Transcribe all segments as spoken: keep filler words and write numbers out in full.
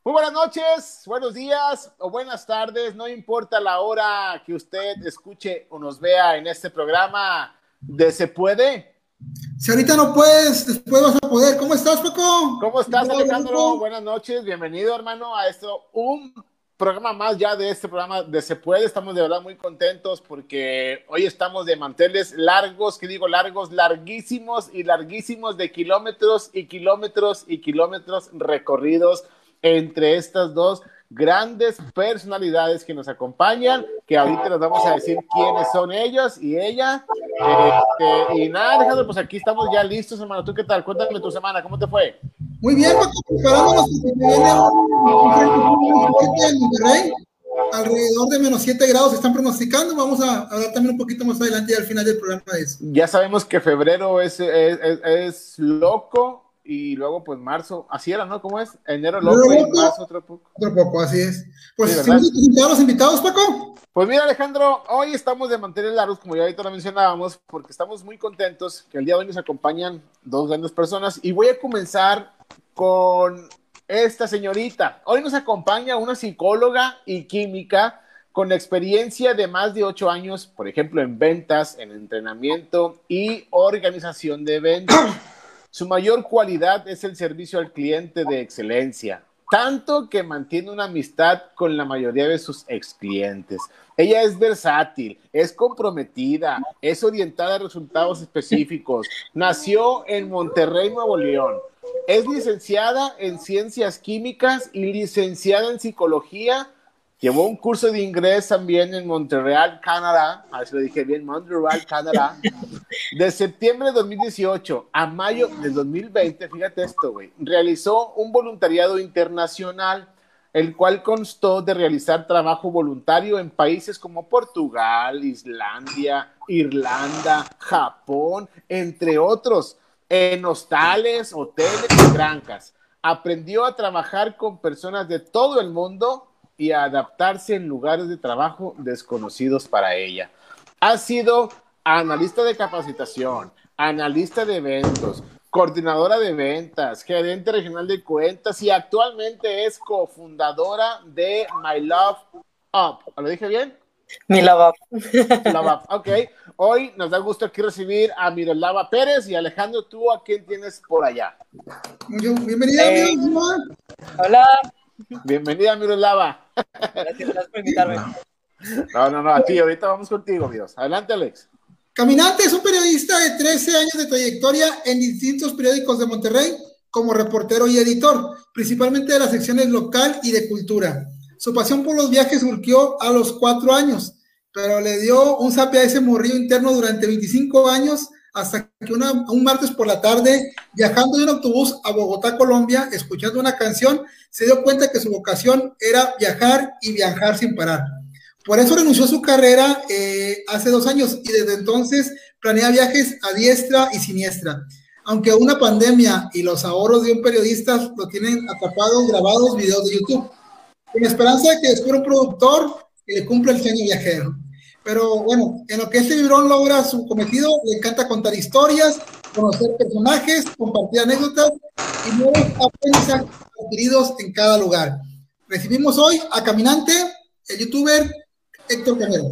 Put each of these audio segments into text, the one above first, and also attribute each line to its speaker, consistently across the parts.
Speaker 1: Muy buenas noches, buenos días o buenas tardes, no importa la hora que usted escuche o nos vea en este programa de Se Puede.
Speaker 2: Si ahorita no puedes, después vas a poder. ¿Cómo estás, Paco?
Speaker 1: ¿Cómo estás, Alejandro? Buenas noches, bienvenido, hermano, a esto, un programa más ya de este programa de Se Puede. Estamos de verdad muy contentos porque hoy estamos de manteles largos, que digo largos, larguísimos y larguísimos de kilómetros y kilómetros y kilómetros recorridos entre estas dos grandes personalidades que nos acompañan, que ahorita les vamos a decir quiénes son ellos y ella. Este, y nada, Alejandro, pues aquí estamos ya listos, hermano. ¿Tú qué tal? Cuéntame tu semana, ¿cómo te fue?
Speaker 2: Muy bien, Paco, preparándonos porque viene un frente muy fuerte en Monterrey. Alrededor de menos siete grados se están pronosticando. Vamos a hablar también un poquito más adelante y al final del programa de eso.
Speaker 1: Ya sabemos que febrero es, es, es, es loco. Y luego, pues, marzo, así era, ¿no? ¿Cómo es? Enero loco loco, y marzo otro poco.
Speaker 2: Otro poco, así es. Pues, sí, ¿si presentar a los invitados, Paco?
Speaker 1: Pues mira, Alejandro, hoy estamos de mantener largos, como ya ahorita lo mencionábamos, porque estamos muy contentos que el día de hoy nos acompañan dos grandes personas. Y voy a comenzar con esta señorita. Hoy nos acompaña una psicóloga y química con experiencia de más de ocho años, por ejemplo, en ventas, en entrenamiento y organización de eventos. Su mayor cualidad es el servicio al cliente de excelencia, tanto que mantiene una amistad con la mayoría de sus ex clientes. Ella es versátil, es comprometida, es orientada a resultados específicos. Nació en Monterrey, Nuevo León. Es licenciada en Ciencias Químicas y licenciada en Psicología. Llevó un curso de inglés también en Montreal, Canadá. A ver si lo dije bien, Montreal, Canadá. De septiembre de dos mil dieciocho a mayo de dos mil veinte, fíjate esto, güey, realizó un voluntariado internacional, el cual constó de realizar trabajo voluntario en países como Portugal, Islandia, Irlanda, Japón, entre otros, en hostales, hoteles y granjas. Aprendió a trabajar con personas de todo el mundo y a adaptarse en lugares de trabajo desconocidos para ella. Ha sido analista de capacitación, analista de eventos, coordinadora de ventas, gerente regional de cuentas y actualmente es cofundadora de My Love Up. ¿Lo dije bien?
Speaker 3: My Love Up.
Speaker 1: Love Up, ok. Hoy nos da gusto aquí recibir a Miroslava Pérez y Alejandro, ¿tú a quién tienes por allá?
Speaker 2: Bienvenida,
Speaker 3: eh, Hola.
Speaker 1: Bienvenida, Miroslava.
Speaker 3: Gracias, gracias por invitarme.
Speaker 1: No, no, no, a ti, ahorita vamos contigo, Dios. Adelante, Alex.
Speaker 2: Caminante es un periodista de trece años de trayectoria en distintos periódicos de Monterrey como reportero y editor, principalmente de las secciones local y de cultura. Su pasión por los viajes surgió a los cuatro años, pero le dio un zape a ese morrillo interno durante veinticinco años hasta que una, un martes por la tarde, viajando en un autobús a Bogotá, Colombia, escuchando una canción, se dio cuenta que su vocación era viajar y viajar sin parar. Por eso renunció a su carrera eh, hace dos años y desde entonces planea viajes a diestra y siniestra. Aunque una pandemia y los ahorros de un periodista lo tienen atrapados, grabados videos de YouTube, con la esperanza de que descubra un productor que le cumpla el sueño viajero. Pero bueno, en lo que este vibrón logra su cometido, le encanta contar historias, conocer personajes, compartir anécdotas y nuevos aprendizajes adquiridos en cada lugar. Recibimos hoy a Caminante, el youtuber Héctor Camero.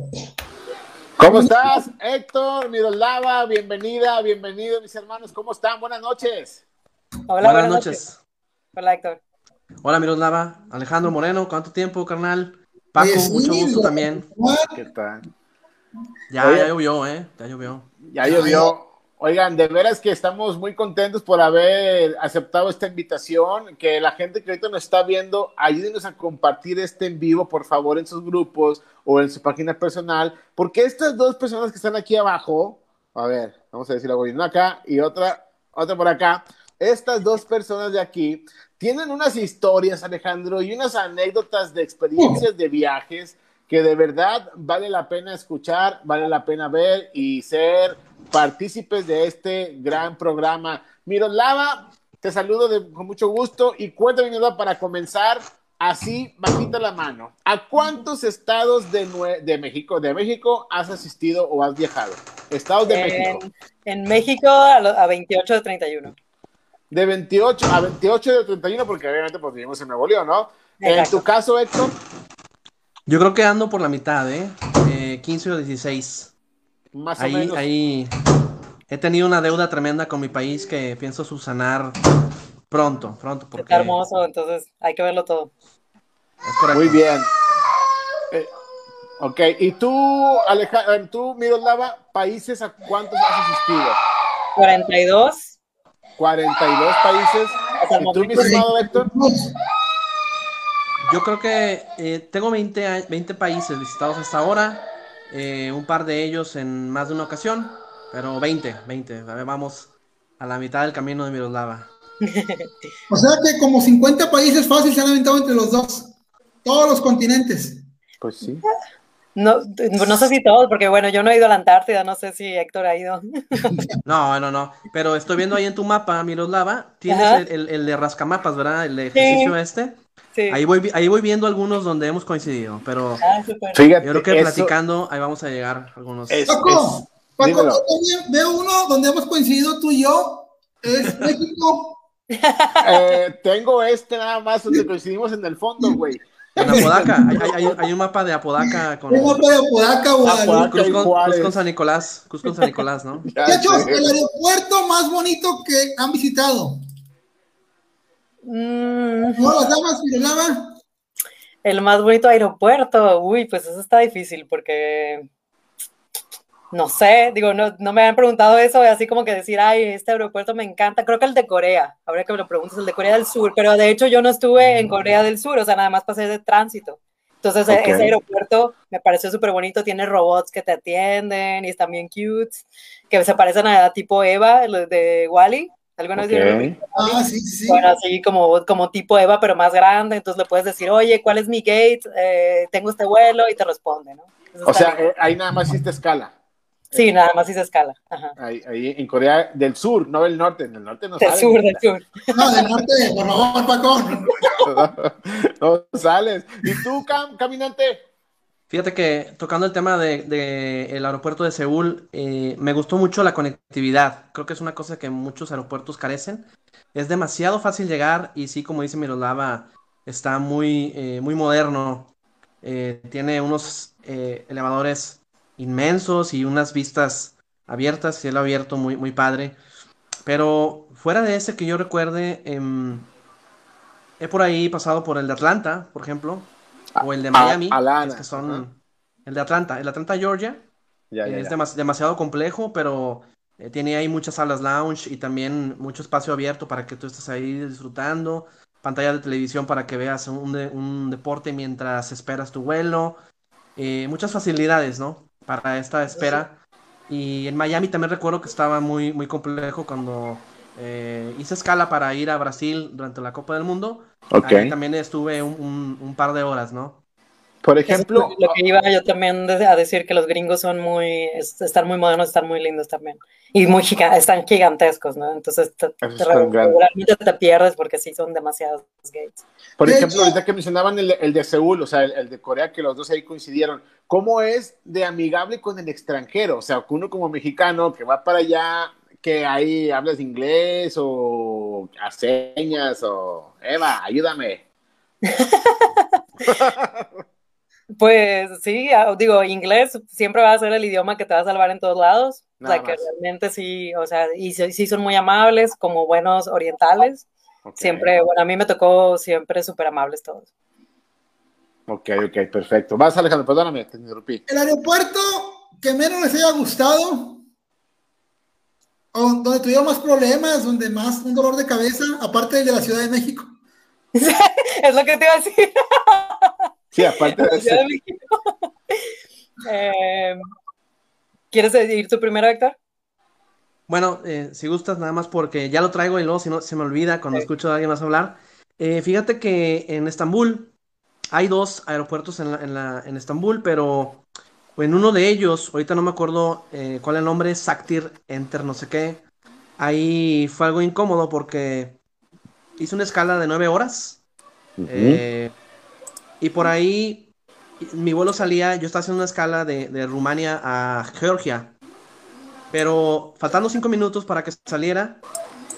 Speaker 1: ¿Cómo estás, Héctor? Miroslava, bienvenida, bienvenido, mis hermanos. ¿Cómo están? Buenas noches.
Speaker 3: Hola,
Speaker 4: buenas,
Speaker 3: buenas
Speaker 4: noches.
Speaker 3: noches. Hola, Héctor.
Speaker 4: Hola, Miroslava. Alejandro Moreno, ¿cuánto tiempo, carnal? Paco, Oye, sí, mucho gusto también.
Speaker 1: ¿Qué tal?
Speaker 4: Ya, Oye, ya llovió, ¿eh? Ya llovió.
Speaker 1: Ya llovió. Oigan, de veras que estamos muy contentos por haber aceptado esta invitación, que la gente que ahorita nos está viendo, ayúdenos a compartir este en vivo, por favor, en sus grupos o en su página personal, porque estas dos personas que están aquí abajo, a ver, vamos a decir algo, una acá y otra, otra por acá, estas dos personas de aquí tienen unas historias, Alejandro, y unas anécdotas de experiencias de viajes que de verdad vale la pena escuchar, vale la pena ver y ser partícipes de este gran programa. Miroslava, te saludo de, con mucho gusto y cuéntame, Miroslava, para comenzar, así, bajita la mano, ¿a cuántos estados de, Nue de México de México has asistido o has viajado? Estados de
Speaker 3: en,
Speaker 1: México.
Speaker 3: En México a, lo, a veintiocho de treinta y uno.
Speaker 1: de veintiocho a veintiocho de treinta y uno, porque obviamente pues vivimos en Nuevo León, ¿no?
Speaker 3: Exacto.
Speaker 1: En tu caso, Héctor.
Speaker 4: Yo creo que ando por la mitad, ¿eh? eh quince o dieciséis.
Speaker 1: Más
Speaker 4: ahí,
Speaker 1: o menos.
Speaker 4: Ahí he tenido una deuda tremenda con mi país que pienso subsanar pronto, pronto. Porque
Speaker 3: está hermoso, entonces hay que verlo todo.
Speaker 4: Es correcto.
Speaker 1: Muy bien. Eh, ok, y tú, Alejandro, tú, Miroslava, ¿países a cuántos has asistido?
Speaker 3: cuarenta y dos.
Speaker 1: cuarenta y dos países. ¿Y tú, mi estimado Héctor?
Speaker 4: Yo creo que eh, tengo veinte, veinte países visitados hasta ahora, eh, un par de ellos en más de una ocasión, pero veinte, veinte. A ver, vamos a la mitad del camino de Miroslava.
Speaker 2: O sea que como cincuenta países fácil se han aventado entre los dos, todos los continentes.
Speaker 1: Pues sí.
Speaker 3: No, no sé si todos, porque bueno, yo no he ido a la Antártida, no sé si Héctor ha ido.
Speaker 4: No, no, no, pero estoy viendo ahí en tu mapa, Miroslava, tienes el, el, el de rascamapas, ¿verdad? El de ejercicio sí. este. Sí. Ahí voy, ahí voy viendo algunos donde hemos coincidido, pero
Speaker 3: ah,
Speaker 1: Fíjate,
Speaker 4: yo creo que
Speaker 1: eso,
Speaker 4: platicando ahí vamos a llegar a algunos.
Speaker 2: Es, Paco, es, Paco yo también veo uno donde hemos coincidido tú y yo, es México.
Speaker 1: Eh, tengo este nada más donde coincidimos en el fondo, güey.
Speaker 4: En Apodaca, hay, hay, hay un mapa de Apodaca con.
Speaker 2: Un mapa de Apodaca,
Speaker 1: Apodaca
Speaker 4: Cruz con, Cruz con San Nicolás, Cruz con San Nicolás, ¿no?
Speaker 2: Muchachos, el aeropuerto más bonito que han visitado.
Speaker 3: Mm.
Speaker 2: ¿No las damas, Miroslava?
Speaker 3: El más bonito aeropuerto, uy, pues eso está difícil porque no sé, digo, no, no me habían preguntado eso, así como que decir, ay, este aeropuerto me encanta, creo que el de Corea, habría que me lo preguntes, el de Corea del Sur, pero de hecho yo no estuve en Corea del Sur, o sea, nada más pasé de tránsito. Entonces okay. ese aeropuerto me pareció súper bonito, tiene robots que te atienden y están bien cute, que se parecen a tipo Eva, los de Wall-E. ¿Alguna
Speaker 1: okay.
Speaker 3: vez
Speaker 2: ah, sí, sí.
Speaker 3: Bueno, así como, como tipo Eva, pero más grande, entonces le puedes decir, oye, ¿cuál es mi gate? Eh, tengo este vuelo, y te responde, ¿no?
Speaker 1: Entonces, o sea, eh, ahí nada más hiciste escala.
Speaker 3: Sí, eh, nada más hice escala. Ajá.
Speaker 1: Ahí, ahí en Corea del Sur, no del norte, en el norte no
Speaker 3: del
Speaker 1: sales.
Speaker 3: Sur, del sur.
Speaker 2: No, del norte, por favor, Paco.
Speaker 1: No, no sales. ¿Y tú, Cam, caminante?
Speaker 4: Fíjate que tocando el tema del de, de el aeropuerto de Seúl, eh, me gustó mucho la conectividad. Creo que es una cosa que muchos aeropuertos carecen. Es demasiado fácil llegar y sí, como dice Miroslava, está muy, eh, muy moderno. Eh, tiene unos eh, elevadores inmensos y unas vistas abiertas, cielo abierto, muy, muy padre. Pero fuera de ese que yo recuerde, eh, he por ahí pasado por el de Atlanta, por ejemplo. O el de Miami,
Speaker 1: Alana,
Speaker 4: es que son
Speaker 1: uh-huh.
Speaker 4: el de Atlanta, el de Atlanta, Georgia,
Speaker 1: ya, ya,
Speaker 4: es
Speaker 1: ya.
Speaker 4: Demas, demasiado complejo, pero eh, tiene ahí muchas salas lounge y también mucho espacio abierto para que tú estés ahí disfrutando, pantalla de televisión para que veas un, de, un deporte mientras esperas tu vuelo, eh, muchas facilidades, ¿no? Para esta espera. Y en Miami también recuerdo que estaba muy, muy complejo cuando eh, hice escala para ir a Brasil durante la Copa del Mundo.
Speaker 1: Okay.
Speaker 4: Ahí también estuve un, un, un par de horas, ¿no?
Speaker 1: Por ejemplo,
Speaker 3: lo que iba yo también a decir, que los gringos son muy, están muy modernos, están muy lindos también. Y muy giga, están gigantescos, ¿no? Entonces te, te, regularmente te pierdes porque sí son demasiados gates.
Speaker 1: Por ejemplo, ahorita que mencionaban el, el de Seúl, o sea, el, el de Corea, que los dos ahí coincidieron, ¿cómo es de amigable con el extranjero? O sea, uno como mexicano que va para allá, que ahí hablas inglés o a señas o Eva, ayúdame.
Speaker 3: Pues sí, digo, inglés siempre va a ser el idioma que te va a salvar en todos lados.
Speaker 1: Nada
Speaker 3: o sea,
Speaker 1: más.
Speaker 3: que realmente sí, o sea, y sí son muy amables, como buenos orientales. Okay. Siempre, bueno, a mí me tocó siempre súper amables todos.
Speaker 1: Ok, ok, perfecto. Vas, Alejandro, perdóname, te interrumpí.
Speaker 2: El aeropuerto que menos les haya gustado, o donde tuvieron más problemas, donde más un dolor de cabeza, aparte del de la Ciudad de México.
Speaker 3: Es lo que te iba a decir.
Speaker 1: Sí, aparte de eso.
Speaker 3: eh, ¿Quieres ir tú primero, Héctor?
Speaker 4: Bueno, eh, si gustas, nada más porque ya lo traigo y luego si no se me olvida cuando sí. escucho a alguien más hablar. Eh, fíjate que en Estambul hay dos aeropuertos en, la, en, la, en Estambul, pero en uno de ellos, ahorita no me acuerdo eh, cuál es el nombre, Saktir Enter no sé qué, ahí fue algo incómodo porque hice una escala de nueve horas. Uh-huh. eh, Y por ahí, mi vuelo salía, yo estaba haciendo una escala de, de Rumania a Georgia. Pero faltando cinco minutos para que saliera,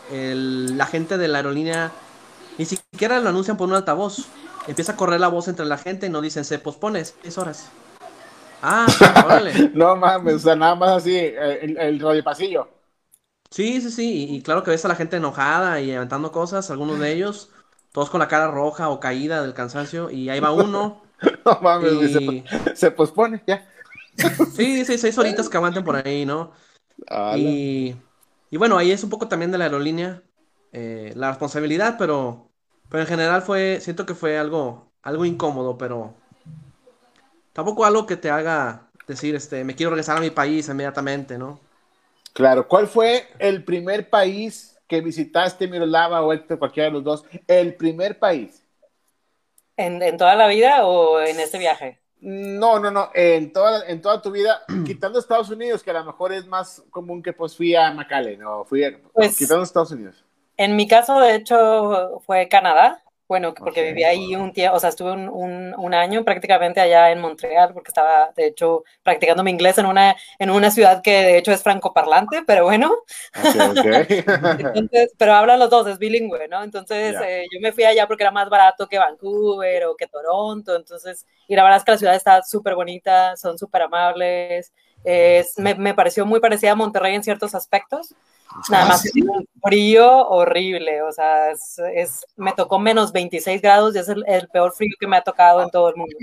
Speaker 4: el, la gente de la aerolínea ni siquiera lo anuncian por un altavoz. Empieza a correr la voz entre la gente y no dicen se pospone seis horas. Ah, órale.
Speaker 1: No mames, o sea, nada más así, el, el radio pasillo.
Speaker 4: Sí, sí, sí, y, y claro que ves a la gente enojada y aventando cosas, algunos de ellos, todos con la cara roja o caída del cansancio, y ahí va uno.
Speaker 1: No mames, güey, se,
Speaker 4: Y
Speaker 1: se pospone, ya.
Speaker 4: sí, sí, seis horitas que aguanten por ahí, ¿no?
Speaker 1: Ala.
Speaker 4: Y, y bueno, ahí es un poco también de la aerolínea, eh, la responsabilidad, pero, pero en general fue, siento que fue algo, algo incómodo, pero tampoco algo que te haga decir, este, me quiero regresar a mi país inmediatamente, ¿no?
Speaker 1: Claro, ¿cuál fue el primer país que visitaste, Miroslava o Héctor, cualquiera de los dos? El primer país.
Speaker 3: ¿En, en toda la vida o en este viaje?
Speaker 1: No, no, no, en toda, en toda tu vida, quitando Estados Unidos, que a lo mejor es más común que pues fui a McAllen, o fui a,
Speaker 3: Pues,
Speaker 1: no, quitando Estados Unidos.
Speaker 3: En mi caso, de hecho, fue Canadá. Bueno, porque
Speaker 1: Ok.
Speaker 3: viví ahí un tiempo, o sea, estuve un, un, un año prácticamente allá en Montreal, porque estaba, de hecho, practicando mi inglés en una, en una ciudad que, de hecho, es francoparlante, pero bueno.
Speaker 1: Ok, ok.
Speaker 3: Entonces, pero hablan los dos, es bilingüe, ¿no? Entonces,
Speaker 1: Ya.
Speaker 3: eh, yo me fui allá porque era más barato que Vancouver o que Toronto, entonces, y la verdad es que la ciudad está súper bonita, son súper amables, es, me, me pareció muy parecida a Monterrey en ciertos aspectos. Nada
Speaker 2: Ah,
Speaker 3: más
Speaker 2: sí.
Speaker 3: que un frío horrible, o sea, es, es, me tocó menos veintiséis grados y es el, el peor frío que me ha tocado en todo el mundo.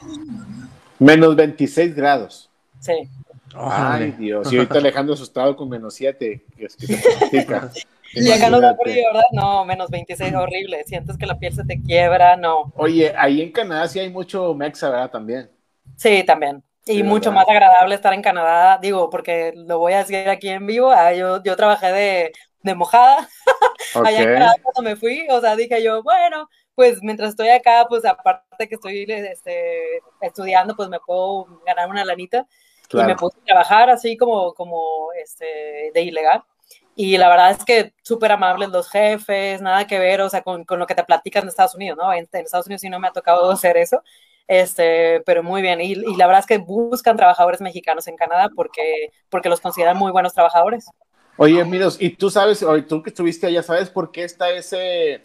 Speaker 1: Menos veintiséis grados.
Speaker 3: Sí.
Speaker 1: Ay,
Speaker 4: Órale.
Speaker 1: Dios. Y ahorita Alejandro asustado con menos siete, que es que se practica.
Speaker 3: Y acá no da
Speaker 1: Imagínate.
Speaker 3: frío, ¿verdad? No, menos veintiséis, horrible. Sientes que la piel se te quiebra, no.
Speaker 1: Oye, ahí en Canadá sí hay mucho mexa, ¿verdad? También.
Speaker 3: Sí, también. Y
Speaker 1: Sí,
Speaker 3: mucho
Speaker 1: ¿verdad?
Speaker 3: más agradable estar en Canadá, digo, porque lo voy a decir aquí en vivo. Ah, yo, yo trabajé de, de mojada allá en Canadá
Speaker 1: Ok.
Speaker 3: cuando me fui, o sea, dije yo, bueno, pues mientras estoy acá, pues aparte que estoy este, estudiando, pues me puedo ganar una lanita. Y me
Speaker 1: Claro.
Speaker 3: puse a trabajar así como, como este, de ilegal. Y la verdad es que súper amables los jefes, nada que ver, o sea, con, con lo que te platican de Estados Unidos, ¿no? En, en Estados Unidos sí no me ha tocado hacer eso, este, pero muy bien. Y, y la verdad es que buscan trabajadores mexicanos en Canadá porque, porque los consideran muy buenos trabajadores.
Speaker 1: Oye, Miros, y tú sabes, o tú que estuviste allá, ¿sabes por qué está ese,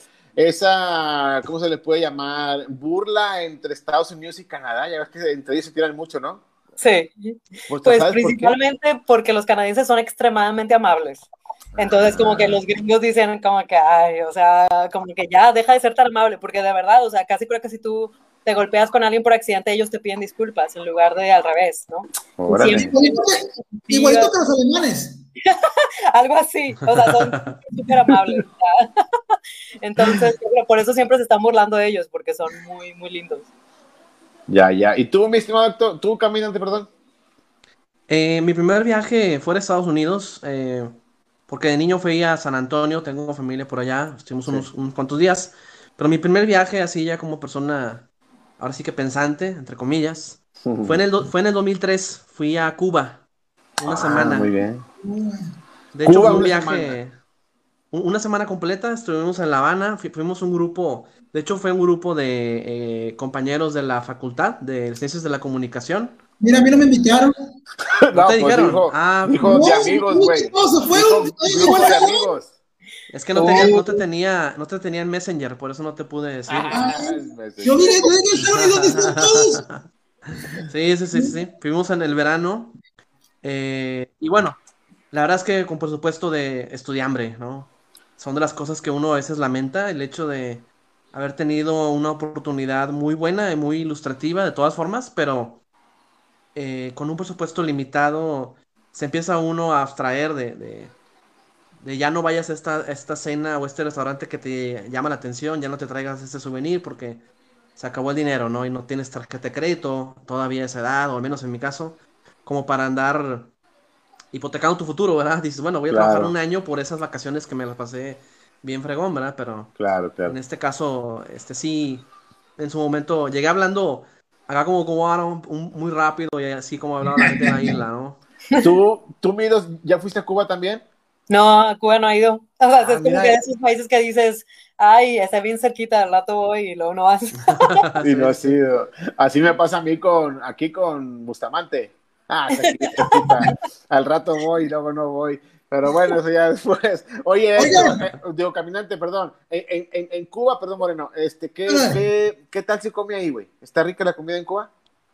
Speaker 1: esa, ¿cómo se le puede llamar? Burla entre Estados Unidos y Canadá. Ya ves que entre ellos se tiran mucho, ¿no?
Speaker 3: Sí,
Speaker 1: Pues,
Speaker 3: pues
Speaker 1: ¿sabes por qué?
Speaker 3: principalmente porque los canadienses son extremadamente amables. Entonces, como que los gringos dicen como que, ay, o sea, como que ya deja de ser tan amable, porque de verdad, o sea, casi creo que si tú te golpeas con alguien por accidente, ellos te piden disculpas en lugar de al revés, ¿no?
Speaker 1: Órale.
Speaker 3: Siempre,
Speaker 2: Igualito que, igualito que los alemanes.
Speaker 3: algo así, o sea, son súper amables. ¿verdad? Entonces, por eso siempre se están burlando de ellos, porque son muy, muy lindos.
Speaker 1: Ya, ya. ¿Y tú, mi estimado doctor, tú, caminante, perdón?
Speaker 4: Eh, mi primer viaje fue a Estados Unidos, eh, porque de niño fui a San Antonio, tengo familia por allá, estuvimos
Speaker 1: Sí.
Speaker 4: unos, unos cuantos días, pero mi primer viaje así ya como persona, ahora sí que pensante, entre comillas, fue en el, do- fue en el dos mil tres, fui a Cuba, una
Speaker 1: Ah,
Speaker 4: semana.
Speaker 1: muy bien.
Speaker 4: De hecho
Speaker 1: Cuba,
Speaker 4: fue un
Speaker 1: una
Speaker 4: viaje,
Speaker 1: semana.
Speaker 4: un- una semana completa, estuvimos en La Habana, fu- fuimos un grupo, de hecho fue un grupo de eh, compañeros de la facultad de Ciencias de la Comunicación.
Speaker 2: Mira, a mí no me invitaron.
Speaker 4: ¿No
Speaker 1: No,
Speaker 4: te
Speaker 1: pues
Speaker 4: dijeron?
Speaker 1: dijo,
Speaker 4: Ah,
Speaker 1: dijo
Speaker 2: No,
Speaker 1: de amigos,
Speaker 2: muy
Speaker 1: güey.
Speaker 2: chistoso, fue
Speaker 1: Dijo
Speaker 2: un- ay,
Speaker 1: grupo
Speaker 2: igual
Speaker 1: de
Speaker 2: que-
Speaker 1: amigos.
Speaker 4: es que no, tenía, no te tenía, no te tenía en Messenger, por eso no te pude decir.
Speaker 1: Ah,
Speaker 2: Yo miré, yo dije, "Estaban, ¿y dónde están todos?"
Speaker 4: Sí, sí, sí, sí, sí. Fuimos en el verano. eh, y bueno, la verdad es que con presupuesto de estudiambre, ¿no? Son de las cosas que uno a veces lamenta, el hecho de haber tenido una oportunidad muy buena y muy ilustrativa de todas formas, pero eh, con un presupuesto limitado se empieza uno a abstraer de, de, de ya no vayas a esta, a esta cena o este restaurante que te llama la atención, ya no te traigas este souvenir porque se acabó el dinero, ¿no? Y no tienes tarjeta de crédito todavía a esa edad, o al menos en mi caso, como para andar hipotecando tu futuro, ¿verdad? Dices, bueno, voy a trabajar un
Speaker 1: Claro,
Speaker 4: año por esas vacaciones que me las pasé bien fregón, ¿verdad? Pero
Speaker 1: claro,
Speaker 4: en
Speaker 1: claro.
Speaker 4: este caso, este sí, en su momento llegué hablando acá como, como ahora un- un- muy rápido y así como hablaba la gente en la isla, ¿no?
Speaker 1: ¿Tú, tú, Miros, ya fuiste a Cuba también?
Speaker 3: No, a Cuba no ha ido. O sea,
Speaker 1: Ah,
Speaker 3: es como
Speaker 1: mira,
Speaker 3: que de esos países que dices, ay, está bien cerquita, al rato voy y luego no vas.
Speaker 1: y no ha
Speaker 4: Sí, sí.
Speaker 1: sido. Así me pasa a mí con, aquí con Bustamante. Ah, está aquí cerquita. Al rato voy y luego no voy. Pero bueno, eso ya después. Oye, Héctor,
Speaker 2: Oigan,
Speaker 1: eh, digo, caminante, perdón. En, en- en- en Cuba, perdón, Moreno, este, ¿qué,
Speaker 2: ah,
Speaker 1: qué, qué tal se come ahí, güey? ¿Está rica la comida en Cuba?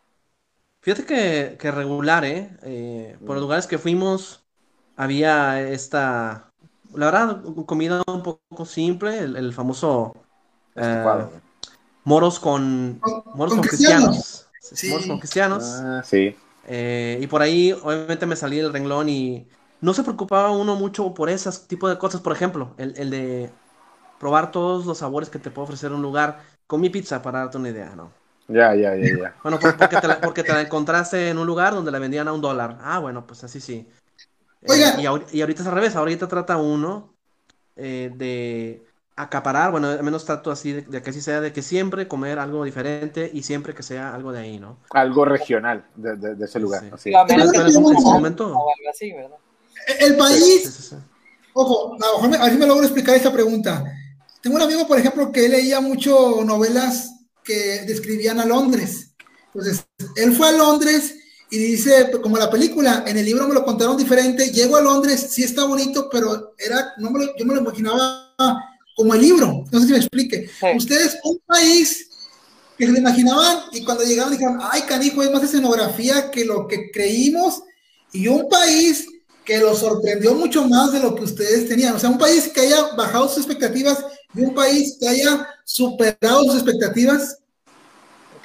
Speaker 4: Fíjate que, que regular, ¿eh? Eh, por los
Speaker 1: Mm,
Speaker 4: lugares que fuimos había esta, la verdad, comida un poco simple, el, el famoso eh,
Speaker 1: estofado, güey.
Speaker 4: moros con,
Speaker 2: con,
Speaker 4: moros
Speaker 2: con
Speaker 4: con
Speaker 2: cristianos.
Speaker 4: cristianos, sí, moros con
Speaker 2: Sí.
Speaker 4: cristianos.
Speaker 1: Ah, sí.
Speaker 4: Eh, y por ahí, obviamente, me salí del renglón y no se preocupaba uno mucho por ese tipo de cosas. Por ejemplo, el, el de probar todos los sabores que te puede ofrecer un lugar. Con mi pizza, para darte una idea, ¿no?
Speaker 1: Ya, ya, ya, ya.
Speaker 4: Bueno, por- porque te la, porque te la encontraste en un lugar donde la vendían a un dólar. Ah, bueno, pues así sí. Eh,
Speaker 2: Oigan,
Speaker 4: y, ahor- y ahorita es al revés. Ahorita trata uno eh, de acaparar. Bueno, al menos trato así de, de que así sea, de que siempre comer algo diferente y siempre que sea algo de ahí, ¿no?
Speaker 1: Algo regional de, de- de ese
Speaker 4: Sí,
Speaker 1: lugar,
Speaker 4: sí.
Speaker 1: así.
Speaker 3: Digo, a
Speaker 2: tengo
Speaker 3: menos que
Speaker 2: una
Speaker 4: Pero en
Speaker 3: sea
Speaker 4: su, en su
Speaker 2: pregunta.
Speaker 3: o
Speaker 4: momento,
Speaker 3: algo así, ¿verdad?
Speaker 2: El
Speaker 1: Sí.
Speaker 4: sí,
Speaker 2: país,
Speaker 4: sí, sí.
Speaker 2: ojo, a lo mejor me, a ver si me logro explicar esa pregunta. Tengo un amigo, por ejemplo, que leía mucho novelas que describían a Londres. Entonces, él fue a Londres y dice, pues, como la película, en el libro me lo contaron diferente, llego a Londres, sí está bonito, pero era, no me lo, yo me lo imaginaba como el libro. No sé si me explique.
Speaker 3: Sí.
Speaker 2: Ustedes, un país que se lo imaginaban y cuando llegaron dijeron, ay, canijo, es más escenografía que lo que creímos y un país que los sorprendió mucho más de lo que ustedes tenían. O sea, un país que haya bajado sus expectativas y un país que haya superado sus expectativas.
Speaker 3: Ok.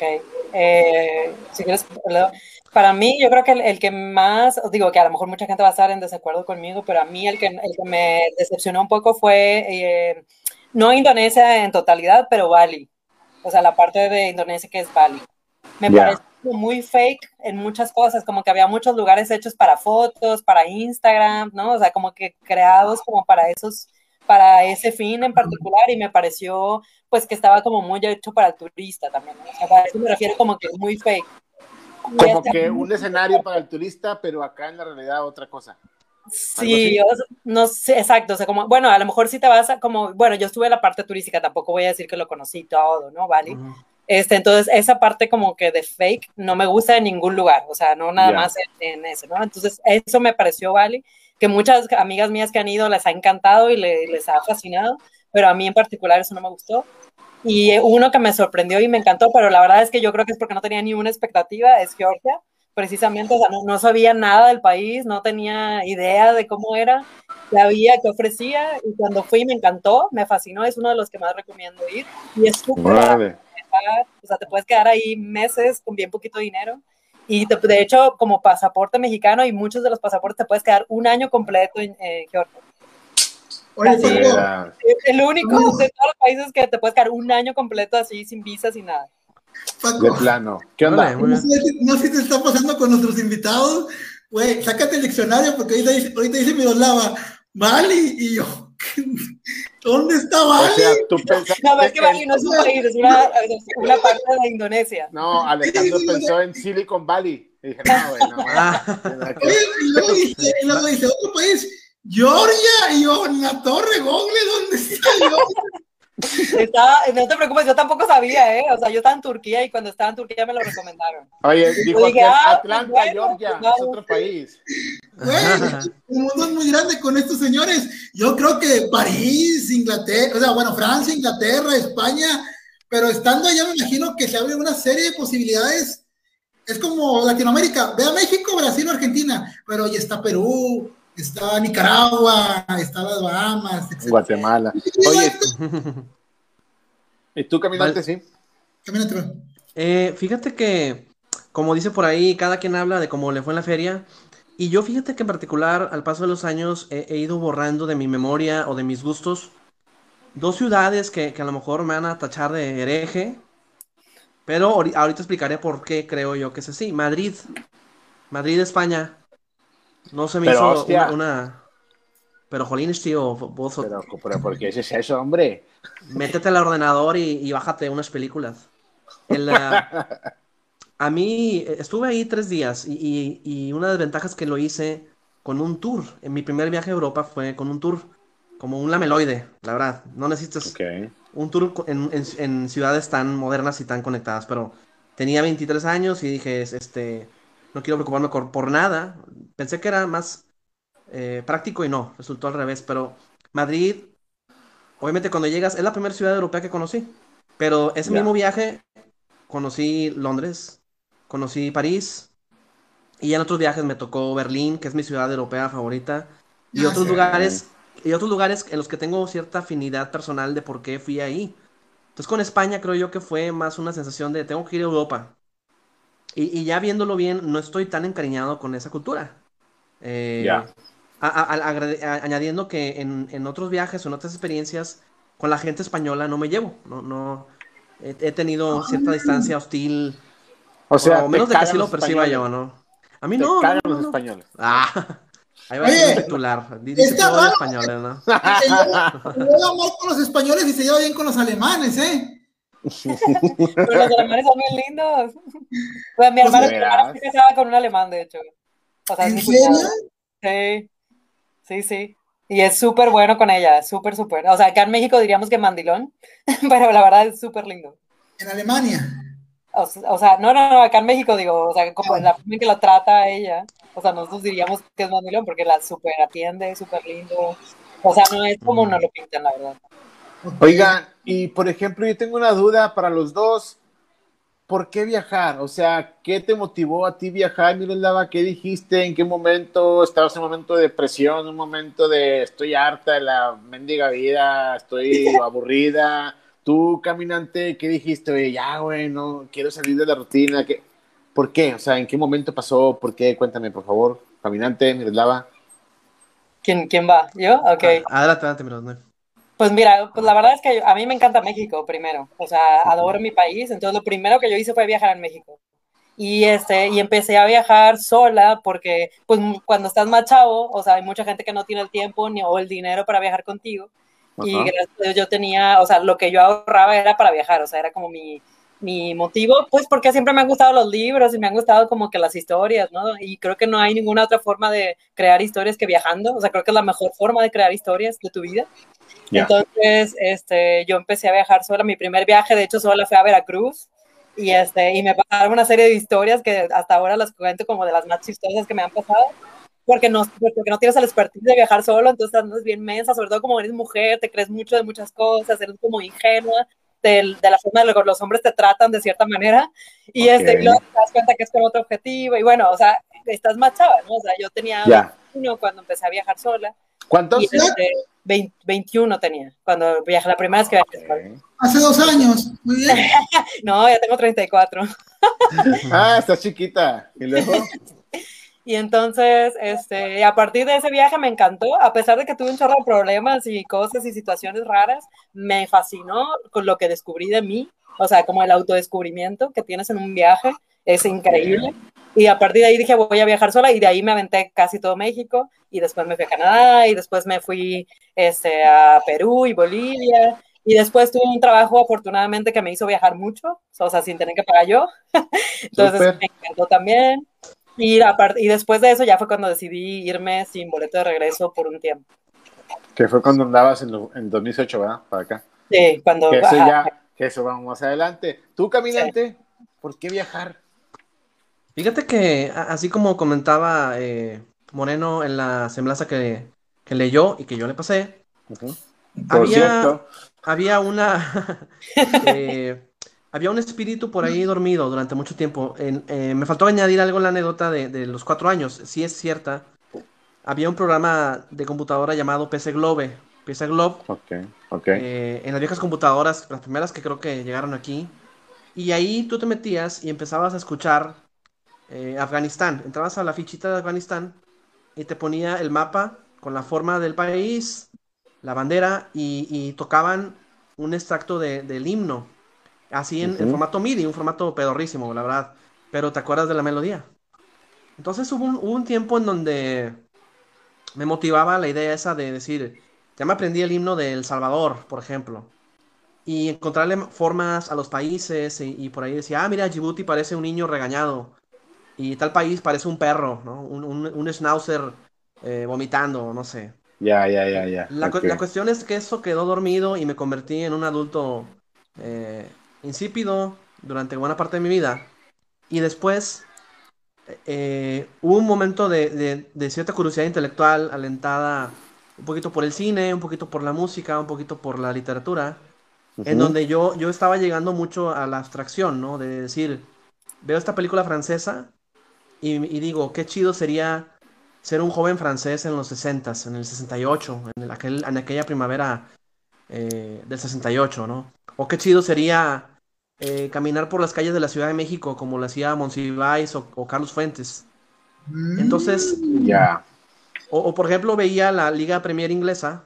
Speaker 3: Eh, si quieres, Leo. Para mí, yo creo que el, el que más, os digo que a lo mejor mucha gente va a estar en desacuerdo conmigo, pero a mí el que, el que me decepcionó un poco fue, eh, no Indonesia en totalidad, pero Bali. O sea, la parte de Indonesia que es Bali. Me
Speaker 1: Ya.
Speaker 3: parece muy fake en muchas cosas, como que había muchos lugares hechos para fotos, para Instagram, ¿no? O sea, como que creados como para esos, para ese fin en particular y me pareció pues que estaba como muy hecho para el turista también, ¿no? O sea, para eso me refiero como que muy fake. Y
Speaker 1: Como
Speaker 3: este,
Speaker 1: que un escenario para el turista, pero acá en la realidad otra cosa. ¿Algo
Speaker 3: sí,
Speaker 1: así?
Speaker 3: o sea, no sé, exacto, o sea, como, bueno, a lo mejor si te vas a, como, bueno, yo estuve en la parte turística, tampoco voy a decir que lo conocí todo, ¿no? ¿Vale?
Speaker 4: Ujú.
Speaker 3: Este, entonces, esa parte como que de fake no me gusta en ningún lugar, o sea, no nada
Speaker 1: Ya.
Speaker 3: más en, en ese, ¿no? Entonces, eso me pareció, ¿vale? Que muchas amigas mías que han ido les ha encantado y le, les ha fascinado, pero a mí en particular eso no me gustó. Y uno que me sorprendió y me encantó, pero la verdad es que yo creo que es porque no tenía ni una expectativa, es Georgia, precisamente, o sea, no, no sabía nada del país, no tenía idea de cómo era, qué había, qué ofrecía, y cuando fui me encantó, me fascinó, es uno de los que más recomiendo ir, y es súper barato,
Speaker 1: Vale.
Speaker 3: o sea, te puedes quedar ahí meses con bien poquito dinero, y te, de hecho, como pasaporte mexicano, y muchos de los pasaportes te puedes quedar un año completo en eh, Georgia.
Speaker 2: Oye,
Speaker 3: Casi
Speaker 2: Paco,
Speaker 1: Mira.
Speaker 3: es el único
Speaker 2: vamos,
Speaker 3: de todos los países que te puedes quedar un año completo así, sin visa, sin nada.
Speaker 1: De
Speaker 2: Paco,
Speaker 1: plano. ¿Qué
Speaker 4: Órale,
Speaker 1: onda?
Speaker 4: muy
Speaker 2: no sé,
Speaker 4: bien.
Speaker 2: no sé si te está pasando con nuestros invitados. Güey, sácate el diccionario porque ahorita dice, ahorita dice Miroslava, Bali, y yo, ¿dónde está
Speaker 1: O
Speaker 2: Bali?
Speaker 1: sea, tú
Speaker 3: No, es que
Speaker 1: pensaste
Speaker 3: Bali
Speaker 1: en...
Speaker 3: no es un país, es una, es una parte de Indonesia.
Speaker 1: No, Alejandro pensó en Silicon Valley. Y dije, no, güey, no
Speaker 4: Ah,
Speaker 1: manches. No tiene nada que
Speaker 2: Oye,
Speaker 1: ver.
Speaker 2: y luego dice, y luego
Speaker 4: va-
Speaker 2: dice otro país, Georgia, y yo, en la torre Google, ¿dónde está Georgia?
Speaker 3: Estaba, no te preocupes, yo tampoco sabía, ¿eh? O sea, yo estaba en Turquía y cuando estaba en Turquía me lo recomendaron.
Speaker 1: Oye,
Speaker 3: Y yo
Speaker 1: dijo
Speaker 3: dije,
Speaker 1: aquel
Speaker 3: ah, pues
Speaker 1: Atlanta,
Speaker 3: bueno, pues
Speaker 1: Georgia, es
Speaker 3: vamos.
Speaker 1: otro país.
Speaker 2: Güey, el mundo es muy grande con estos señores. Yo creo que París, Inglaterra, o sea, bueno, Francia, Inglaterra, España, pero estando allá me imagino que se abre una serie de posibilidades. Es como Latinoamérica, ve a México, Brasil o Argentina, pero ya está Perú, está Nicaragua, está las Bahamas, etcétera.
Speaker 1: Guatemala. Oye, ¿y tú caminante,
Speaker 4: Val-
Speaker 1: sí?
Speaker 2: Camínate, bro.
Speaker 4: eh, fíjate que, como dice por ahí, cada quien habla de cómo le fue en la feria. Y yo fíjate que en particular, al paso de los años, he, he ido borrando de mi memoria o de mis gustos dos ciudades que, que a lo mejor me van a tachar de hereje, pero ahori- ahorita explicaré por qué creo yo que es así. Madrid, Madrid, España, no se me
Speaker 1: Pero
Speaker 4: hizo una,
Speaker 1: hostia,
Speaker 4: una... Pero jolines, tío, vos,
Speaker 1: pero, pero ¿por qué es eso, hombre?
Speaker 4: métete al ordenador y, y bájate unas películas. El, ah, a mí eh, estuve ahí tres días y, y- y una de las ventajas que lo hice con un tour. En mi primer viaje a Europa fue con un tour, como un lameloide, la verdad. No necesitas
Speaker 1: Ok.
Speaker 4: un tour co- en, en- en ciudades tan modernas y tan conectadas, pero tenía veintitrés años y dije, es- este, no quiero preocuparme cor- por nada. Pensé que era más eh, práctico y no, resultó al revés, pero Madrid, obviamente cuando llegas, es la primera ciudad europea que conocí, pero ese mismo
Speaker 1: Ya.
Speaker 4: viaje conocí Londres, conocí París, y en otros viajes me tocó Berlín, que es mi ciudad europea favorita, y
Speaker 2: Ah,
Speaker 4: otros
Speaker 2: sí.
Speaker 1: Ok.
Speaker 4: lugares, y otros lugares en los que tengo cierta afinidad personal de por qué fui ahí. Entonces con España creo yo que fue más una sensación de tengo que ir a Europa. Y, y ya viéndolo bien, no estoy tan encariñado con esa cultura.
Speaker 1: Ya.
Speaker 4: Eh, a- a- a- agrade- a- añadiendo que en, en otros viajes o en otras experiencias con la gente española no me llevo. No, no, he, he tenido cierta distancia hostil,
Speaker 1: O
Speaker 4: o, o
Speaker 1: sea,
Speaker 4: menos
Speaker 1: te
Speaker 4: de que
Speaker 1: cagan
Speaker 4: así
Speaker 1: los
Speaker 4: lo perciba
Speaker 1: españoles.
Speaker 4: yo, ¿no? A mí
Speaker 1: Te
Speaker 4: no, no,
Speaker 1: cagan
Speaker 4: no,
Speaker 1: los
Speaker 4: no, no.
Speaker 1: españoles. ¿No?
Speaker 4: Ah, ahí va a decir un
Speaker 2: Oye,
Speaker 4: titular. Di- Dice que
Speaker 2: está
Speaker 4: odio
Speaker 2: raro
Speaker 4: españoles, ¿no?
Speaker 2: que se lleva, se lleva mal con los españoles y se lleva bien con los alemanes, ¿eh?
Speaker 3: Pero los alemanes son bien lindos. Pues mi
Speaker 2: Pues,
Speaker 3: hermana,
Speaker 2: ¿de
Speaker 3: mi hermana
Speaker 1: Verás.
Speaker 3: está casada con un alemán, de hecho. O sea, es
Speaker 2: ¿en
Speaker 3: mi
Speaker 2: serio?
Speaker 3: cuñado. Sí, sí, sí. Y es súper bueno con ella, súper, súper. O sea, acá en México diríamos que mandilón, pero la verdad es súper lindo.
Speaker 2: En Alemania.
Speaker 3: O, s- o sea, no, no, no, acá en México digo, o sea, como
Speaker 2: Ah,
Speaker 3: en la forma en que la trata ella, o sea, nosotros diríamos que es mandilón porque la súper atiende, súper lindo. O sea, no es como
Speaker 4: Mm.
Speaker 3: nos lo pintan, la verdad.
Speaker 2: ok.
Speaker 1: Oigan, y por ejemplo, yo tengo una duda para los dos. ¿Por qué viajar? O sea, ¿qué te motivó a ti viajar, Miroslava? ¿Qué dijiste? ¿En qué momento? ¿Estabas en un momento de depresión? ¿Un momento de estoy harta de la mendiga vida? ¿Estoy aburrida? Tú, caminante, ¿qué dijiste? Oye, ya, güey, no quiero salir de la rutina. ¿Qué? ¿Por qué? O sea, ¿en qué momento pasó? ¿Por qué? Cuéntame, por favor. Caminante, Miroslava.
Speaker 3: ¿Quién, quién va? ¿Yo? Ok.
Speaker 4: Ah, adelante, adelante, mira, no.
Speaker 3: Pues mira, pues la verdad es que yo- a mí me encanta México primero, o sea, adoro mi país, entonces lo primero que yo hice fue viajar en México. Y, este, y empecé a viajar sola porque pues m- cuando estás más chavo, o sea, hay mucha gente que no tiene el tiempo ni o el dinero para viajar contigo. Y
Speaker 1: Ajá.
Speaker 3: gracias a Dios yo tenía, o sea, lo que yo ahorraba era para viajar, o sea, era como mi, mi motivo, pues porque siempre me han gustado los libros y me han gustado como que las historias, ¿no? Y creo que no hay ninguna otra forma de crear historias que viajando, o sea, creo que es la mejor forma de crear historias de tu vida.
Speaker 1: Ya.
Speaker 3: Entonces, este, yo empecé a viajar sola. Mi primer viaje, de hecho, sola fue a Veracruz. Y, este, y me pasaron una serie de historias que hasta ahora las cuento como de las más chistosas que me han pasado. Porque no, porque no tienes el expertise de viajar solo, entonces andas bien mensa, sobre todo como eres mujer, te crees mucho de muchas cosas, eres como ingenua de, de la forma en la que los hombres te tratan de cierta manera. Y,
Speaker 1: Ok.
Speaker 3: este, y luego te das cuenta que es con otro objetivo. Y bueno, o sea, estás más chava, ¿no? O sea, yo tenía
Speaker 1: Ya.
Speaker 3: veintiuno cuando empecé a viajar sola. Y
Speaker 1: ¿Cuántos?
Speaker 3: este, veinte, veintiuno tenía cuando viajé, la primera vez que viajé sola.
Speaker 1: Ok.
Speaker 2: Hace dos años. Muy bien.
Speaker 3: No, ya tengo treinta y cuatro.
Speaker 1: Ah, estás chiquita. ¿Y luego?
Speaker 3: Y entonces, este, a partir de ese viaje me encantó, a pesar de que tuve un chorro de problemas y cosas y situaciones raras, me fascinó con lo que descubrí de mí, o sea, como el autodescubrimiento que tienes en un viaje, es increíble.
Speaker 1: Ok.
Speaker 3: Y a partir de ahí dije, voy a viajar sola, y de ahí me aventé casi todo México, y después me fui a Canadá, y después me fui este, a Perú y Bolivia, y después tuve un trabajo afortunadamente que me hizo viajar mucho, o sea, sin tener que pagar yo, entonces
Speaker 1: Súper.
Speaker 3: me encantó también. Y, aparte, y después de eso ya fue cuando decidí irme sin boleto de regreso por un tiempo.
Speaker 1: Que fue cuando andabas en, lo- en dos mil dieciocho, ¿verdad? Para acá.
Speaker 3: Sí, cuando...
Speaker 1: Que eso
Speaker 3: Ajá,
Speaker 1: ya, que eso vamos más adelante. Tú,
Speaker 3: sí.
Speaker 1: caminante, ¿por qué viajar?
Speaker 4: Fíjate que, a- así como comentaba eh, Moreno en la semblanza que, que leyó y que yo le pasé,
Speaker 1: Ujú. Por
Speaker 4: había,
Speaker 1: cierto,
Speaker 4: había una, eh, había un espíritu por ahí dormido durante mucho tiempo. En- eh, me faltó añadir algo en la anécdota de, de los cuatro años. Sí es cierta. Había un programa de computadora llamado P C Globe. P C Globe,
Speaker 1: ok, ok.
Speaker 4: eh, en las viejas computadoras, las primeras que creo que llegaron aquí. Y ahí tú te metías y empezabas a escuchar eh, Afganistán. Entrabas a la fichita de Afganistán y te ponía el mapa con la forma del país, la bandera y, y tocaban un extracto de- del himno, así en, en
Speaker 1: Ujú.
Speaker 4: formato MIDI, un formato pedorrísimo, la verdad, pero te acuerdas de la melodía. Entonces hubo un, hubo un tiempo en donde me motivaba la idea esa de decir, ya me aprendí el himno de El Salvador, por ejemplo, y encontrarle formas a los países y, y por ahí decía, ah, mira, Djibouti parece un niño regañado. Y tal país parece un perro, ¿no? Un, un, un schnauzer eh, vomitando, no sé.
Speaker 1: Ya, ya, ya, ya.
Speaker 4: La, cu-
Speaker 1: Ok.
Speaker 4: la cuestión es que eso quedó dormido y me convertí en un adulto eh, insípido durante buena parte de mi vida. Y después eh, hubo un momento de, de- de cierta curiosidad intelectual alentada un poquito por el cine, un poquito por la música, un poquito por la literatura, en
Speaker 1: Ujú.
Speaker 4: donde yo, yo estaba llegando mucho a la abstracción, ¿no? De decir, veo esta película francesa y, y digo, qué chido sería ser un joven francés en los sesentas, en el sesenta y ocho, en, el- aquel, en aquella primavera eh, del sesenta y ocho, ¿no? O qué chido sería eh, caminar por las calles de la Ciudad de México como lo hacía Monsiváis o, o Carlos Fuentes. Entonces,
Speaker 2: Mm,
Speaker 1: Ya.
Speaker 4: o, o, por ejemplo, veía la Liga Premier inglesa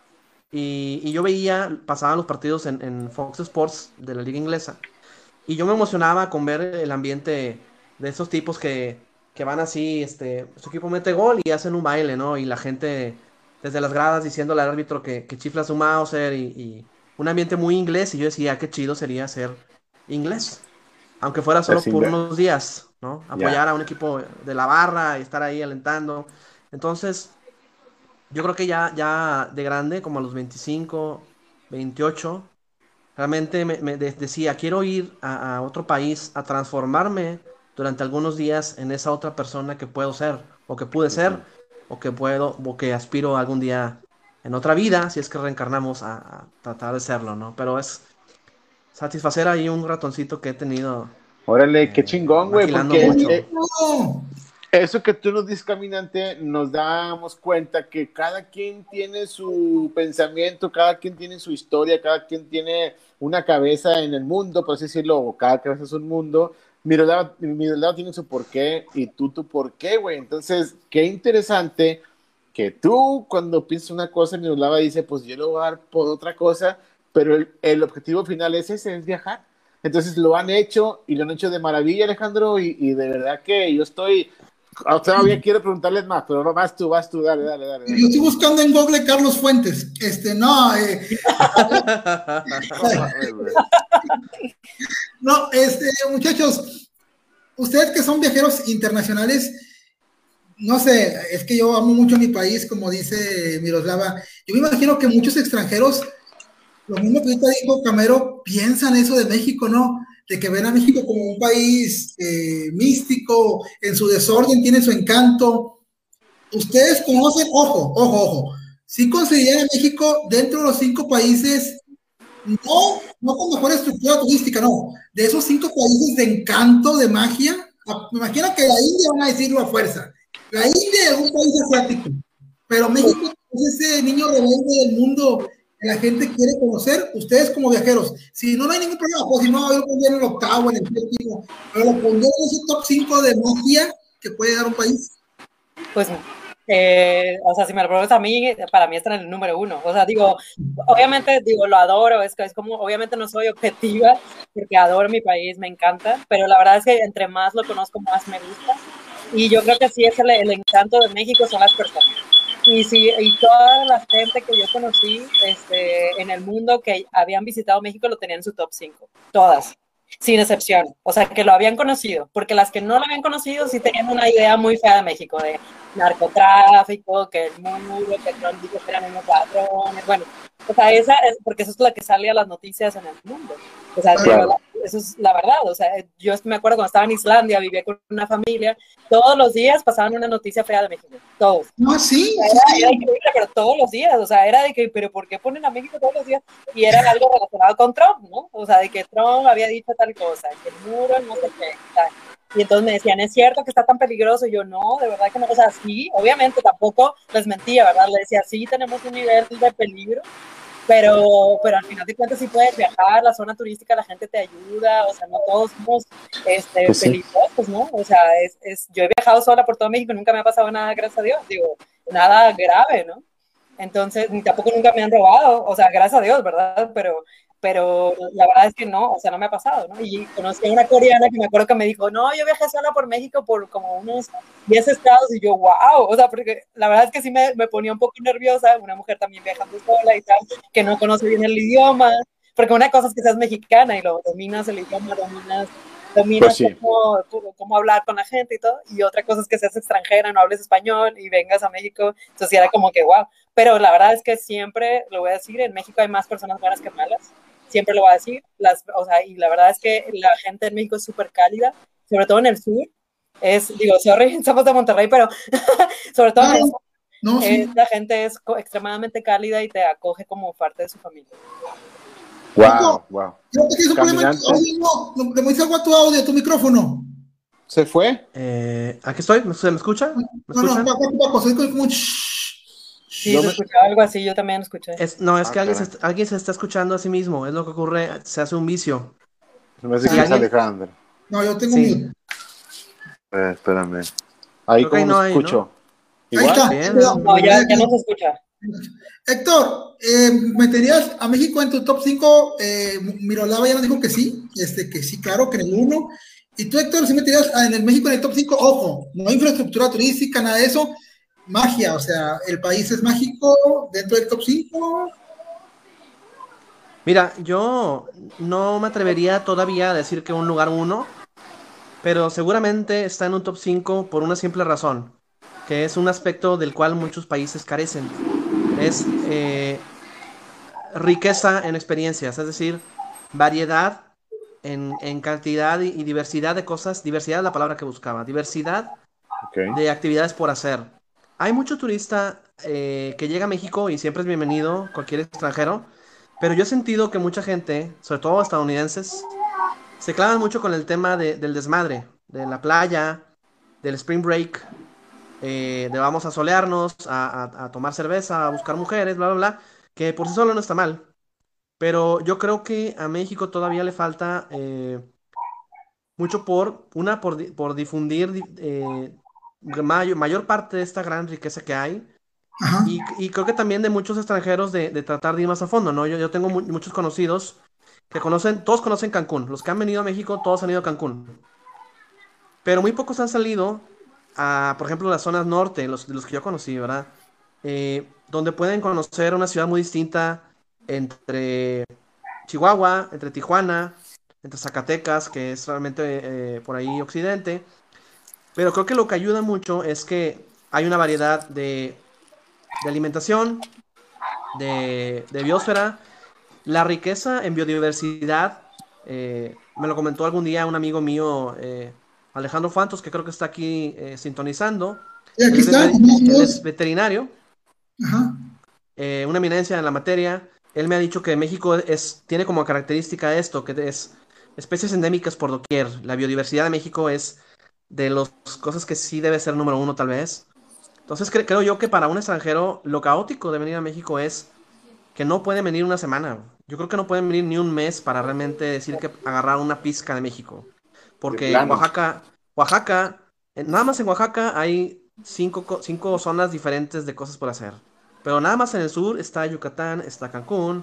Speaker 4: y, y yo veía, pasaban los partidos en, en Fox Sports de la Liga inglesa y yo me emocionaba con ver el ambiente de esos tipos que, que van así, este, su equipo mete gol y hacen un baile, ¿no? Y la gente desde las gradas diciéndole al árbitro que, que chifla su Mauser y, y un ambiente muy inglés y yo decía, qué chido sería ser inglés, aunque fuera
Speaker 1: Ser
Speaker 4: solo por
Speaker 1: single.
Speaker 4: unos días, ¿no?
Speaker 1: Ya.
Speaker 4: Apoyar a un equipo de la barra y estar ahí alentando. Entonces, yo creo que ya, ya de grande, como a los veinticinco, veintiocho, realmente me, me de- decía, quiero ir a, a otro país a transformarme durante algunos días en esa otra persona que puedo ser, o que pude ser,
Speaker 1: Ujú.
Speaker 4: o que puedo, o que aspiro algún día en otra vida, si es que reencarnamos a, a tratar de serlo, ¿no? Pero es satisfacer ahí un ratoncito que he tenido
Speaker 1: Órale, qué
Speaker 4: eh,
Speaker 1: chingón, güey,
Speaker 4: maquilando
Speaker 1: porque
Speaker 4: mucho.
Speaker 1: eh,
Speaker 2: bonito.
Speaker 1: eso que tú nos dices, caminante, nos damos cuenta que cada quien tiene su pensamiento, cada quien tiene su historia, cada quien tiene una cabeza en el mundo, por así decirlo, o cada cabeza es un mundo. Miroslava, Miroslava tiene su porqué y tú tu porqué, güey. Entonces, qué interesante que tú cuando piensas una cosa, Miroslava dice, pues yo lo voy a dar por otra cosa, pero el, el objetivo final es ese, es viajar. Entonces lo han hecho y lo han hecho de maravilla, Alejandro, y, y de verdad que yo estoy Ah, todavía quiero preguntarles más, pero no, vas tú, vas tú, dale, dale, dale,
Speaker 2: Yo
Speaker 1: dale.
Speaker 2: estoy buscando en Google Carlos Fuentes. Este, no, eh,
Speaker 1: No mames, güey.
Speaker 2: no, este, muchachos, ustedes que son viajeros internacionales, no sé, es que yo amo mucho mi país, como dice Miroslava. Yo me imagino que muchos extranjeros, lo mismo que ahorita dijo Camero, piensan eso de México, ¿no? De que ven a México como un país eh, místico, en su desorden, tiene su encanto. Ustedes conocen, ojo, ojo, ojo, sí considerarían a México dentro de los cinco países, no, no con mejor estructura turística, no, de esos cinco países de encanto, de magia. Me imagino que la India van a decirlo a fuerza, la India y algún país asiático, pero México es ese niño rebelde del mundo que la gente quiere conocer. Ustedes como viajeros, si no, no hay ningún problema, pues si no, yo lo pondría en el octavo, en el séptimo, pero lo pondría en ese top cinco de magia que puede dar un país.
Speaker 3: Pues, eh, o sea, si me lo preguntas a mí, para mí está en el número uno. O sea, digo, obviamente, digo, lo adoro, es, es como, obviamente no soy objetiva, porque adoro mi país, me encanta, pero la verdad es que entre más lo conozco, más me gusta. Y yo creo que sí es el, el encanto de México, son las personas. Y sí, y toda la gente que yo conocí este, en el mundo que habían visitado México lo tenían en su top cinco, todas, sin excepción. O sea, que lo habían conocido, porque las que no lo habían conocido sí tenían una idea muy fea de México, de narcotráfico, que el muro, que Trump dijo que eran unos ladrones, bueno, o sea, esa es, porque eso es la que sale a las noticias en el mundo. O sea, digo,
Speaker 1: Claro.
Speaker 3: eso es la verdad. O sea, yo me acuerdo cuando estaba en Islandia, vivía con una familia, todos los días pasaban una noticia fea de México, todos.
Speaker 2: No, sí, sí,
Speaker 3: Era, era
Speaker 2: sí.
Speaker 3: increíble, pero todos los días, o sea, era de que, pero ¿por qué ponen a México todos los días? Y era algo relacionado con Trump, ¿no? O sea, de que Trump había dicho tal cosa, que el muro, no sé qué, tal. Y entonces me decían, ¿es cierto que está tan peligroso? Y yo, no, de verdad que no. O sea, sí, obviamente tampoco les mentía, ¿verdad? Le decía, sí, tenemos un nivel de peligro, pero, pero al final de cuentas sí puedes viajar, la zona turística, la gente te ayuda, o sea, no todos somos este,
Speaker 1: Pues sí.
Speaker 3: peligrosos, ¿no? O sea, es, es, yo he viajado sola por todo México, nunca me ha pasado nada, gracias a Dios, digo, nada grave, ¿no? Entonces, ni tampoco nunca me han robado, o sea, gracias a Dios, ¿verdad? Pero, pero la verdad es que no, o sea, no me ha pasado, ¿no? Y conocí a una coreana que me acuerdo que me dijo, no, yo viajé sola por México por como unos diez estados y yo, wow, o sea, porque la verdad es que sí me, me ponía un poco nerviosa, una mujer también viajando sola y tal, que no conoce bien el idioma, porque una cosa es que seas mexicana y lo dominas el idioma, dominas
Speaker 1: Pues
Speaker 3: dominas
Speaker 1: sí.
Speaker 3: cómo, cómo, cómo, hablar con la gente y todo, y otra cosa es que seas extranjera, no hables español y vengas a México, entonces era como que wow, pero la verdad es que siempre, lo voy a decir, en México hay más personas buenas que malas, siempre lo voy a decir, las, o sea, y la verdad es que la gente en México es súper cálida, sobre todo en el sur, es, digo, sorry, somos de Monterrey, pero sobre todo
Speaker 2: Claro.
Speaker 3: eso,
Speaker 2: No, sí.
Speaker 3: es, la gente es co- extremadamente cálida y te acoge como parte de su familia.
Speaker 1: Wow, wow.
Speaker 2: Creo que tienes un problema en tu
Speaker 1: Caminante.
Speaker 2: audio, no, no, le mueves algo a tu audio, a tu micrófono.
Speaker 1: ¿Se fue?
Speaker 4: Eh, aquí estoy, ¿me, ¿se me escucha? ¿Me
Speaker 2: No, no,
Speaker 4: escuchan?
Speaker 2: Paco, Paco, soy como un shhh.
Speaker 3: Sí,
Speaker 1: Yo
Speaker 3: se
Speaker 1: me-
Speaker 3: escuchaba algo así, yo también escuché.
Speaker 4: Es, no, es
Speaker 1: Ah,
Speaker 4: que alguien se,
Speaker 1: caray.
Speaker 4: est- alguien se está escuchando a sí mismo, es lo que ocurre, se hace un vicio.
Speaker 1: Se me hace
Speaker 4: Si
Speaker 1: que es
Speaker 4: alguien,
Speaker 1: Alejandro.
Speaker 2: No, yo tengo
Speaker 4: sí,
Speaker 2: mute.
Speaker 1: Eh, espérame. Ahí
Speaker 4: creo que ahí
Speaker 1: cómo
Speaker 4: no
Speaker 1: me
Speaker 4: hay,
Speaker 1: escucho.
Speaker 4: ¿no?
Speaker 2: Ahí
Speaker 1: ¿Igual?
Speaker 2: está.
Speaker 4: Bien,
Speaker 2: Cuidado.
Speaker 3: No, ya, ya no se escucha.
Speaker 2: Héctor, eh, ¿meterías a México en tu top cinco? Eh, Mirolava ya nos dijo que sí, este, que sí, claro, que en el uno. Y tú, Héctor, ¿sí meterías en el México en el top cinco? Ojo, no hay infraestructura turística, nada de eso. Magia, o sea, el país es mágico dentro del top cinco.
Speaker 4: Mira, yo no me atrevería todavía a decir que un lugar uno, pero seguramente está en un top cinco por una simple razón, que es un aspecto del cual muchos países carecen. Es eh, riqueza en experiencias, es decir, variedad en, en cantidad y, y diversidad de cosas. Diversidad es la palabra que buscaba, diversidad
Speaker 1: Ok.
Speaker 4: de actividades por hacer. Hay mucho turista eh, que llega a México y siempre es bienvenido, cualquier extranjero, pero yo he sentido que mucha gente, sobre todo estadounidenses, se clavan mucho con el tema de- del desmadre, de la playa, del spring break, eh, de vamos a solearnos, a, a- a tomar cerveza, a buscar mujeres, bla, bla, bla, que por sí solo no está mal. Pero yo creo que a México todavía le falta eh, mucho por, una, por, di- por difundir di- eh, mayor, mayor parte de esta gran riqueza que hay.
Speaker 2: Ajá.
Speaker 4: Y, y creo que también de muchos extranjeros de, de tratar de ir más a fondo, ¿no? Yo, yo tengo mu- muchos conocidos que conocen, todos conocen Cancún. Los que han venido a México, todos han ido a Cancún. Pero muy pocos han salido a, por ejemplo, las zonas norte, los, de los que yo conocí, ¿verdad? Eh, donde pueden conocer una ciudad muy distinta entre Chihuahua, entre Tijuana, entre Zacatecas, que es realmente eh, por ahí occidente. Pero creo que lo que ayuda mucho es que hay una variedad de, de alimentación, de, de biosfera, la riqueza en biodiversidad. Eh, me lo comentó algún día un amigo mío, eh, Alejandro Fantos, que creo que está aquí eh, sintonizando.
Speaker 2: Y
Speaker 4: Él
Speaker 2: aquí
Speaker 4: es,
Speaker 2: está.
Speaker 4: veter- él es veterinario,
Speaker 2: Ajá.
Speaker 4: eh, una eminencia en la materia. Él me ha dicho que México es, tiene como característica esto, que es especies endémicas por doquier. La biodiversidad de México es de las cosas que sí debe ser número uno, tal vez. Entonces cre- creo yo que para un extranjero lo caótico de venir a México es que no pueden venir una semana. Yo creo que no pueden venir ni un mes para realmente decir que agarrar una pizca de México.
Speaker 1: De
Speaker 4: Porque
Speaker 1: plano.
Speaker 4: Oaxaca, Oaxaca, eh, nada más en Oaxaca hay cinco, co- cinco zonas diferentes de cosas por hacer. Pero nada más en el sur está Yucatán, está Cancún,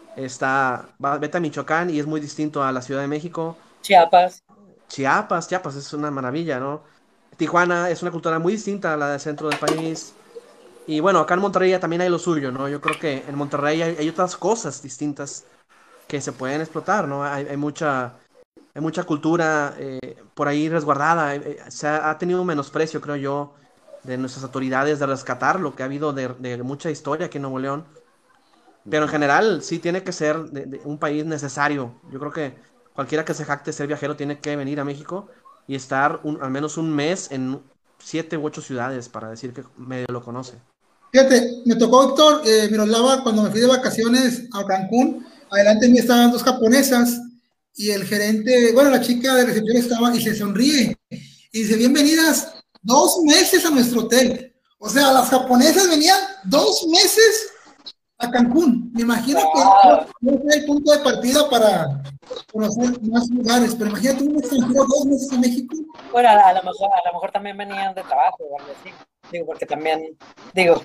Speaker 4: está, va- vete a Michoacán y es muy distinto a la Ciudad de México.
Speaker 3: Chiapas.
Speaker 4: Chiapas, Chiapas es una maravilla, ¿no? Tijuana es una cultura muy distinta a la del centro del país. Y bueno, acá en Monterrey ya también hay lo suyo, ¿no? Yo creo que en Monterrey hay, hay otras cosas distintas que se pueden explotar, ¿no? Hay, hay mucha, hay mucha cultura eh, por ahí resguardada. eh, eh, se ha, ha tenido un menosprecio, creo yo, de nuestras autoridades de rescatar lo que ha habido de, de mucha historia aquí en Nuevo León. Pero en general sí tiene que ser de- de un país necesario. Yo creo que cualquiera que se jacte de ser viajero tiene que venir a México y estar un- al menos un mes en siete u ocho ciudades para decir que medio lo conoce.
Speaker 2: Fíjate, me tocó, Héctor, eh, Miroslava, cuando me fui de vacaciones a Cancún, adelante de mí estaban dos japonesas y el gerente, bueno, la chica de recepción estaba y se sonríe y dice, bienvenidas dos meses a nuestro hotel. O sea, las japonesas venían dos meses a Cancún. Me imagino que no fue el punto de partida para conocer más lugares, pero imagínate un extranjero dos meses en México.
Speaker 3: Bueno, a, a lo mejor, a lo mejor también venían de trabajo o algo así. Digo, porque también, digo,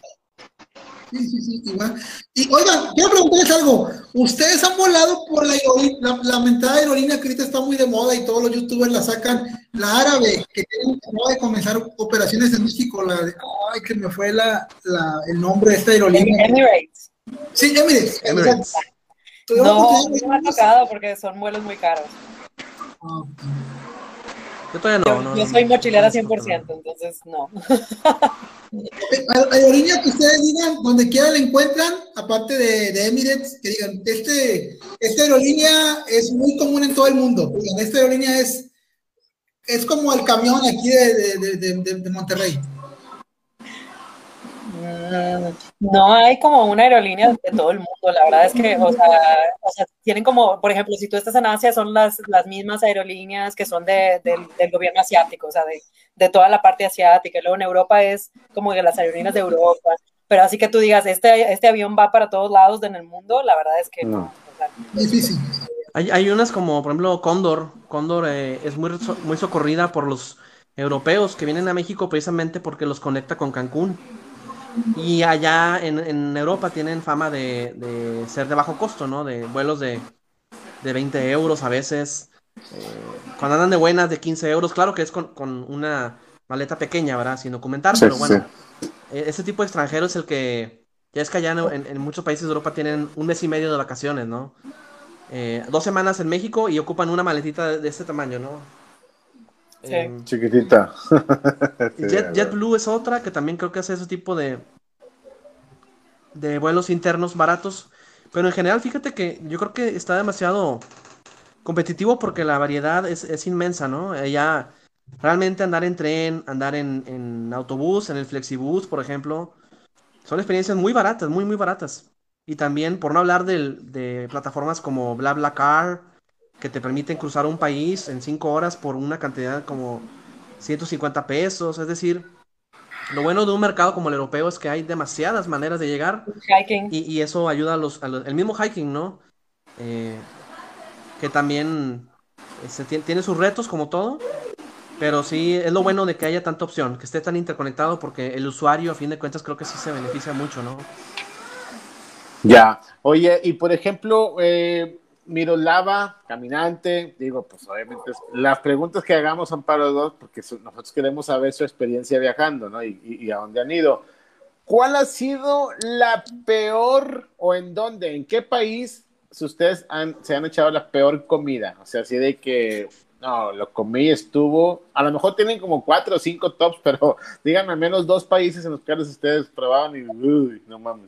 Speaker 2: Sí, sí, sí, igual. Y oigan, quiero preguntarles algo. ¿Ustedes han volado por la, aerolí- la, la mentada aerolínea que ahorita está muy de moda y todos los youtubers la sacan? La árabe, que tiene- acaba de comenzar operaciones en México. La de, ay, que me fue la, la, el nombre de esta aerolínea.
Speaker 3: Emirates.
Speaker 2: Sí, Emirates.
Speaker 4: Emirates.
Speaker 2: ¿Tuvieron
Speaker 3: No,
Speaker 2: oportunidad de
Speaker 3: no me ha
Speaker 2: verlos?
Speaker 3: tocado porque son vuelos muy caros.
Speaker 2: Ah, ok.
Speaker 4: Yo todavía no,
Speaker 3: Yo,
Speaker 4: no,
Speaker 3: yo
Speaker 4: no,
Speaker 3: soy
Speaker 4: no,
Speaker 3: mochilera
Speaker 4: no,
Speaker 3: cien por ciento, entonces no.
Speaker 2: Eh, Aerolínea que ustedes digan, donde quiera la encuentran, aparte de, de Emirates, que digan, este, esta aerolínea es muy común en todo el mundo. Digan, esta aerolínea es es como el camión aquí de, de, de, de, de Monterrey.
Speaker 3: No hay como una aerolínea de todo el mundo, la verdad es que, o sea, o sea tienen como, por ejemplo, si tú estás en Asia, son las, las mismas aerolíneas que son de, de, del gobierno asiático, o sea, de, de toda la parte asiática, y luego en Europa es como de las aerolíneas de Europa, pero así que tú digas, este, este avión va para todos lados en el mundo, la verdad es que no. no o sea,
Speaker 2: difícil.
Speaker 4: Hay, hay unas como, por ejemplo, Cóndor. Cóndor eh, es muy, muy socorrida por los europeos que vienen a México precisamente porque los conecta con Cancún. Y allá en, en Europa tienen fama de, de ser de bajo costo, ¿no? De vuelos de, de veinte euros a veces. Eh, cuando andan de buenas, de quince euros. Claro que es con, con una maleta pequeña, ¿verdad? Sin documentar,
Speaker 1: Sí,
Speaker 4: pero bueno.
Speaker 1: sí.
Speaker 4: Eh, ese tipo de extranjero es el que... Ya es que allá en, en muchos países de Europa tienen un mes y medio de vacaciones, ¿no? Eh, dos semanas en México y ocupan una maletita de, de este tamaño, ¿no?
Speaker 3: Sí.
Speaker 4: Eh,
Speaker 1: Chiquitita. Sí,
Speaker 4: Jet, JetBlue es otra que también creo que hace ese tipo de, de vuelos internos baratos. Pero en general, fíjate que yo creo que está demasiado competitivo porque la variedad es, es inmensa, ¿no? Eh, ya realmente andar en tren, andar en, en autobús, en el Flexibus, por ejemplo, son experiencias muy baratas, muy, muy baratas. Y también, por no hablar del- de plataformas como BlaBlaCar, que te permiten cruzar un país en cinco horas por una cantidad como ciento cincuenta pesos. Es decir, lo bueno de un mercado como el europeo es que hay demasiadas maneras de llegar
Speaker 3: Hiking.
Speaker 4: y, y eso ayuda a los, a los- el mismo hiking, ¿no? Eh, que también este, tien- tiene sus retos como todo, pero sí es lo bueno de que haya tanta opción, que esté tan interconectado porque el usuario a fin de cuentas creo que sí se beneficia mucho, ¿no?
Speaker 1: Ya. Oye, y por ejemplo, eh, Miroslava, caminante, digo, pues obviamente es- las preguntas que hagamos son para los dos porque su- nosotros queremos saber su experiencia viajando, ¿no? Y, y- y a dónde han ido. ¿Cuál ha sido la peor o en dónde, en qué país si ustedes han, se han echado la peor comida? O sea, así de que, no, lo comí, estuvo, a lo mejor tienen como cuatro o cinco tops, pero díganme al menos dos países en los cuales ustedes probaban y, uy, no mames.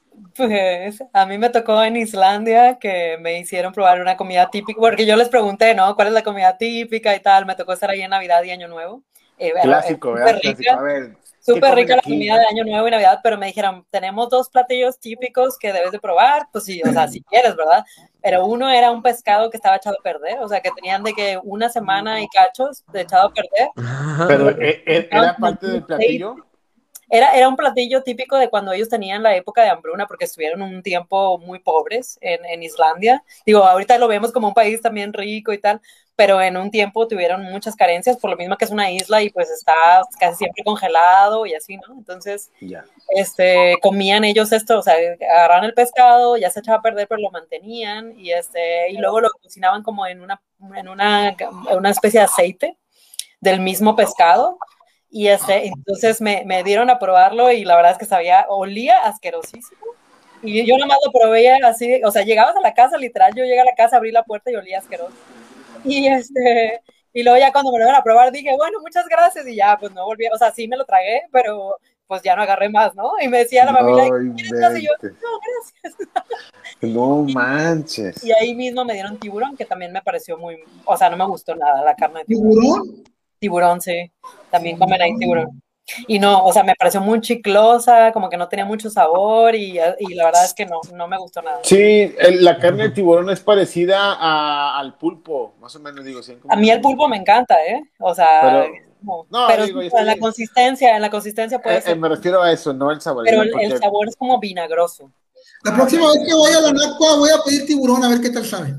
Speaker 3: Pues a mí me tocó en Islandia que me hicieron probar una comida típica, porque yo les pregunté, ¿no? ¿Cuál es la comida típica y tal? Me tocó estar ahí en Navidad y Año Nuevo. Eh, era eh,
Speaker 1: Clásico,
Speaker 3: súper
Speaker 1: ¿verdad? Clásico.
Speaker 3: rica,
Speaker 1: A ver, ¿qué
Speaker 3: súper
Speaker 1: comen
Speaker 3: rica la
Speaker 1: aquí?
Speaker 3: comida de Año Nuevo y Navidad, pero me dijeron, tenemos dos platillos típicos que debes de probar, pues sí, o sea, si quieres, ¿verdad? Pero uno era un pescado que estaba echado a perder, o sea, que tenían de que una semana y cachos de echado a perder, y
Speaker 1: Pero
Speaker 3: lo
Speaker 1: ¿e- e-
Speaker 3: cocinaban
Speaker 1: ¿era
Speaker 3: como
Speaker 1: parte
Speaker 3: en
Speaker 1: del
Speaker 3: un aceite.
Speaker 1: platillo?
Speaker 3: Era, era un platillo típico de cuando ellos tenían la época de hambruna, porque estuvieron un tiempo muy pobres en, en Islandia. Digo, ahorita lo vemos como un país también rico y tal, pero en un tiempo tuvieron muchas carencias, por lo mismo que es una isla y pues está casi siempre congelado y así, ¿no? Entonces,
Speaker 1: Ya.
Speaker 3: este, comían ellos esto, o sea, agarraban el pescado, ya se echaba a perder, pero lo mantenían y, este, y luego lo cocinaban como en una, en una, una especie de aceite del mismo pescado. Y este, entonces me, me dieron a probarlo y la verdad es que sabía, olía asquerosísimo. Y yo nada más lo probé así, o sea, llegabas a la casa, literal, yo llegué a la casa, abrí la puerta y olía asqueroso. Y este, y luego ya cuando me lo iban a probar dije, bueno, muchas gracias y ya, pues no volví, o sea, sí me lo tragué, pero pues ya no agarré más, ¿no? Y me decía la familia,
Speaker 1: No
Speaker 3: ¿quieres más? Y yo,
Speaker 1: inventes.
Speaker 3: no, gracias.
Speaker 1: No
Speaker 3: Y, y
Speaker 1: manches.
Speaker 3: ahí mismo me dieron tiburón, que también me pareció muy, o sea, no me gustó nada la carne de tiburón.
Speaker 2: ¿Tiburón?
Speaker 3: Tiburón, sí. También comen ahí tiburón. Y no, o sea, me pareció muy chiclosa, como que no tenía mucho sabor y, y la verdad es que no, no me gustó nada.
Speaker 1: Sí, el- la carne de tiburón es parecida a- al pulpo, más o menos, digo, sí,
Speaker 3: A
Speaker 1: como
Speaker 3: mí el
Speaker 1: que-
Speaker 3: pulpo me encanta, ¿eh? O sea,
Speaker 1: pero,
Speaker 3: no,
Speaker 1: no,
Speaker 3: pero
Speaker 1: digo, yo
Speaker 3: en la
Speaker 1: estoy,
Speaker 3: consistencia, en la consistencia puede
Speaker 1: eh, eh,
Speaker 3: ser,
Speaker 1: me refiero a eso, no el sabor,
Speaker 3: pero
Speaker 1: digo,
Speaker 3: el, el
Speaker 1: porque,
Speaker 3: sabor es como vinagroso.
Speaker 2: La
Speaker 1: ah,
Speaker 2: próxima
Speaker 1: ya,
Speaker 2: vez
Speaker 1: ya,
Speaker 2: que vaya a la Nacua voy a pedir tiburón a ver qué tal sabe.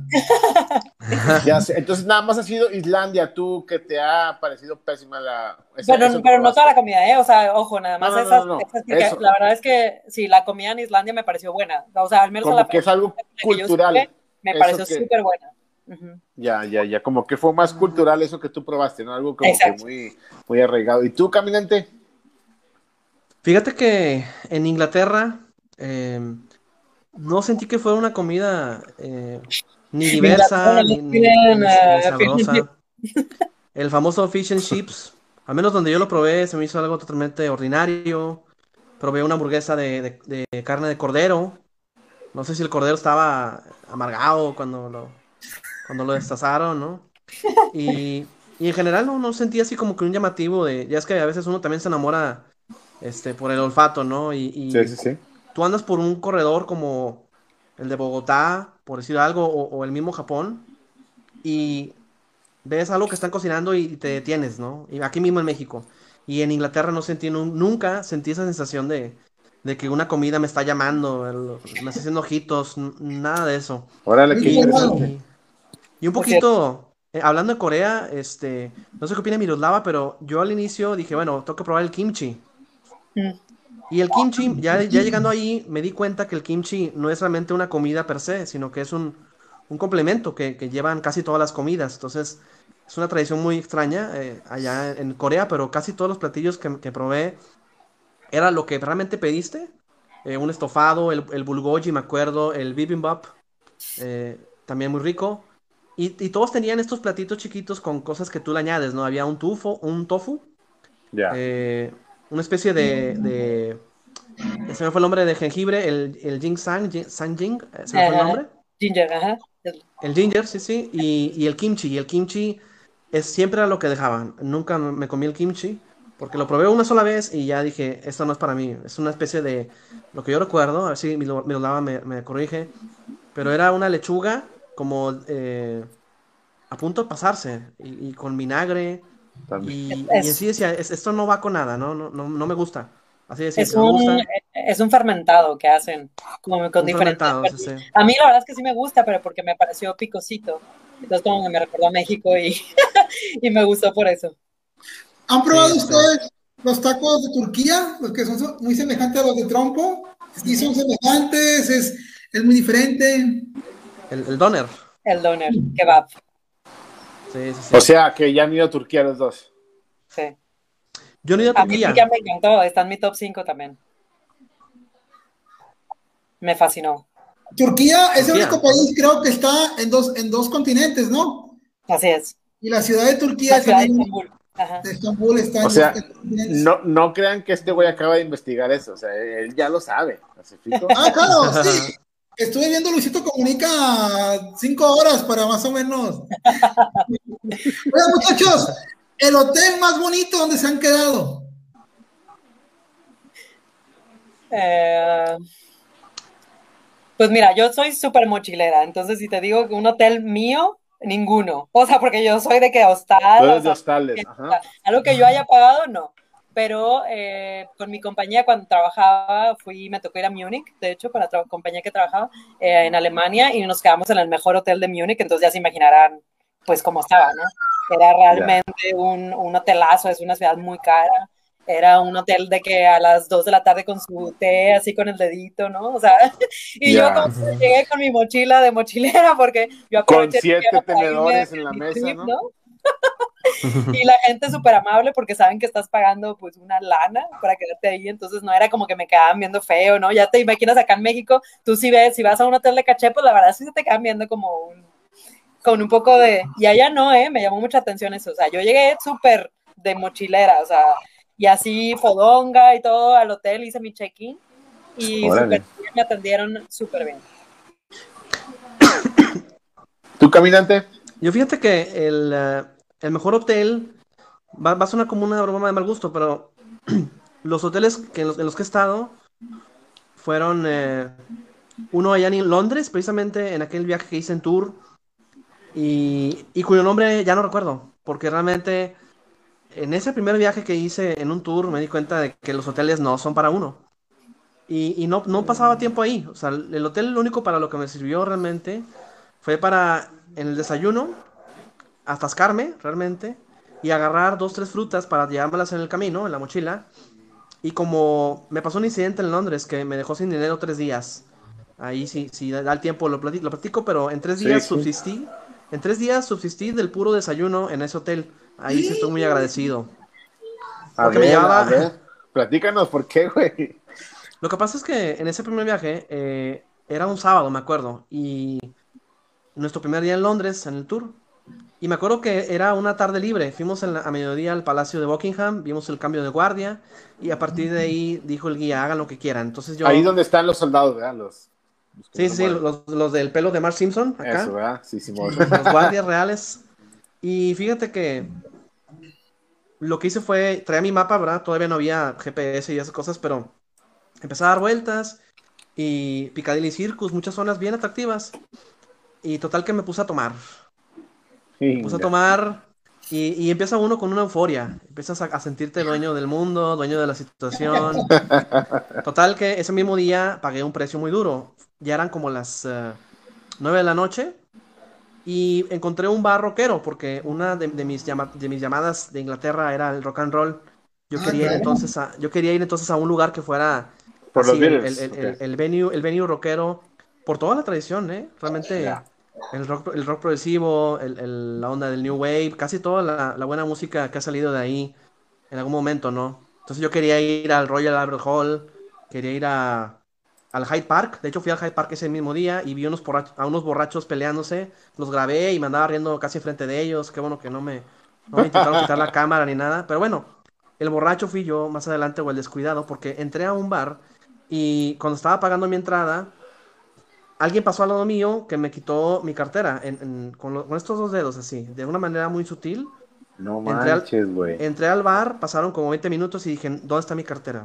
Speaker 1: ya sé. Entonces nada más ha sido Islandia, tú, que te ha parecido pésima la, esa-
Speaker 3: Pero,
Speaker 1: eso que
Speaker 3: pero no toda la
Speaker 1: probaste.
Speaker 3: comida, ¿eh? O sea, ojo, nada
Speaker 1: No,
Speaker 3: más
Speaker 1: no, no, no,
Speaker 3: esas,
Speaker 1: no,
Speaker 3: esas, porque
Speaker 1: eso,
Speaker 3: la verdad es que sí, la comida en Islandia me pareció buena. O sea, al menos en la,
Speaker 1: como que es algo
Speaker 3: en la que yo
Speaker 1: cultural,
Speaker 3: estuve, me
Speaker 1: eso
Speaker 3: pareció
Speaker 1: que,
Speaker 3: súper buena. Uh-huh.
Speaker 1: ya, ya, ya, como que fue más cultural eso que tú probaste, ¿no? Algo como que
Speaker 3: Exacto.
Speaker 1: muy, muy arraigado. ¿Y tú, caminante?
Speaker 4: Fíjate que en Inglaterra eh, no sentí que fuera una comida eh, ni diversa
Speaker 3: Inglaterra
Speaker 4: ni, ni,
Speaker 3: tienen
Speaker 4: ni, ni
Speaker 3: uh, fish and chips.
Speaker 4: sabrosa. El famoso fish and chips, al menos donde yo lo probé, se me hizo algo totalmente ordinario. Probé una hamburguesa de, de- de carne de cordero. No sé si el cordero estaba amargado cuando lo, cuando lo destazaron, ¿no? Y y en general no, no sentí así como que un llamativo de, ya es que a veces uno también se enamora este, por el olfato, ¿no? Y, y
Speaker 1: Sí, sí, sí.
Speaker 4: tú andas por un corredor como el de Bogotá, por decir algo, o, o el mismo Japón, y ves algo que están cocinando y te detienes, ¿no? Y aquí mismo en México. Y en Inglaterra no sentí, nun- nunca sentí esa sensación de, de que una comida me está llamando, el- me está haciendo ojitos, n- nada de eso.
Speaker 1: Órale, qué
Speaker 2: Muy
Speaker 4: Y,
Speaker 2: cerrado.
Speaker 1: interesante.
Speaker 4: y, y un
Speaker 3: Es cierto.
Speaker 4: poquito, eh, hablando de Corea, este, no sé qué opina Miroslava, pero yo al inicio dije, bueno, tengo que probar el kimchi.
Speaker 3: Mm.
Speaker 4: Y el kimchi, ya, ya llegando ahí, me di cuenta que el kimchi no es realmente una comida per se, sino que es un, un complemento que, que llevan casi todas las comidas. Entonces, es una tradición muy extraña eh, allá en Corea, pero casi todos los platillos que, que probé era lo que realmente pediste. Eh, un estofado, el, el bulgogi, me acuerdo, el bibimbap, eh, también muy rico. Y, y todos tenían estos platitos chiquitos con cosas que tú le añades, ¿no? Había un tofu, un tofu,
Speaker 1: Ya.
Speaker 4: eh, una especie de, de se me fue el nombre de jengibre, el, el ginseng, jin- sanjing, eh, se me fue el
Speaker 3: Eh,
Speaker 4: nombre.
Speaker 3: ginger, ajá.
Speaker 4: El ginger, sí, sí, y, y el kimchi. Y el kimchi es siempre era lo que dejaban. Nunca me me comí el kimchi, porque lo probé una sola vez y ya dije, esto no es para mí. Es una especie de, lo que yo recuerdo, a ver si Milo- Miroslava me, me corrige, pero era una lechuga como eh, a punto de pasarse, y, y con vinagre,
Speaker 1: También.
Speaker 4: y, y en sí
Speaker 3: Es,
Speaker 4: decía, "Es- esto no va con nada, no, no, no, no me gusta. Así decía,
Speaker 3: es
Speaker 4: que no me
Speaker 3: un,
Speaker 4: gusta.
Speaker 3: es un fermentado que hacen como con
Speaker 4: Un
Speaker 3: diferentes
Speaker 4: fermentado, sí,
Speaker 3: verduras.
Speaker 4: sí.
Speaker 3: A mí la verdad es que sí me gusta, pero porque me pareció picosito. Entonces como que me recordó a México y, y me gustó por eso.
Speaker 2: ¿Han probado
Speaker 4: Sí, sí, sí.
Speaker 2: ustedes los tacos de Turquía? Los que son muy semejantes a los de trompo. Sí, son semejantes, es, es muy diferente.
Speaker 4: El, el doner.
Speaker 3: El doner, kebab,
Speaker 4: Sí, sí,
Speaker 1: O
Speaker 4: sí.
Speaker 1: sea, que ya han ido a Turquía los dos.
Speaker 3: sí.
Speaker 4: Yo no he ido a
Speaker 3: A mí Turquía
Speaker 4: Turquía.
Speaker 3: me encantó, está en mi top cinco también. Me fascinó.
Speaker 2: Turquía es el único
Speaker 4: Turquía.
Speaker 2: país, creo que está en dos, en dos continentes, ¿no?
Speaker 3: Así es.
Speaker 2: Y la ciudad de Turquía
Speaker 3: La
Speaker 2: es
Speaker 3: ciudad de
Speaker 2: también,
Speaker 3: Estambul. Ajá.
Speaker 2: de Estambul, está
Speaker 1: O
Speaker 2: en dos
Speaker 1: sea,
Speaker 2: continentes.
Speaker 1: no, no crean que este güey acaba de investigar eso. O sea, él ya lo sabe. ¿Me explico?
Speaker 2: Ah, claro, sí. Estuve viendo Luisito Comunica cinco horas para más o menos. Oigan, muchachos, el hotel más bonito donde se han quedado.
Speaker 3: Eh, pues mira, yo soy súper mochilera, entonces si te digo que un hotel mío, ninguno. O sea, porque yo soy de que
Speaker 1: Tú
Speaker 3: hostal, o
Speaker 1: eres de
Speaker 3: sea,
Speaker 1: hostales.
Speaker 3: que-
Speaker 1: Ajá.
Speaker 3: algo que yo haya pagado, no. Pero eh, con mi compañía cuando trabajaba, fui, me tocó ir a Múnich, de hecho, con la tra- compañía que trabajaba eh, en Alemania y nos quedamos en el mejor hotel de Múnich, entonces ya se imaginarán pues cómo estaba, ¿no? Era
Speaker 1: Ya.
Speaker 3: realmente un, un hotelazo, es una ciudad muy cara. Era un hotel de que a las dos de la tarde con su té, así con el dedito, ¿no? O sea, y yo como
Speaker 1: Ya.
Speaker 3: que llegué con mi mochila de mochilera porque yo
Speaker 1: Con
Speaker 3: aproveché el
Speaker 1: siete
Speaker 3: tiempo para irme
Speaker 1: tenedores en la
Speaker 3: mi
Speaker 1: mesa,
Speaker 3: trip,
Speaker 1: ¿no?
Speaker 3: ¿no? Y la gente súper amable porque saben que estás pagando pues una lana para quedarte ahí, entonces no era como que me quedaban viendo feo, ¿no? Ya te imaginas acá en México, tú si ves, si vas a un hotel de caché, pues la verdad sí se te quedan viendo como un, con un poco de, y allá no, ¿eh? Me llamó mucha atención eso, o sea, yo llegué súper de mochilera, o sea, y así fodonga y todo al hotel, hice mi check-in y súper
Speaker 1: Órale.
Speaker 3: bien, me atendieron súper bien.
Speaker 1: ¿Tú, caminante?
Speaker 4: Yo fíjate que el, eh, el mejor hotel va, va a sonar como una broma de mal gusto, pero los hoteles que en, los, en los que he estado fueron eh, uno allá en Londres, precisamente en aquel viaje que hice en tour, y, y cuyo nombre ya no recuerdo, porque realmente en ese primer viaje que hice en un tour me di cuenta de que los hoteles no son para uno. Y, y no, no pasaba tiempo ahí. O sea, el hotel lo único para lo que me sirvió realmente fue para en el desayuno atascarme realmente y agarrar dos, tres frutas para llevármelas en el camino, en la mochila. Y como me pasó un incidente en Londres que me dejó sin dinero tres días. Ahí sí, sí da el tiempo, lo platico, lo platico, pero en tres
Speaker 1: Sí,
Speaker 4: días
Speaker 1: sí.
Speaker 4: subsistí. En tres días subsistí del puro desayuno en ese hotel. Ahí sí estoy muy agradecido.
Speaker 1: A
Speaker 4: Porque me
Speaker 1: ver, a
Speaker 4: llevaba.
Speaker 1: ver. Platícanos, ¿por qué, güey?
Speaker 4: Lo que pasa es que en ese primer viaje eh, era un sábado, me acuerdo. Y nuestro primer día en Londres, en el tour. Y me acuerdo que era una tarde libre. Fuimos en la- a mediodía al Palacio de Buckingham, vimos el cambio de guardia. Y a partir de ahí dijo el guía, hagan lo que quieran. Entonces
Speaker 1: Ahí
Speaker 4: yo.
Speaker 1: donde están los soldados, ¿verdad? Los, los que no
Speaker 4: Sí,
Speaker 1: se
Speaker 4: sí, sí,
Speaker 1: mueven.
Speaker 4: los, los del pelo de Mark Simpson,
Speaker 1: Eso,
Speaker 4: acá.
Speaker 1: ¿verdad? Sí, Simón.
Speaker 4: Los guardias reales. Y fíjate que lo que hice fue, traía mi mapa, ¿verdad? Todavía no había G P S y esas cosas, pero empecé a dar vueltas y Piccadilly Circus, muchas zonas bien atractivas. Y total que me puse a tomar. Me puse a
Speaker 1: Venga.
Speaker 4: tomar y, y empieza uno con una euforia. Empiezas a, a sentirte dueño del mundo, dueño de la situación. Total que ese mismo día pagué un precio muy duro. Ya eran como las eh, nueve de la noche y encontré un bar rockero porque una de, de mis llama- de mis llamadas de Inglaterra era el rock and roll. Yo
Speaker 2: Ah,
Speaker 4: quería ir
Speaker 2: claro.
Speaker 4: entonces a, yo quería ir entonces a un lugar que fuera
Speaker 1: Por los
Speaker 4: así, el, el,
Speaker 1: Beatles.
Speaker 4: el,
Speaker 1: Ok.
Speaker 4: el, el venue, el venue rockero, por toda la tradición, ¿eh? Realmente
Speaker 1: Ya.
Speaker 4: el rock, el rock progresivo, el, el- la onda del New Wave, casi toda la, la buena música que ha salido de ahí en algún momento, ¿no? Entonces yo quería ir al Royal Albert Hall, quería ir a, al Hyde Park, de hecho fui al Hyde Park ese mismo día y vi unos borrach- a unos borrachos peleándose, los grabé y me andaba riendo casi enfrente de ellos, qué bueno que no me, no me intentaron quitar la cámara ni nada, pero bueno, el borracho fui yo más adelante o el descuidado porque entré a un bar y cuando estaba pagando mi entrada, alguien pasó al lado mío que me quitó mi cartera en- en- con, lo- con estos dos dedos así, de una manera muy sutil.
Speaker 1: No
Speaker 4: Entré al,
Speaker 1: manches, güey.
Speaker 4: entré al bar, pasaron como veinte minutos y dije, ¿dónde está mi cartera?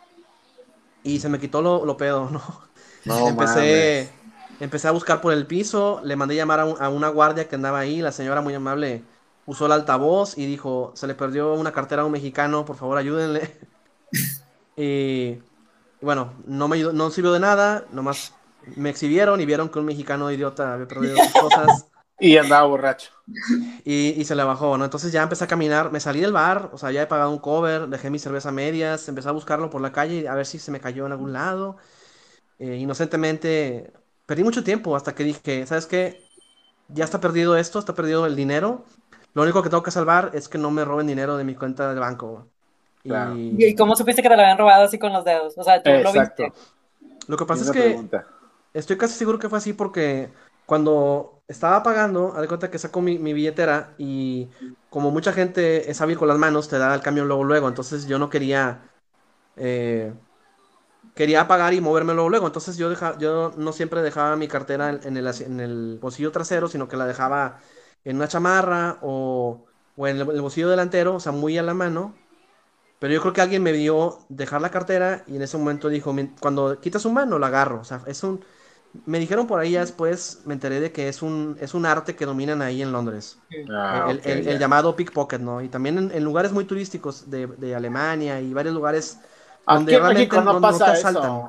Speaker 4: Y se me quitó lo, lo pedo, ¿no?
Speaker 1: No mames.
Speaker 4: Empecé, empecé a buscar por el piso, le mandé llamar a, un- a una guardia que andaba ahí, la señora muy amable usó el altavoz y dijo, se le perdió una cartera a un mexicano, por favor ayúdenle. Y, y bueno, no me ayudó- no sirvió de nada, nomás me exhibieron y vieron que un mexicano idiota había perdido sus cosas.
Speaker 1: Y andaba borracho.
Speaker 4: Y, y se le bajó, ¿no? Entonces ya empecé a caminar, me salí del bar, o sea, ya he pagado un cover, dejé mi cerveza a medias, empecé a buscarlo por la calle a ver si se me cayó en algún lado. Eh, inocentemente, perdí mucho tiempo hasta que dije, ¿sabes qué? Ya está perdido esto, está perdido el dinero. Lo único que tengo que salvar es que no me roben dinero de mi cuenta de banco.
Speaker 1: Claro.
Speaker 4: Y
Speaker 3: ¿Y cómo supiste que te lo habían robado así con los dedos? O sea, tú lo viste.
Speaker 1: Exacto.
Speaker 4: lo que pasa es
Speaker 1: Misma
Speaker 4: que
Speaker 1: pregunta.
Speaker 4: estoy casi seguro que fue así porque cuando estaba pagando, haz de cuenta que saco mi, mi billetera y como mucha gente es hábil con las manos, te da el cambio luego, luego. Entonces yo no quería, eh, quería pagar y moverme luego, luego. Entonces yo, deja, yo no siempre dejaba mi cartera en, en el, asi- en el bolsillo trasero, sino que la dejaba en una chamarra o, o en el, el bolsillo delantero, o sea, muy a la mano. Pero yo creo que alguien me vio dejar la cartera y en ese momento dijo, "Mien- cuando quitas un mano, la agarro". O sea, es un, me dijeron por ahí ya después, me enteré de que es un, es un arte que dominan ahí en Londres.
Speaker 1: Ah,
Speaker 4: El,
Speaker 1: ok,
Speaker 4: el- el
Speaker 1: ya.
Speaker 4: llamado pickpocket, ¿no? Y también en, en lugares muy turísticos de, de Alemania y varios lugares
Speaker 1: Aquí
Speaker 4: donde
Speaker 1: en
Speaker 4: realmente
Speaker 1: México no
Speaker 4: no, no te
Speaker 1: pasa
Speaker 4: asaltan.
Speaker 1: eso.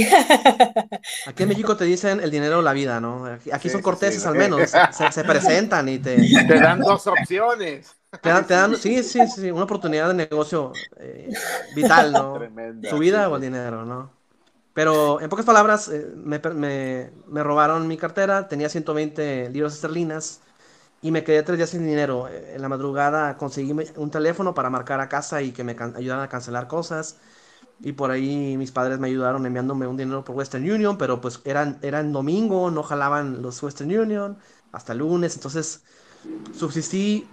Speaker 4: Aquí en México te dicen el dinero o la vida, ¿no? Aquí, aquí son
Speaker 1: Sí, sí, sí,
Speaker 4: corteses
Speaker 1: güey.
Speaker 4: al menos, se, se- se presentan y te,
Speaker 1: Te dan dos opciones.
Speaker 4: te
Speaker 1: Ay,
Speaker 4: dan, te
Speaker 1: sí.
Speaker 4: dan, sí, sí, sí, una oportunidad de negocio eh, vital, ¿no? Su
Speaker 1: Tremenda, sí,
Speaker 4: vida o el
Speaker 1: sí.
Speaker 4: dinero, ¿no? Pero en pocas palabras, eh, me, per- me- me robaron mi cartera, tenía ciento veinte libras esterlinas y me quedé tres días sin dinero. Eh, En la madrugada conseguí me- un teléfono para marcar a casa y que me can- ayudaran a cancelar cosas. Y por ahí mis padres me ayudaron enviándome un dinero por Western Union, pero pues eran, eran domingo, no jalaban los Western Union hasta el lunes. Entonces subsistí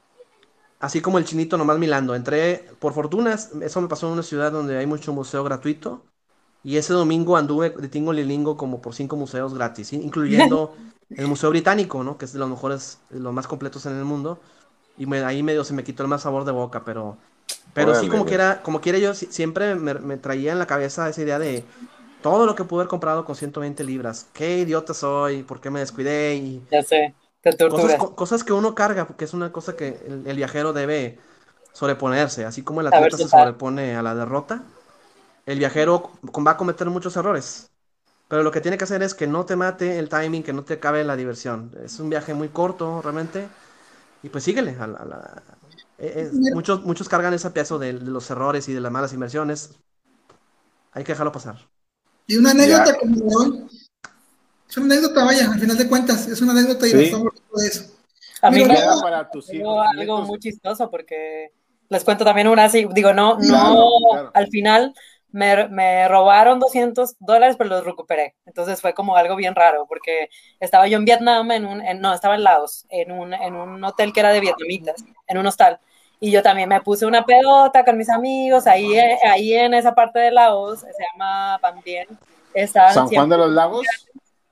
Speaker 4: así como el chinito nomás milando. Entré, por fortuna, eso me pasó en una ciudad donde hay mucho museo gratuito. Y ese domingo anduve de tingo lilingo como por cinco museos gratis, in- incluyendo el Museo Británico, ¿no? Que es de los mejores, de los más completos en el mundo. Y me- ahí medio se me quitó el más sabor de boca, pero, pero sí
Speaker 1: Órale,
Speaker 4: como
Speaker 1: güey.
Speaker 4: quiera, como quiera yo si- siempre me, me traía en la cabeza esa idea de todo lo que pude haber comprado con ciento veinte libras. Qué idiota soy, por qué me descuidé y
Speaker 3: Ya sé, te
Speaker 4: cosas,
Speaker 3: torturas.
Speaker 4: co- cosas que uno carga, porque es una cosa que el, el viajero debe sobreponerse, así como el
Speaker 3: Saber
Speaker 4: atleta se
Speaker 3: soltar.
Speaker 4: sobrepone a la derrota. El viajero va a cometer muchos errores. Pero lo que tiene que hacer es que no te mate el timing, que no te acabe la diversión. Es un viaje muy corto, realmente. Y pues síguele. A la- a la- eh, es- muchos, muchos cargan ese peso de, de los errores y de las malas inversiones. Hay que dejarlo pasar.
Speaker 2: Y una
Speaker 1: Ya.
Speaker 2: anécdota como de hoy, es una anécdota, vaya, al final de cuentas, es una anécdota y nos
Speaker 1: Sí.
Speaker 2: estamos riendo de eso.
Speaker 3: A mí
Speaker 2: Mira,
Speaker 3: me
Speaker 1: Queda
Speaker 2: luego,
Speaker 1: para tus
Speaker 3: pasó
Speaker 1: hijos,
Speaker 3: algo
Speaker 1: nietos.
Speaker 3: muy chistoso porque les cuento también una así, digo, no, no,
Speaker 1: Claro, claro.
Speaker 3: al final me, me robaron doscientos dólares, pero los recuperé. Entonces fue como algo bien raro porque estaba yo en Vietnam, en un, en- no, estaba en Laos, en un, en un hotel que era de vietnamitas, en un hostal. Y yo también me puse una pedota con mis amigos, ahí, eh, ahí en esa parte de Laos, se llama Van Bien, estaban
Speaker 1: San Juan de
Speaker 3: siempre,
Speaker 1: los Lagos.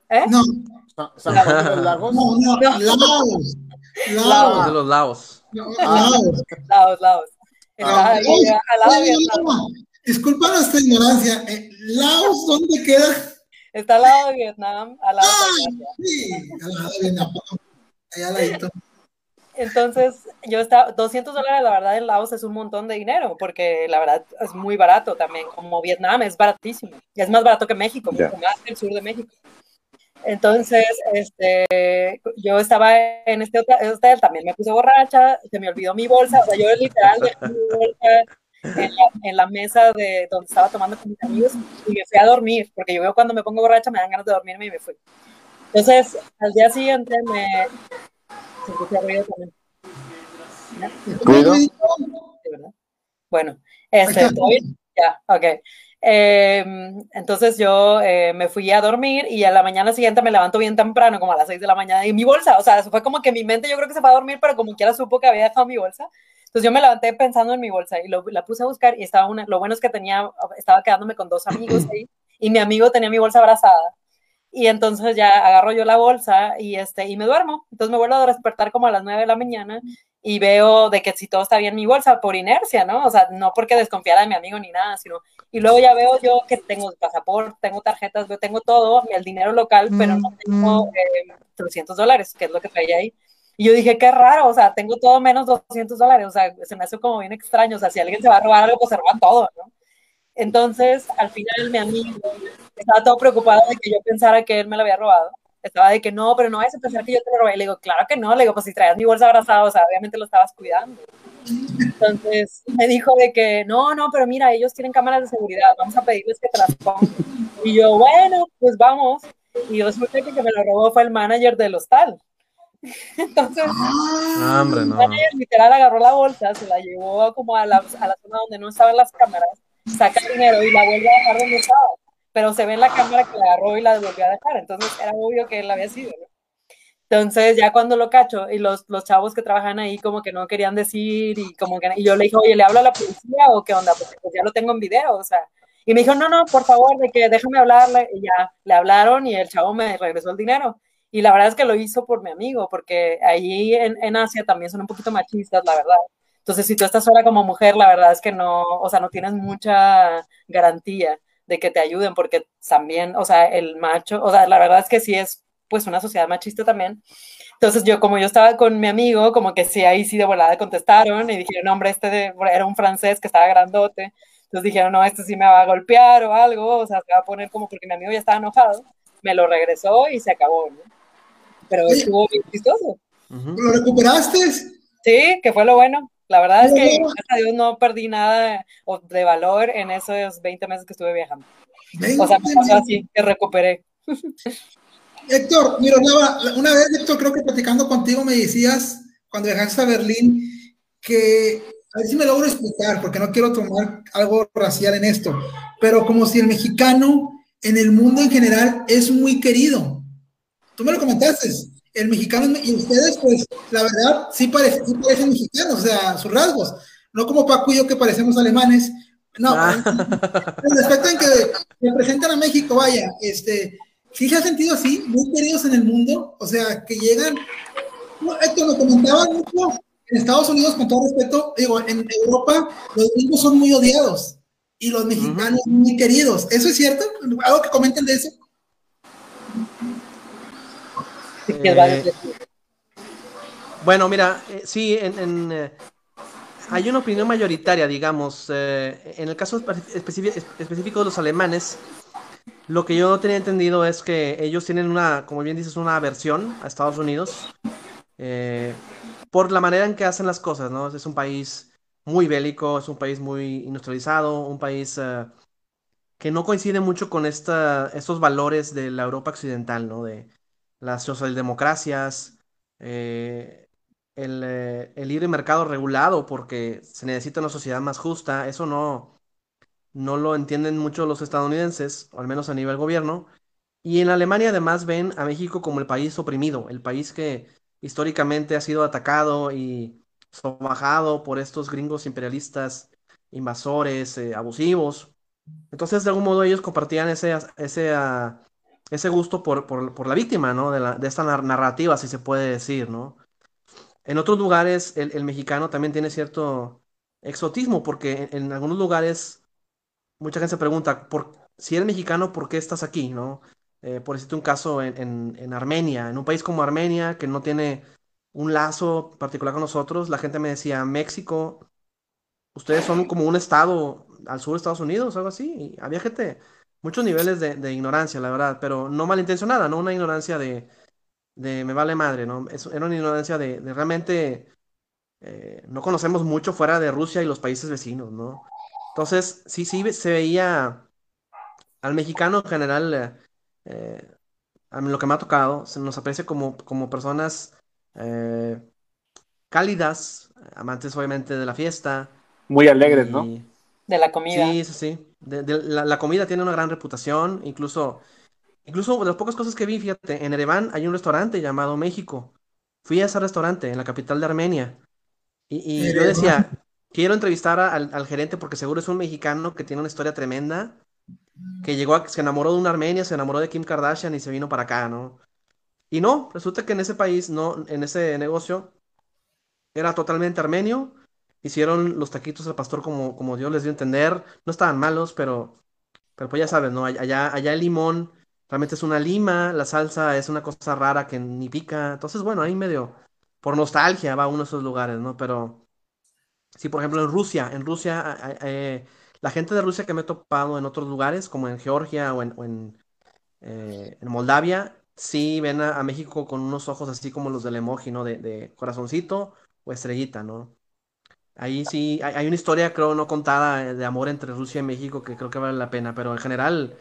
Speaker 3: ¿Eh?
Speaker 2: No,
Speaker 1: Sa- ¿San Juan de los Lagos?
Speaker 2: no, no,
Speaker 3: No,
Speaker 2: Laos.
Speaker 3: Laos,
Speaker 4: Es de
Speaker 1: Ah,
Speaker 2: Laos.
Speaker 4: los Laos.
Speaker 2: No,
Speaker 1: ah,
Speaker 2: Laos.
Speaker 3: Laos, Laos.
Speaker 1: ah,
Speaker 3: Está
Speaker 1: ok.
Speaker 3: ahí
Speaker 2: Laos.
Speaker 3: al lado de
Speaker 2: Oye,
Speaker 3: Vietnam.
Speaker 2: Lama, disculpa nuestra ignorancia. eh, ¿Laos dónde queda?
Speaker 3: Está al lado de Vietnam, al lado de
Speaker 2: Ah,
Speaker 3: Tailandia.
Speaker 2: sí, al lado de Vietnam, allá al ladito.
Speaker 3: Entonces, yo estaba, doscientos dólares, la verdad, en Laos es un montón de dinero, porque la verdad es muy barato también, como Vietnam es baratísimo, y es más barato que México,
Speaker 1: Ya.
Speaker 3: mucho más que el sur de México. Entonces, este, yo estaba en este hotel, hotel, también me puse borracha, se me olvidó mi bolsa, o sea, yo literal dejé mi bolsa en la, en la mesa de donde estaba tomando con mis amigos y me fui a dormir, porque yo veo cuando me pongo borracha me dan ganas de dormirme y me fui. Entonces, al día siguiente me... Se escucha ruido también.
Speaker 1: ¿Ruido?
Speaker 3: Sí, ¿verdad? Bueno, este, ¿todo bien? Ya, ok. Eh, entonces yo eh, me fui a dormir y a la mañana siguiente me levanto bien temprano, como a las seis de la mañana, y mi bolsa, o sea, eso fue como que mi mente yo creo que se fue a dormir, pero como quiera supo que había dejado mi bolsa. Entonces yo me levanté pensando en mi bolsa y lo, la puse a buscar y estaba una, lo bueno es que tenía, estaba quedándome con dos amigos ahí y mi amigo tenía mi bolsa abrazada. Y entonces ya agarro yo la bolsa y, este, y me duermo. Entonces me vuelvo a despertar como a las nueve de la mañana y veo de que si todo está bien en mi bolsa por inercia, ¿no? O sea, no porque desconfiara de mi amigo ni nada, sino... Y luego ya veo yo que tengo pasaporte, tengo tarjetas, yo tengo todo, el dinero local, pero no tengo eh, trescientos dólares, que es lo que traía ahí. Y yo dije, qué raro, o sea, tengo todo menos doscientos dólares, o sea, se me hace como bien extraño, o sea, si alguien se va a robar algo, pues se roba todo, ¿no? Entonces, al final, mi amigo estaba todo preocupado de que yo pensara que él me lo había robado. Estaba de que no, pero no vayas a pensar que yo te lo robé. Le digo, claro que no. Le digo, pues si traías mi bolsa abrazada, o sea, obviamente lo estabas cuidando. Entonces me dijo de que no, no, pero mira, ellos tienen cámaras de seguridad, vamos a pedirles que te las pongan. Y yo, bueno, pues vamos. Y resulta que, que me lo robó fue el manager del hostal. Entonces,
Speaker 4: No, hombre,
Speaker 3: el
Speaker 4: no.
Speaker 3: manager literal agarró la bolsa, se la llevó como a la, a la zona donde no estaban las cámaras, saca el dinero y la vuelve a dejar donde estaba. Pero se ve en la cámara que la agarró y la volvió a dejar. Entonces era obvio que él había sido, ¿no? Entonces ya cuando lo cacho y los, los chavos que trabajan ahí como que no querían decir y como que y yo le dije, oye, ¿le hablo a la policía o qué onda? Porque pues ya lo tengo en video, o sea. Y me dijo, no, no, por favor, de que déjame hablarle. Y ya le hablaron y el chavo me regresó el dinero. Y la verdad es que lo hizo por mi amigo, porque ahí en, en Asia también son un poquito machistas, la verdad. Entonces, si tú estás sola como mujer, la verdad es que no, o sea, no tienes mucha garantía de que te ayuden, porque también, o sea, el macho, o sea, la verdad es que sí es pues una sociedad machista también. Entonces yo, como yo estaba con mi amigo, como que sí, ahí sí de volada contestaron y dijeron, no, hombre, este de, era un francés que estaba grandote. Entonces dijeron, no, este sí me va a golpear o algo, o sea, se va a poner como porque mi amigo ya estaba enojado. Me lo regresó y se acabó, ¿no? Pero
Speaker 2: Oye,
Speaker 3: estuvo bien chistoso.
Speaker 4: Ujú.
Speaker 2: ¿lo recuperaste?
Speaker 3: Sí, que fue lo bueno. La verdad es
Speaker 2: Pero
Speaker 3: que,
Speaker 2: Lama,
Speaker 3: gracias a Dios, no perdí nada de valor en esos veinte meses que estuve viajando. O sea, me
Speaker 2: veinte
Speaker 3: pasó
Speaker 2: meses.
Speaker 3: así, que recuperé.
Speaker 2: Héctor, mira, Lama, una vez, Héctor, creo que platicando contigo me decías, cuando viajaste a Berlín, que, a ver si me logro explicar, porque no quiero tomar algo racial en esto, pero como si el mexicano en el mundo en general es muy querido. Tú me lo comentaste, el mexicano, y ustedes, pues, la verdad, sí, parece, sí parecen mexicanos, o sea, sus rasgos, no como Paco y yo que parecemos alemanes, no, en el aspecto en que representan a México, vaya, este, sí se ha sentido así, muy queridos en el mundo, o sea, que llegan, no, esto lo comentaban mucho en Estados Unidos, con todo respeto, digo, en Europa, los gringos son muy odiados, y los mexicanos
Speaker 4: Ujú.
Speaker 2: muy queridos, ¿eso es cierto? ¿Algo que comenten de eso?
Speaker 3: Sí, que es varios
Speaker 4: Eh, bueno, mira, eh, sí, en, en, eh, hay una opinión mayoritaria, digamos. Eh, en el caso espe- específico, específico de los alemanes, lo que yo tenía entendido es que ellos tienen una, como bien dices, una aversión a Estados Unidos eh, por la manera en que hacen las cosas, ¿no? Es un país muy bélico, es un país muy industrializado, un país eh, que no coincide mucho con esta, estos valores de la Europa occidental, ¿no? De las socialdemocracias, eh, el, eh, el libre mercado regulado porque se necesita una sociedad más justa, eso no, no lo entienden mucho los estadounidenses, o al menos a nivel gobierno. Y en Alemania además ven a México como el país oprimido, el país que históricamente ha sido atacado y sobajado por estos gringos imperialistas, invasores, eh, abusivos. Entonces, de algún modo, ellos compartían ese, ese, ah, ese gusto por, por, por la víctima, ¿no? De, la, de esta nar- narrativa, si se puede decir, ¿no? En otros lugares el, el mexicano también tiene cierto exotismo, porque en, en algunos lugares mucha gente se pregunta, por, si eres mexicano, ¿por qué estás aquí, ¿no? Eh, por decirte un caso en, en, en Armenia, en un país como Armenia, que no tiene un lazo particular con nosotros, la gente me decía, México, ustedes son como un estado al sur de Estados Unidos, algo así. Y había gente, muchos niveles de, de ignorancia, la verdad, pero no malintencionada, no una ignorancia de, de me vale madre, ¿no? Es- era una ignorancia de, de realmente eh, no conocemos mucho fuera de Rusia y los países vecinos, ¿no? Entonces, sí, sí se veía al mexicano en general, eh, eh, a mí lo que me ha tocado, se nos aprecia como, como personas eh, cálidas, amantes obviamente de la fiesta
Speaker 1: Muy alegres, ¿no?
Speaker 4: y
Speaker 3: De la comida.
Speaker 4: sí, sí, sí. De- de- la, la comida tiene una gran reputación, incluso, incluso de las pocas cosas que vi, fíjate, en Ereván hay un restaurante llamado México. Fui a ese restaurante en la capital de Armenia y, y yo
Speaker 2: Erevan.
Speaker 4: decía, quiero entrevistar a- al, al gerente porque seguro es un mexicano que tiene una historia tremenda, que llegó a, se enamoró de una armenia, se enamoró de Kim Kardashian y se vino para acá, ¿no? Y no, resulta que en ese país, no, en ese negocio, era totalmente armenio. Hicieron los taquitos al pastor como, como Dios les dio a entender. No estaban malos, pero, pero pues ya sabes, ¿no? Allá, allá el limón realmente es una lima, la salsa es una cosa rara que ni pica. Entonces, bueno, ahí medio, por nostalgia va a uno de esos lugares, ¿no? Pero sí, por ejemplo, en Rusia, en Rusia, a- a- eh, la gente de Rusia que me he topado en otros lugares, como en Georgia o en, o en, eh, en Moldavia, sí ven a, a México con unos ojos así como los del emoji, ¿no? De, de corazoncito o estrellita, ¿no? Ahí sí, hay, hay una historia, creo, no contada eh, de amor entre Rusia y México que creo que vale la pena, pero en general,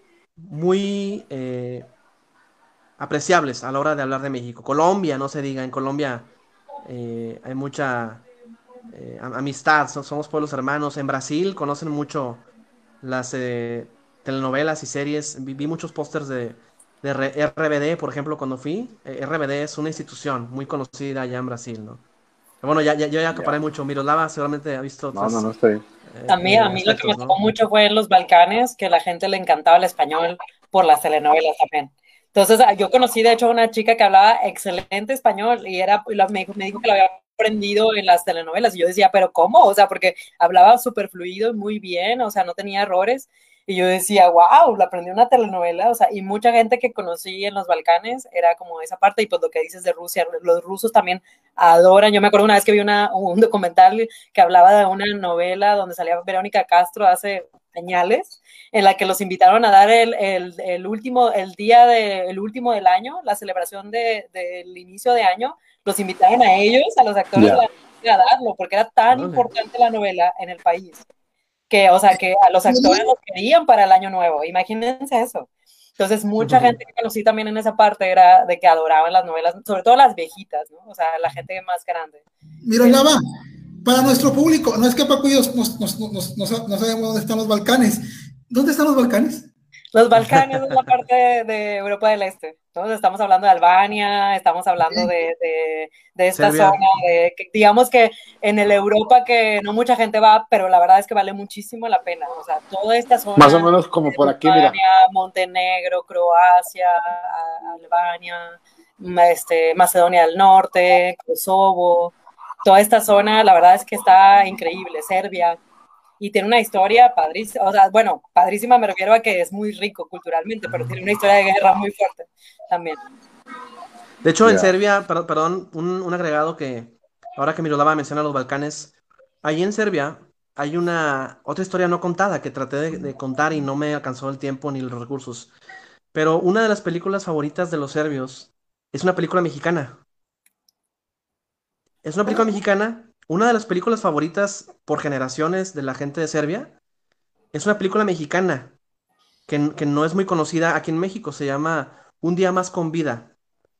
Speaker 4: muy eh, apreciables a la hora de hablar de México. Colombia, no se diga, en Colombia eh, hay mucha eh, am- amistad, so- somos pueblos hermanos. En Brasil conocen mucho las eh, telenovelas y series. Vi, vi muchos pósters de, de R- RBD, por ejemplo, cuando fui. Eh, R B D es una institución muy conocida allá en Brasil, ¿no? Pero bueno, ya, ya, yo ya acaparé
Speaker 1: Ya.
Speaker 4: mucho. Miroslava seguramente ha visto
Speaker 1: No, no, no,
Speaker 4: otros
Speaker 1: está bien.
Speaker 3: A
Speaker 4: eh,
Speaker 3: mí, a
Speaker 4: eh,
Speaker 3: mí lo que me
Speaker 4: aspectos,
Speaker 3: tocó
Speaker 4: ¿no?
Speaker 3: mucho fue en los Balcanes, que la gente le encantaba el español por las telenovelas también. Entonces, ah, yo conocí de hecho a una chica que hablaba excelente español y era, y la- me, dijo, me dijo que lo había aprendido en las telenovelas. Y yo decía, ¿pero cómo? O sea, porque hablaba súper fluido y muy bien, o sea, no tenía errores. Y yo decía, wow, lo aprendí en una telenovela. O sea, y mucha gente que conocí en los Balcanes era como esa parte. Y pues lo que dices de Rusia, los rusos también adoran. Yo me acuerdo una vez que vi una, un documental que hablaba de una novela donde salía Verónica Castro hace añales, en la que los invitaron a dar el, el, el último, el día de, el último del año, la celebración de, del inicio de año, los invitaron a ellos, a los actores de
Speaker 1: Ya.
Speaker 3: la novela, a darlo, porque era tan
Speaker 4: Órale.
Speaker 3: importante la novela en el país, que, o sea, que a los actores los querían para el año nuevo, imagínense eso. Entonces, mucha gente que conocí también en esa parte era de que adoraban las novelas, sobre todo las viejitas, ¿no? O sea, la gente más grande. Es,
Speaker 2: Miroslava, para nuestro público, no es que Paco y yo nos, nos, nos, no sabemos dónde están los Balcanes. ¿Dónde están los Balcanes?
Speaker 3: Los Balcanes es la parte de, de Europa del Este. Entonces estamos hablando de Albania, estamos hablando de, de, de esta zona,
Speaker 4: Serbia.
Speaker 3: de, que, digamos que en el Europa que no mucha gente va, pero la verdad es que vale muchísimo la pena. O sea, toda esta
Speaker 1: Más o
Speaker 3: zona
Speaker 1: menos como
Speaker 3: de
Speaker 1: por aquí, mira.
Speaker 3: Albania, Montenegro, Croacia, Albania, este, Macedonia del Norte, Kosovo, toda esta zona, la verdad es que está increíble. Serbia y tiene una historia padrísima, o sea, bueno, padrísima me refiero a que es muy rico culturalmente, pero tiene una historia de guerra muy fuerte también.
Speaker 4: De hecho, en
Speaker 1: Ya.
Speaker 4: Serbia, per- perdón, un, un agregado que ahora que Miroslava menciona los Balcanes, ahí en Serbia hay una otra historia no contada que traté de, de contar y no me alcanzó el tiempo ni los recursos. Pero una de las películas favoritas de los serbios es una película mexicana. Es una película mexicana, una de las películas favoritas por generaciones de la gente de Serbia. Es una película mexicana que, que no es muy conocida aquí en México. Se llama Un día más con vida.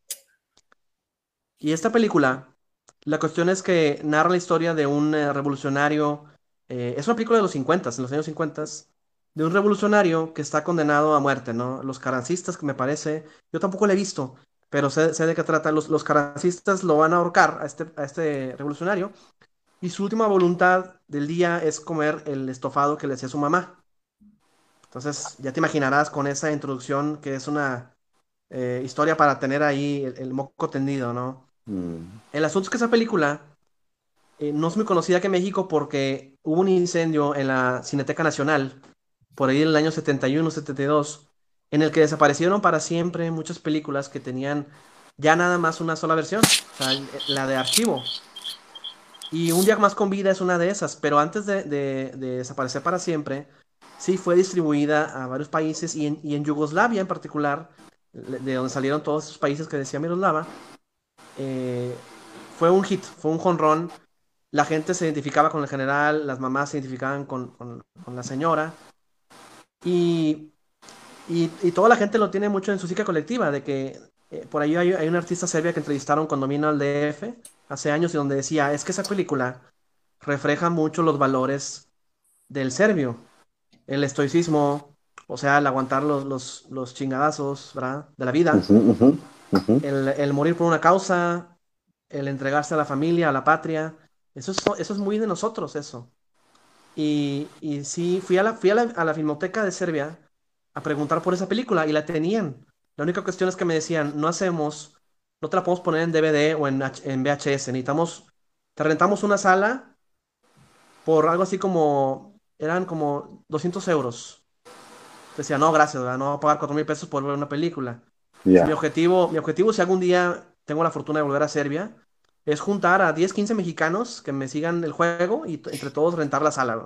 Speaker 4: Y esta película, la cuestión es que narra la historia de un eh, revolucionario. Eh, es una película de los cincuenta, en los años cincuenta, de un revolucionario que está condenado a muerte, ¿no? Los carancistas, que me parece, yo tampoco la he visto, pero sé, sé de qué trata. Los, los carancistas lo van a ahorcar a este, a este revolucionario y su última voluntad del día es comer el estofado que le hacía su mamá. Entonces, ya te imaginarás con esa introducción que es una eh, historia para tener ahí el, el moco tendido, ¿no?
Speaker 1: Mm.
Speaker 4: El asunto es que esa película eh, no es muy conocida aquí en México porque hubo un incendio en la Cineteca Nacional, por ahí en el año setenta y uno, setenta y dos, en el que desaparecieron para siempre muchas películas que tenían ya nada más una sola versión, o sea, la de archivo. Y Un día más con vida es una de esas, pero antes de, de- de desaparecer para siempre, sí fue distribuida a varios países y en, y en Yugoslavia en particular, le- de donde salieron todos esos países que decía Miroslava, eh, fue un hit, fue un jonrón. La gente se identificaba con el general, las mamás se identificaban con, con- con la señora y, y- y toda la gente lo tiene mucho en su psique colectiva, de que eh, por ahí hay, hay una artista serbia que entrevistaron cuando vino al D F hace años y donde decía, es que esa película refleja mucho los valores del serbio, el estoicismo, o sea, el aguantar los, los, los chingadazos, ¿verdad? De la vida,
Speaker 1: Ujú, ujú, ujú.
Speaker 4: el, el morir por una causa, el entregarse a la familia, a la patria. Eso es, eso es muy de nosotros, eso. Y, y sí, fui a la, fui a la, a la Filmoteca de Serbia a preguntar por esa película y la tenían. La única cuestión es que me decían, no hacemos, no te la podemos poner en D V D o en, H- en V H S, necesitamos, te rentamos una sala por algo así como, eran como doscientos euros. Decía, no, gracias, ¿verdad? No voy a pagar cuatro mil pesos por ver una película. Si mi
Speaker 1: Ya.
Speaker 4: objetivo, mi objetivo, si algún día tengo la fortuna de volver a Serbia, es juntar a diez quince mexicanos que me sigan el juego y t- entre todos rentar la sala, güey.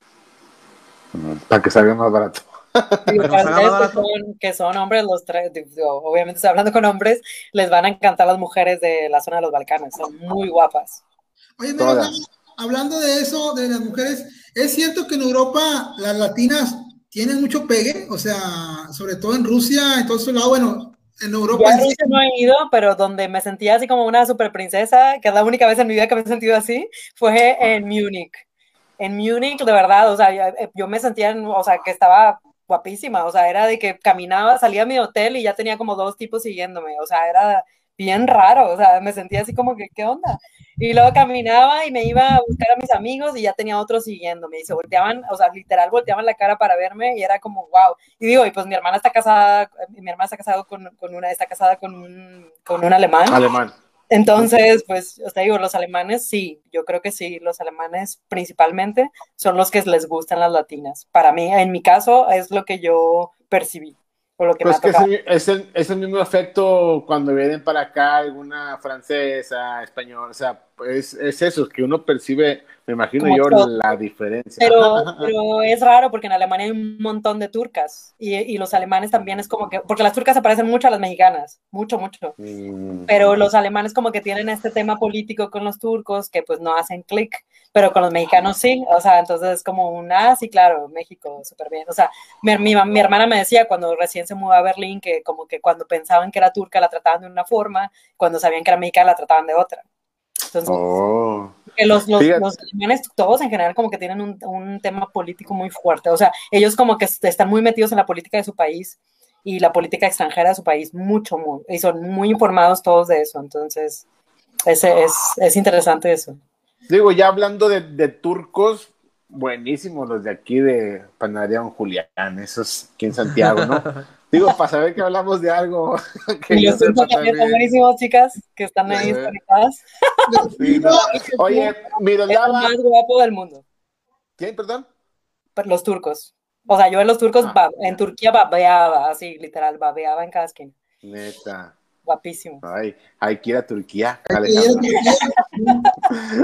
Speaker 1: Mm, para que salga más barato.
Speaker 3: Digo,
Speaker 4: Para que nos
Speaker 3: para
Speaker 4: salga más
Speaker 3: ustedes que
Speaker 4: barato.
Speaker 3: son, que son hombres, los tres, digo, obviamente estoy hablando con hombres, les van a encantar las mujeres de la zona de los Balcanes, son muy guapas.
Speaker 2: Oye, Miroslava,
Speaker 1: Todas.
Speaker 2: hablando de eso, de las mujeres, ¿es cierto que en Europa las latinas tienen mucho pegue? O sea, sobre todo en Rusia, en todo ese lado, bueno, en
Speaker 3: Yo
Speaker 2: Europa
Speaker 3: a
Speaker 2: en sí.
Speaker 3: Rusia no he ido, pero donde me sentía así como una super princesa, que es la única vez en mi vida que me he sentido así, fue en Múnich. En Múnich, de verdad, o sea, yo, yo me sentía, en- o sea, que estaba guapísima, o sea, era de que caminaba, salía a mi hotel y ya tenía como dos tipos siguiéndome, o sea, era bien raro, o sea, me sentía así como que, ¿qué onda? Y luego caminaba y me iba a buscar a mis amigos y ya tenía otros siguiéndome y se volteaban, o sea, literal volteaban la cara para verme y era como, wow. Y digo, y pues mi hermana está casada, mi hermana está casada con, con una, está casada con un, con un alemán.
Speaker 1: Alemán.
Speaker 3: Entonces, pues, o sea, digo, los alemanes sí, yo creo que sí, los alemanes principalmente son los que les gustan las latinas. Para mí, en mi caso, es lo que yo percibí o lo que me
Speaker 1: Pues
Speaker 3: ha
Speaker 1: que es
Speaker 3: tocado.
Speaker 1: el, es, el, es el mismo efecto cuando vienen para acá alguna francesa, española, o sea, es, es eso, que uno percibe, me imagino
Speaker 3: Como
Speaker 1: yo,
Speaker 3: todo.
Speaker 1: la diferencia.
Speaker 3: Pero, pero es raro porque en Alemania hay un montón de turcas y, y los alemanes también es como que, porque las turcas se parecen mucho a las mexicanas, mucho, mucho.
Speaker 1: Mm.
Speaker 3: Pero los alemanes como que tienen este tema político con los turcos que pues no hacen clic, pero con los mexicanos sí, o sea, entonces es como un, ah, sí, claro, México, súper bien. O sea, mi, mi, mi hermana me decía cuando recién se mudó a Berlín que como que cuando pensaban que era turca la trataban de una forma, cuando sabían que era mexicana la trataban de otra. Entonces,
Speaker 1: Oh,
Speaker 3: que los, los,
Speaker 1: fíjate,
Speaker 3: los alemanes todos en general como que tienen un, un tema político muy fuerte, o sea, ellos como que están muy metidos en la política de su país y la política extranjera de su país, mucho, muy, y son muy informados todos de eso, entonces ese es, es interesante eso.
Speaker 1: digo, ya hablando de, de turcos, buenísimos los de aquí de Panadería Don Julián, esos aquí en Santiago, ¿no? Digo, para saber que hablamos de algo que
Speaker 3: Y
Speaker 1: yo
Speaker 3: los turcos
Speaker 1: sepa
Speaker 3: también son
Speaker 1: también.
Speaker 3: buenísimos, chicas, que están ahí
Speaker 1: Eh,
Speaker 3: conectadas.
Speaker 1: sí, no. Oye,
Speaker 3: Es lo más
Speaker 1: Miroslava,
Speaker 3: guapo del mundo,
Speaker 1: ¿quién, perdón?
Speaker 3: los turcos. O sea, yo en los turcos,
Speaker 1: Ah,
Speaker 3: en
Speaker 1: ya,
Speaker 3: Turquía babeaba, así, literal, babeaba en cada esquina.
Speaker 1: neta.
Speaker 3: Guapísimo.
Speaker 1: Ay, hay que ir a Turquía,
Speaker 2: Hay que ir a
Speaker 1: Alejandra.
Speaker 2: Turquía.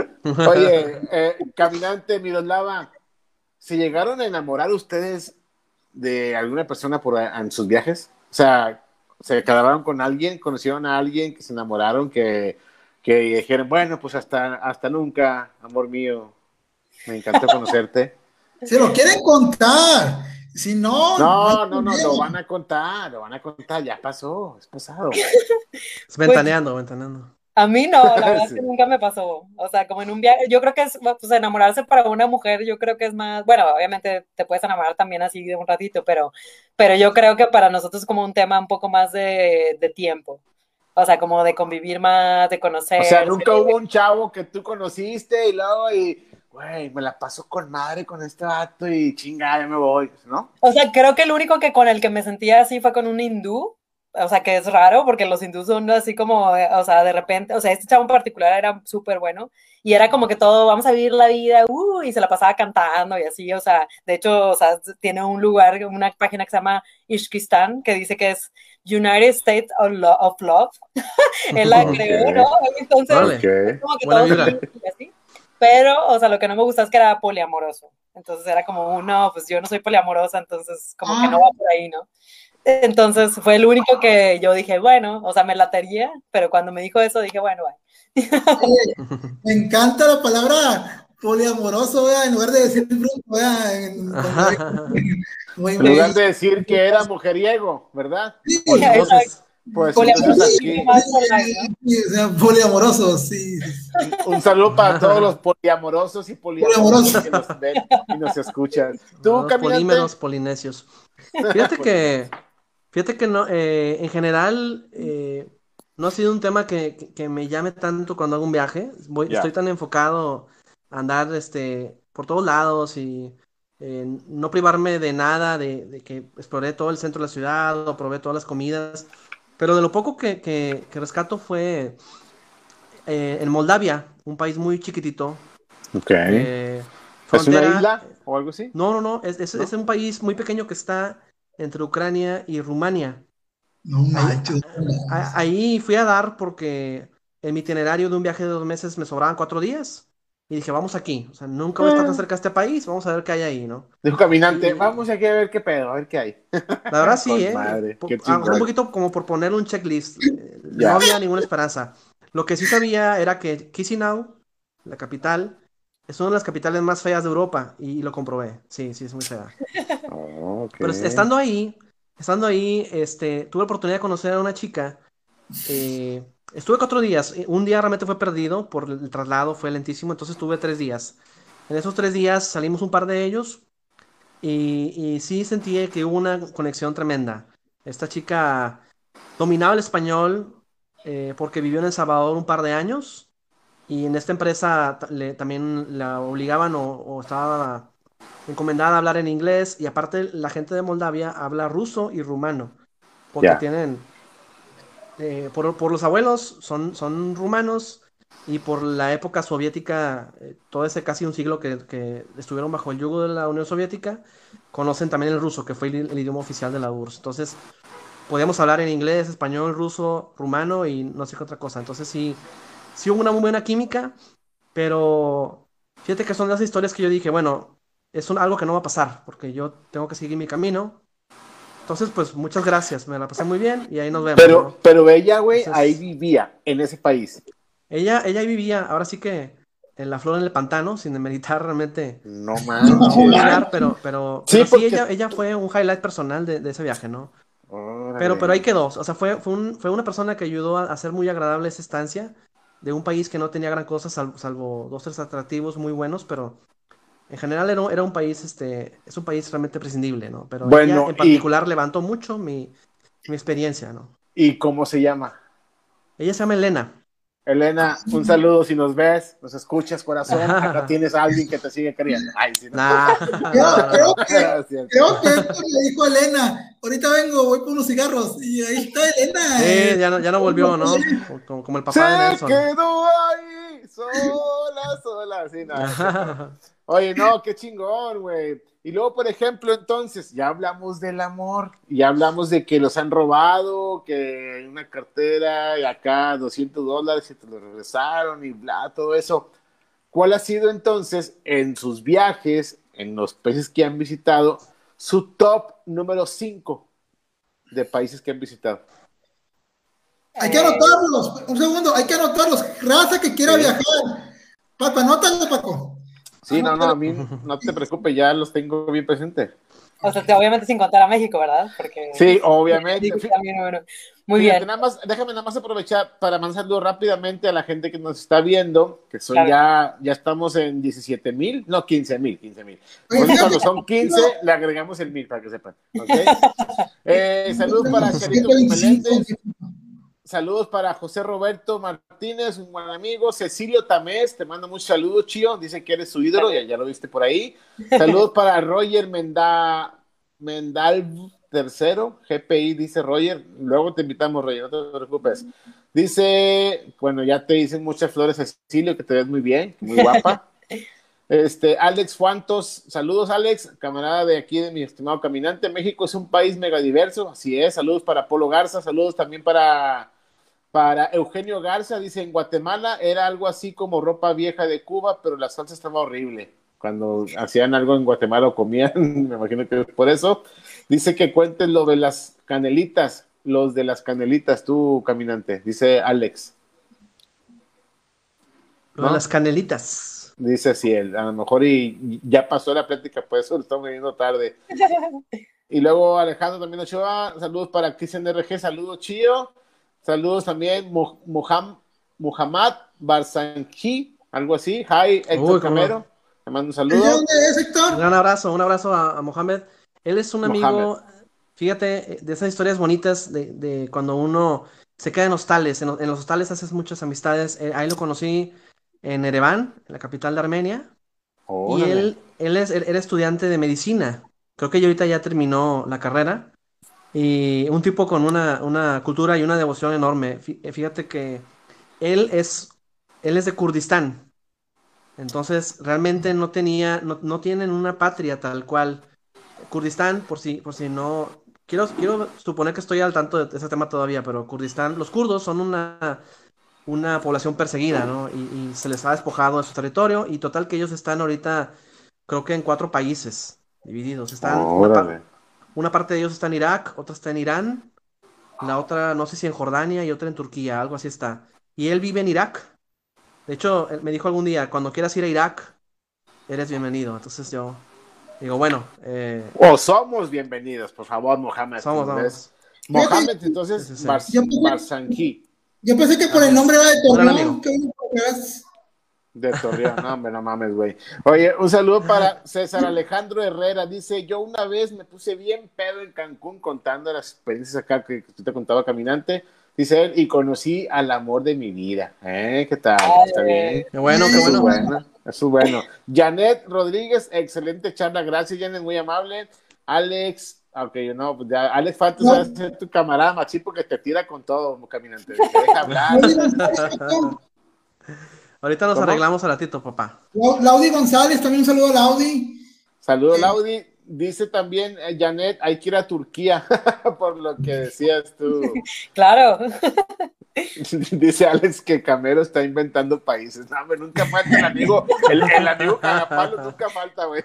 Speaker 1: Oye, eh, caminante Miroslava, ¿se llegaron a enamorar ustedes de alguna persona por en sus viajes? O sea, ¿se quedaron con alguien? ¿Conocieron a alguien que se enamoraron? Que, que dijeron, bueno, pues hasta, hasta nunca, amor mío, me encantó conocerte.
Speaker 2: Se lo quieren contar. Si no, no hay
Speaker 1: No, no, no, lo
Speaker 2: problema.
Speaker 1: van a contar, lo van a contar, ya pasó, es pasado.
Speaker 4: Es
Speaker 3: Pues
Speaker 4: ventaneando, ventaneando.
Speaker 3: a mí no, la verdad es que
Speaker 1: Sí.
Speaker 3: nunca me pasó. O sea, como en un viaje, yo creo que es, pues enamorarse para una mujer, yo creo que es más, bueno, obviamente te puedes enamorar también así de un ratito, pero, pero yo creo que para nosotros es como un tema un poco más de, de tiempo. O sea, como de convivir más, de
Speaker 1: O sea,
Speaker 3: conocer.
Speaker 1: nunca hubo un chavo que tú conociste y luego, y, güey, me la paso con madre con este vato y chinga, ya me voy, ¿no?
Speaker 3: O sea, creo que el único que con el que me sentía así fue con un hindú, o sea, que es raro porque los hindús son así como, eh, o sea, de repente, o sea, este chavo en particular era súper bueno y era como que todo, vamos a vivir la vida, uh, y se la pasaba cantando y así, o sea, de hecho, o sea, tiene un lugar, una página que se llama Ishkistan, que dice que es United States of, Lo- of Love, él la creó,
Speaker 1: Ok.
Speaker 3: ¿no? Entonces,
Speaker 4: Órale.
Speaker 1: Ok.
Speaker 3: como que
Speaker 4: Buena
Speaker 3: todos
Speaker 4: vibra.
Speaker 3: felices y así. Pero, o sea, lo que no me gusta es que era poliamoroso. Entonces era como, un, no, pues yo no soy poliamorosa, entonces como que no va por ahí, ¿no? Entonces fue el único que yo dije, bueno, o sea, me latería, pero cuando me dijo eso dije, bueno, bye.
Speaker 2: Oye, me encanta la palabra poliamoroso, ¿verdad? En lugar de decir brujo, ¿verdad? En, muy,
Speaker 1: En
Speaker 2: muy,
Speaker 1: lugar de decir que era mujeriego, ¿verdad?
Speaker 2: sí,
Speaker 1: Pues entonces,
Speaker 3: Exacto.
Speaker 1: pues
Speaker 3: Poliamoroso
Speaker 1: entonces
Speaker 3: es
Speaker 1: aquí,
Speaker 3: más polite, ¿no?
Speaker 2: sí, o sea, poliamoroso, sí.
Speaker 1: un, un saludo para todos los poliamorosos y poliamorosos
Speaker 2: Poliamoroso.
Speaker 1: que nos ven y nos escuchan. Tú,
Speaker 4: Los
Speaker 1: caminante.
Speaker 4: polímeros polinesios. Fíjate que, fíjate que no, eh, en general, eh, no ha sido un tema que, que- que me llame tanto cuando hago un viaje. Voy,
Speaker 1: Ya.
Speaker 4: estoy tan enfocado a andar este, por todos lados y eh, no privarme de nada, de, de que exploré todo el centro de la ciudad o probé todas las comidas. Pero de lo poco que, que- que rescato fue eh, en Moldavia, un país muy chiquitito,
Speaker 1: Ok.
Speaker 4: eh,
Speaker 1: ¿Es una
Speaker 4: frontera.
Speaker 1: isla o algo así?
Speaker 4: No, no, no, es, es,
Speaker 1: ¿No?
Speaker 4: es un país muy pequeño que está entre Ucrania y Rumania.
Speaker 2: No
Speaker 4: Ahí,
Speaker 2: manches.
Speaker 4: a- ahí fui a dar porque en mi itinerario de un viaje de dos meses me sobraban cuatro días y dije, vamos aquí, o sea, nunca voy a estar tan
Speaker 1: Ah.
Speaker 4: cerca de este país, vamos a ver qué hay ahí, ¿no?
Speaker 1: Dijo caminante,
Speaker 4: Y
Speaker 1: vamos aquí a ver qué pedo, a ver qué hay.
Speaker 4: la verdad sí,
Speaker 1: Con
Speaker 4: ¿eh?
Speaker 1: madre,
Speaker 4: Po-
Speaker 1: qué
Speaker 4: A lo mejor un
Speaker 1: chingón.
Speaker 4: poquito como por poner un checklist, eh, no
Speaker 1: Ya.
Speaker 4: había ninguna esperanza. Lo que sí sabía era que Chisinau, la capital, es una de las capitales más feas de Europa y lo comprobé, sí, sí, es muy fea.
Speaker 1: Oh, ok.
Speaker 4: Pero est- estando ahí, estando ahí, este, tuve la oportunidad de conocer a una chica. eh, Estuve cuatro días. eh, Un día realmente fue perdido por el traslado, fue lentísimo, entonces estuve tres días. En esos tres días salimos un par de ellos y, y sí sentí que hubo una conexión tremenda. Esta chica dominaba el español eh, porque vivió en El Salvador un par de años y en esta empresa ta- le- también la obligaban o, o estaba encomendada a hablar en inglés y aparte la gente de Moldavia habla ruso y rumano porque
Speaker 1: Ya.
Speaker 4: tienen, eh, por, por los abuelos son, son rumanos y por la época soviética, eh, todo ese casi un siglo que, que estuvieron bajo el yugo de la Unión Soviética, conocen también el ruso, que fue el, el idioma oficial de la U R S S. Entonces, podíamos hablar en inglés, español, ruso, rumano y no sé qué otra cosa. Entonces, sí, sí hubo una muy buena química, pero fíjate que son las historias que yo dije, bueno, es un- algo que no va a pasar, porque yo tengo que seguir mi camino. Entonces, pues muchas gracias, me la pasé muy bien y ahí nos vemos,
Speaker 1: Pero,
Speaker 4: ¿no?
Speaker 1: pero ella, güey, ahí
Speaker 4: Entonces,
Speaker 1: vivía, en ese país.
Speaker 4: ella, ella ahí vivía, ahora sí que en la flor en el pantano, sin demeritar realmente
Speaker 1: No
Speaker 4: a, a un
Speaker 1: manches.
Speaker 4: lugar, pero, pero,
Speaker 1: Sí,
Speaker 4: pero sí,
Speaker 1: porque.
Speaker 4: ella, ella fue un highlight personal de, de ese viaje, ¿no? Pero, pero ahí
Speaker 1: Órale.
Speaker 4: quedó, o sea, fue, fue, un- fue una persona que ayudó a a hacer muy agradable esa estancia de un país que no tenía gran cosa, salvo, salvo dos, tres atractivos muy buenos, pero en general era, un- era un país, este, es un país realmente prescindible, ¿no? Pero ella
Speaker 1: Bueno,
Speaker 4: en
Speaker 1: ¿y,
Speaker 4: particular levantó mucho mi, mi experiencia, ¿no?
Speaker 1: y cómo se llama?
Speaker 4: Ella se llama Elena.
Speaker 1: Elena, un saludo si nos ves, nos escuchas, corazón. Acá tienes a alguien que te sigue queriendo. Ay, sí, no.
Speaker 4: Nah,
Speaker 2: Creo,
Speaker 4: no, no,
Speaker 2: creo
Speaker 4: no.
Speaker 2: que,
Speaker 1: Es cierto.
Speaker 2: creo que Héctor le dijo a Elena, ahorita vengo, voy por unos cigarros. Y ahí está Elena. eh,
Speaker 4: Sí, ya no, ya no volvió, ¿no? Como, como el
Speaker 1: Se
Speaker 4: papá de Nelson.
Speaker 1: quedó ahí, sola, sola. Sí, nada, es cierto. Oye, no, qué chingón, güey. Y luego, por ejemplo, entonces, ya hablamos del amor, ya hablamos de que los han robado, que una cartera y acá doscientos dólares y te lo regresaron y bla, todo eso. ¿Cuál ha sido entonces, en sus viajes, en los países que han visitado, su top número cinco de países que han visitado?
Speaker 2: Hay que
Speaker 3: Eh,
Speaker 2: anotarlos. Un segundo, hay que anotarlos. Raza que quiera
Speaker 1: Sí.
Speaker 2: viajar. Paco, anótalo, Paco.
Speaker 1: Sí, no, no,
Speaker 2: Anótalo.
Speaker 1: a mí no te preocupes, ya los tengo bien presentes.
Speaker 3: o sea, obviamente sin contar a México, ¿verdad? Porque
Speaker 1: Sí, obviamente.
Speaker 3: México
Speaker 1: Fí-
Speaker 3: también, bueno, muy
Speaker 1: Fíjate,
Speaker 3: bien.
Speaker 1: nada más, déjame nada más aprovechar para mandarlo rápidamente a la gente que nos está viendo, que son
Speaker 3: Claro.
Speaker 1: ya, ya estamos en diecisiete mil, no, quince mil, quince mil.
Speaker 2: Oye,
Speaker 1: Cuando
Speaker 2: fíjate,
Speaker 1: son quince, le agregamos el mil para que sepan. ¿Ok? Eh, saludos para Carito
Speaker 2: ciento veinticinco.
Speaker 1: Meléndez. saludos para José Roberto Martínez, un buen amigo. Cecilio Tamés, te manda muchos saludos, Chío. Dice que eres su ídolo, ya, ya lo viste por ahí. Saludos para Roger Menda, Mendal tercero, G P I, dice Roger. Luego te invitamos, Roger, no te preocupes. Dice, bueno, ya te dicen muchas flores, Cecilio, que te ves muy bien, muy guapa. Este, Alex Fuantos, saludos Alex, camarada de aquí de mi estimado caminante. México es un país megadiverso, así es. Saludos para Polo Garza, saludos también para, para Eugenio Garza. Dice, en Guatemala era algo así como ropa vieja de Cuba, pero la salsa estaba horrible. Cuando hacían algo en Guatemala o comían, me imagino que es por eso. Dice que cuentes lo de las canelitas, los de las canelitas, tú caminante, dice Alex.
Speaker 4: Lo de ¿no? Las canelitas.
Speaker 1: Dice así, él, a lo mejor y ya pasó la plática, por eso lo estamos viendo tarde. Y luego Alejandro también Ochoa, saludos para Cristian R G, saludos Chío, saludos también Muhammad, Muhammad Barzanji, algo así. Hi, Héctor Uy, Camero, te mando un saludo.
Speaker 2: ¿Dónde es, Héctor?
Speaker 4: Un gran abrazo, un abrazo a, a Mohamed. Él es un amigo, Mohamed. Fíjate, de esas historias bonitas de, de cuando uno se queda en hostales, en, en los hostales haces muchas amistades. Eh, ahí lo conocí en Ereván, en la capital de Armenia. Oh, y él, él es, él era estudiante de medicina. Creo que ya ahorita ya terminó la carrera. Y un tipo con una, una cultura y una devoción enorme. Fíjate que él es, él es de Kurdistán. Entonces, realmente no tenía, no, no tienen una patria tal cual. Kurdistán, por si, por si no... Quiero, quiero suponer que estoy al tanto de ese tema todavía, pero Kurdistán, los kurdos son una... una población perseguida, ¿no? Y, y se les ha despojado de su territorio, y total que ellos están ahorita, creo que en cuatro países divididos. Están, oh, una, par una parte de ellos está en Irak, otra está en Irán, la otra no sé si en Jordania y otra en Turquía, algo así está. Y él vive en Irak. De hecho, él me dijo algún día, cuando quieras ir a Irak, eres bienvenido. Entonces yo digo, bueno. Eh,
Speaker 1: o oh, somos bienvenidos, por favor, Mohamed.
Speaker 4: Somos, somos.
Speaker 1: Mohamed, entonces, sí, sí, sí. Bar Barzanji.
Speaker 2: Yo pensé que por el nombre era de Torreón.
Speaker 1: De Torreón, no, hombre, no mames, güey. Oye, un saludo para César Alejandro Herrera. Dice, yo una vez me puse bien pedo en Cancún contando las experiencias acá que tú te contaba caminante. Dice él, y conocí al amor de mi vida. ¿Eh? ¿Qué tal? Ay, ¿está bien?
Speaker 4: Qué bueno, qué bueno.
Speaker 1: Eso es bueno. Eso es bueno. Janet Rodríguez, excelente charla. Gracias, Janet, muy amable. Alex... Ok, no, pues ya, Alex Fantos no. Va a ser tu camarada, machi, porque te tira con todo, caminante. Te deja hablar.
Speaker 4: Ahorita nos ¿Cómo? Arreglamos a ratito, papá.
Speaker 2: Laudi González, también un saludo a Laudi.
Speaker 1: Saludo, Laudi. Dice también eh, Janet, hay que ir a Turquía, por lo que decías tú.
Speaker 3: Claro.
Speaker 1: Dice Alex que Camero está inventando países. No, hombre, nunca falta el amigo, el, el amigo cagapalo nunca falta, güey.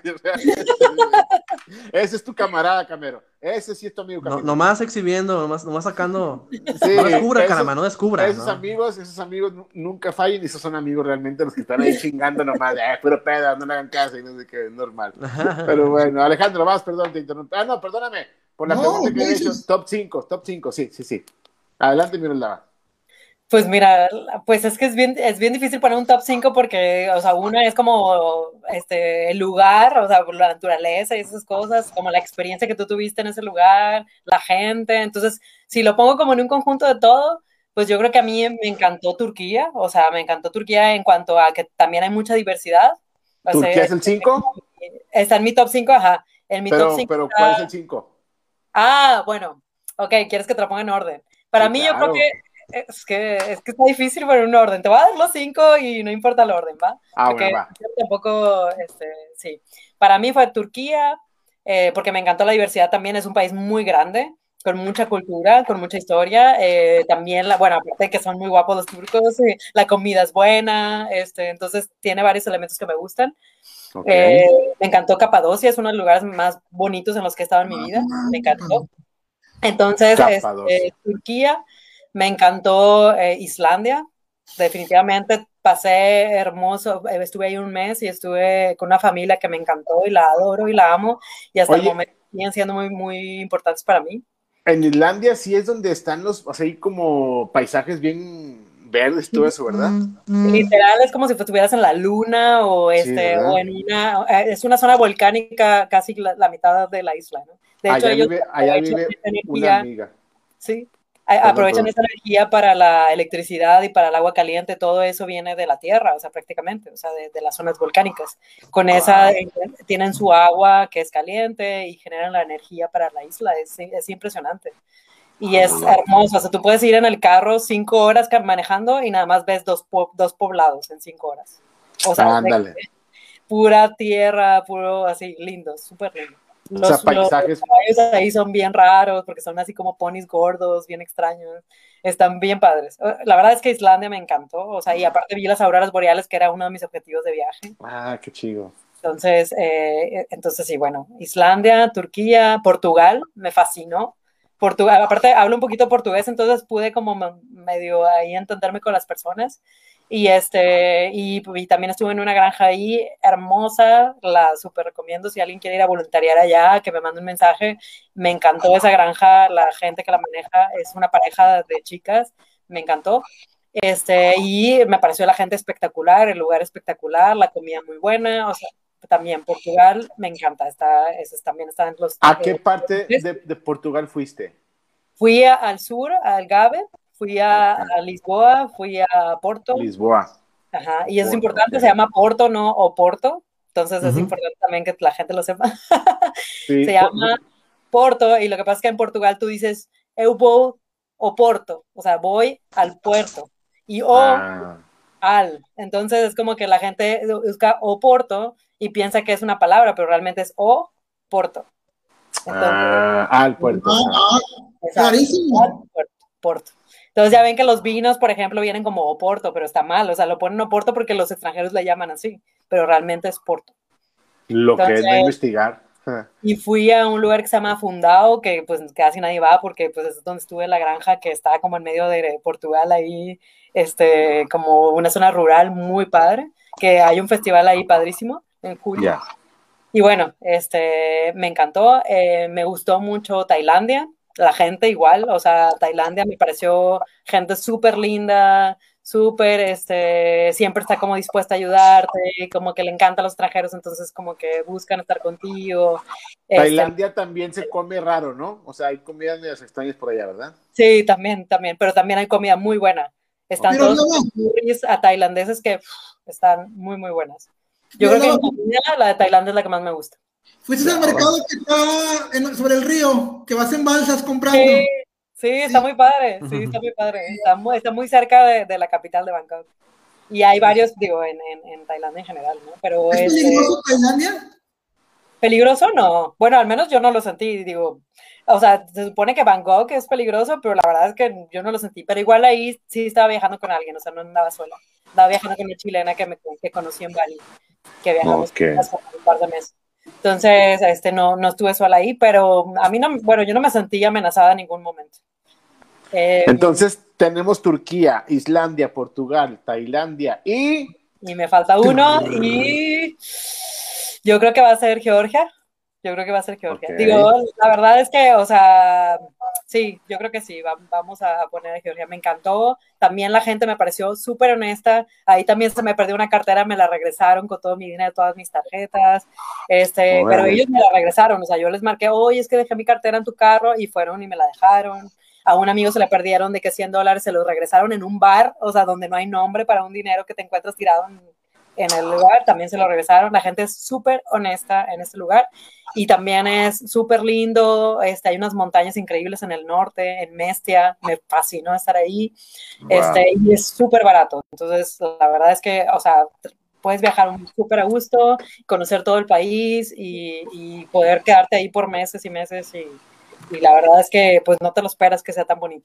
Speaker 1: Ese es tu camarada, Camero. Ese sí es tu amigo, Camero.
Speaker 4: No, nomás exhibiendo, nomás, nomás sacando. Sí, no descubra, caramba, no descubra.
Speaker 1: Esos ¿no? amigos, esos amigos nunca fallan y esos son amigos realmente los que están ahí chingando nomás. Eh, pero peda, no le hagan caso y no sé qué, es normal. Pero bueno, Alejandro, vas, perdón, te interrumpí. Ah, no, perdóname por la no, pregunta que he hecho. Top cinco, top cinco, sí, sí, sí. Adelante, Miroslava.
Speaker 3: Pues mira, pues es que es bien, es bien difícil poner un top cinco porque, o sea, una es como este, el lugar, o sea, la naturaleza y esas cosas, como la experiencia que tú tuviste en ese lugar, la gente. Entonces, si lo pongo como en un conjunto de todo, pues yo creo que a mí me encantó Turquía, o sea, me encantó Turquía en cuanto a que también hay mucha diversidad. O
Speaker 1: ¿Turquía
Speaker 3: sea,
Speaker 1: es el cinco?
Speaker 3: Está en mi top cinco, ajá. En mi
Speaker 1: pero,
Speaker 3: top cinco
Speaker 1: pero
Speaker 3: está...
Speaker 1: ¿cuál es el cinco?
Speaker 3: Ah, bueno, ok, quieres que te lo ponga en orden. Para sí, mí claro. Yo creo que Es que, es que está difícil poner un orden. Te voy a dar los cinco y no importa el orden, ¿va?
Speaker 1: Ah,
Speaker 3: porque
Speaker 1: bueno, va.
Speaker 3: Tampoco, este, sí. Para mí fue Turquía, eh, porque me encantó la diversidad también. Es un país muy grande, con mucha cultura, con mucha historia. Eh, también, la, bueno, aparte de que son muy guapos los turcos, eh, la comida es buena, este, entonces tiene varios elementos que me gustan. Okay. Eh, me encantó Capadocia, es uno de los lugares más bonitos en los que he estado en mi vida. Me encantó. Entonces, este, Turquía. Me encantó eh, Islandia, definitivamente pasé hermoso, estuve ahí un mes y estuve con una familia que me encantó y la adoro y la amo y hasta Oye, el momento siguen siendo muy, muy importantes para mí.
Speaker 1: En Islandia sí es donde están los, o sea, hay como paisajes bien verdes, todo eso, ¿verdad?
Speaker 3: Literal, es como si estuvieras en la luna o, este, sí, o en una, es una zona volcánica casi la, la mitad de la isla, ¿no? De
Speaker 1: allá
Speaker 3: hecho, ellos,
Speaker 1: vive, allá
Speaker 3: de hecho,
Speaker 1: vive una amiga.
Speaker 3: Sí. A-
Speaker 1: Perdón,
Speaker 3: Aprovechan
Speaker 1: perdón.
Speaker 3: esa energía para la electricidad y para el agua caliente, todo eso viene de la tierra, o sea, prácticamente, o sea, de, de las zonas volcánicas. Con esa
Speaker 1: Wow.
Speaker 3: eh, tienen su agua que es caliente y generan la energía para la isla, es, es impresionante. Y
Speaker 1: Qué
Speaker 3: es
Speaker 1: loco.
Speaker 3: hermoso, o sea, tú puedes ir en el carro cinco horas ca- manejando y nada más ves dos, po- dos poblados en cinco horas. O sea, de
Speaker 1: Ándale.
Speaker 3: pura tierra, puro así, lindo, súper lindo.
Speaker 1: O sea,
Speaker 3: Los, los
Speaker 1: paisajes.
Speaker 3: caballos ahí son bien raros porque son así como ponis gordos, bien extraños. Están bien padres. La verdad es que Islandia me encantó, o sea, y aparte vi las auroras boreales, que era uno de mis objetivos de viaje.
Speaker 1: Ah, qué chido.
Speaker 3: Entonces, eh, entonces sí, bueno, Islandia, Turquía, Portugal, me fascinó. Portugal, aparte hablo un poquito portugués, entonces pude como me- medio ahí entenderme con las personas. Y este, y, y también estuve en una granja ahí hermosa, la súper recomiendo si alguien quiere ir a voluntariar allá, que me mande un mensaje. Me encantó esa granja, la gente que la maneja es una pareja de chicas, me encantó. Este, y me pareció la gente espectacular, el lugar espectacular, la comida muy buena, o sea, también Portugal me encanta, está, esos también están en los...
Speaker 1: ¿A qué
Speaker 3: Eh,
Speaker 1: parte de, de Portugal fuiste?
Speaker 3: fui a, al sur, a Algarve, fui a,
Speaker 1: Ok.
Speaker 3: a Lisboa, fui a Porto,
Speaker 1: Lisboa.
Speaker 3: ajá, y eso es
Speaker 1: Porto, ok.
Speaker 3: importante, se llama Porto, no Oporto, entonces es
Speaker 4: Ujú.
Speaker 3: importante también que la gente lo sepa.
Speaker 1: Sí,
Speaker 3: Se
Speaker 1: por-
Speaker 3: llama Porto, y lo que pasa es que en Portugal tú dices eu vou ao Porto, o sea, voy al puerto, y o
Speaker 1: ah,
Speaker 3: al. Entonces es como que la gente busca Oporto y piensa que es una palabra, pero realmente es O Porto. Entonces,
Speaker 1: ah, ah, el puerto.
Speaker 2: Ah,
Speaker 1: Ah,
Speaker 2: ah,
Speaker 3: exacto. Al
Speaker 2: clarísimo.
Speaker 3: Puerto, Porto. Entonces ya ven que los vinos, por ejemplo, vienen como Oporto, pero está mal. O sea, lo ponen Oporto porque los extranjeros le llaman así, pero realmente es Porto.
Speaker 1: lo que es no
Speaker 3: Entonces,
Speaker 1: investigar. Ah,
Speaker 3: y fui a un lugar que se llama Fundao, que pues casi nadie va porque pues es donde estuve en la granja que está como en medio de Portugal ahí, este, como una zona rural muy padre, que hay un festival ahí padrísimo en julio.
Speaker 1: ya.
Speaker 3: Y bueno, este, me encantó, eh, me gustó mucho Tailandia, la gente igual, o sea, Tailandia me pareció gente súper linda, súper, este, siempre está como dispuesta a ayudarte, como que le encanta a los extranjeros, entonces como que buscan estar contigo. Este,
Speaker 1: Tailandia también se come raro, ¿no? O sea, hay comidas medias extrañas por allá, ¿verdad?
Speaker 3: sí, también, también, pero también hay comida muy buena. Están
Speaker 1: Ok.
Speaker 2: Pero
Speaker 3: todos
Speaker 2: luego,
Speaker 3: los curries a tailandeses que uf, están muy, muy buenas. Yo
Speaker 2: pero
Speaker 3: creo que en
Speaker 2: luego,
Speaker 3: comida la de Tailandia es la que más me gusta.
Speaker 2: fuiste al
Speaker 1: Ya.
Speaker 2: mercado que está en- sobre el río, que vas en balsas comprando.
Speaker 3: Sí, sí, está
Speaker 2: Sí,
Speaker 3: muy padre, sí, está
Speaker 4: Ujú.
Speaker 3: muy padre. Está muy, está muy cerca de, de la capital de Bangkok. Y hay varios, digo, en, en, en Tailandia en general, ¿no? Pero
Speaker 2: ¿es
Speaker 3: este,
Speaker 2: peligroso Tailandia?
Speaker 3: peligroso no. Bueno, al menos yo no lo sentí, digo. O sea, se supone que Bangkok es peligroso, pero la verdad es que yo no lo sentí. Pero igual ahí sí estaba viajando con alguien, o sea, no andaba sola. Andaba viajando con una chilena que, me, que conocí en Bali, que viajamos
Speaker 1: Ok.
Speaker 3: hace un par de meses. Entonces, este, no, no estuve sola ahí, pero a mí no, bueno, yo no me sentí amenazada en ningún momento. Eh,
Speaker 1: Entonces tenemos Turquía, Islandia, Portugal, Tailandia y
Speaker 3: y me falta uno y yo creo que va a ser Georgia. Yo creo que va a ser
Speaker 1: ok.
Speaker 3: Georgia. Digo, la verdad es que, o sea, sí, yo creo que sí, va, vamos a poner a Georgia. Me encantó. También la gente me pareció súper honesta. Ahí también se me perdió una cartera, me la regresaron con todo mi dinero, todas mis tarjetas. Este, pero
Speaker 1: Órale.
Speaker 3: ellos me la regresaron. O sea, yo les marqué, oye, es que dejé mi cartera en tu carro y fueron y me la dejaron. A un amigo se le perdieron de que cien dólares se los regresaron en un bar, o sea, donde no hay nombre para un dinero que te encuentras tirado en, en el lugar, también se lo regresaron. La gente es súper honesta en este lugar y también es súper lindo. Este, hay unas montañas increíbles en el norte, en Mestia, me fascinó estar ahí.
Speaker 1: Wow.
Speaker 3: Este, y es súper barato. Entonces, la verdad es que, o sea, puedes viajar súper a gusto, conocer todo el país y, y poder quedarte ahí por meses y meses y y la verdad es que pues no te lo esperas que sea tan bonito.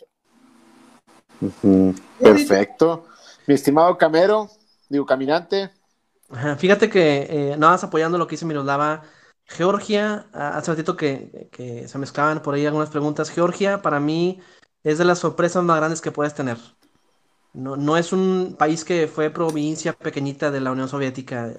Speaker 1: Uh-huh. Perfecto. Mi estimado Camero, digo, caminante.
Speaker 4: Ajá, fíjate que eh, nada más apoyando lo que dice Miroslava, Georgia, ah, hace ratito que, que se mezclaban por ahí algunas preguntas. Georgia para mí es de las sorpresas más grandes que puedes tener. No, no es un país que fue provincia pequeñita de la Unión Soviética.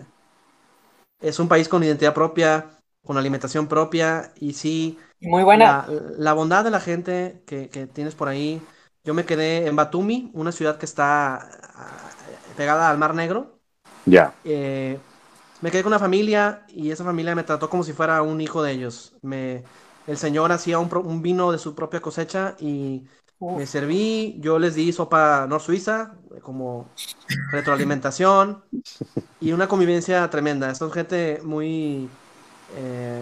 Speaker 4: Es un país con identidad propia, con alimentación propia y sí,
Speaker 3: Muy buena.
Speaker 4: la, la bondad de la gente que, que tienes por ahí. Yo me quedé en Batumi, una ciudad que está ah, pegada al Mar Negro.
Speaker 1: Ya.
Speaker 4: Eh, me quedé con una familia y esa familia me trató como si fuera un hijo de ellos. Me, el señor hacía un, pro- un vino de su propia cosecha y
Speaker 3: Uf.
Speaker 4: Me serví, yo les di sopa Nor Suiza, como retroalimentación y una convivencia tremenda. Son gente muy, eh,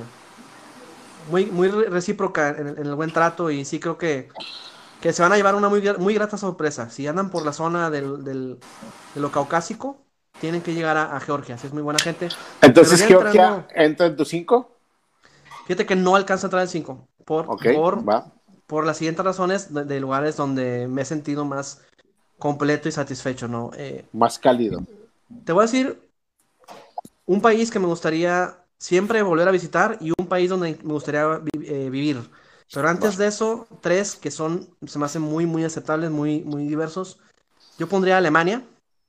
Speaker 4: muy, muy re- recíproca en, el en el buen trato y sí creo que, que se van a llevar una muy, gra- muy grata sorpresa. Si andan por la zona del, del- de lo caucásico, tienen que llegar a, a Georgia, si es muy buena gente. Pero
Speaker 1: Entonces,
Speaker 4: ya
Speaker 1: Georgia
Speaker 4: entrando,
Speaker 1: entra en tu cinco.
Speaker 4: fíjate que no alcanza a entrar en cinco por,
Speaker 1: Ok,
Speaker 4: por,
Speaker 1: va.
Speaker 4: por las siguientes razones de, de lugares donde me he sentido más completo y satisfecho, ¿no? Eh,
Speaker 1: Más cálido.
Speaker 4: te voy a decir un país que me gustaría siempre volver a visitar y un país donde me gustaría vi- eh, vivir. Pero
Speaker 1: Va.
Speaker 4: antes de eso, tres que son, se me hacen muy, muy aceptables, muy, muy diversos. Yo pondría Alemania.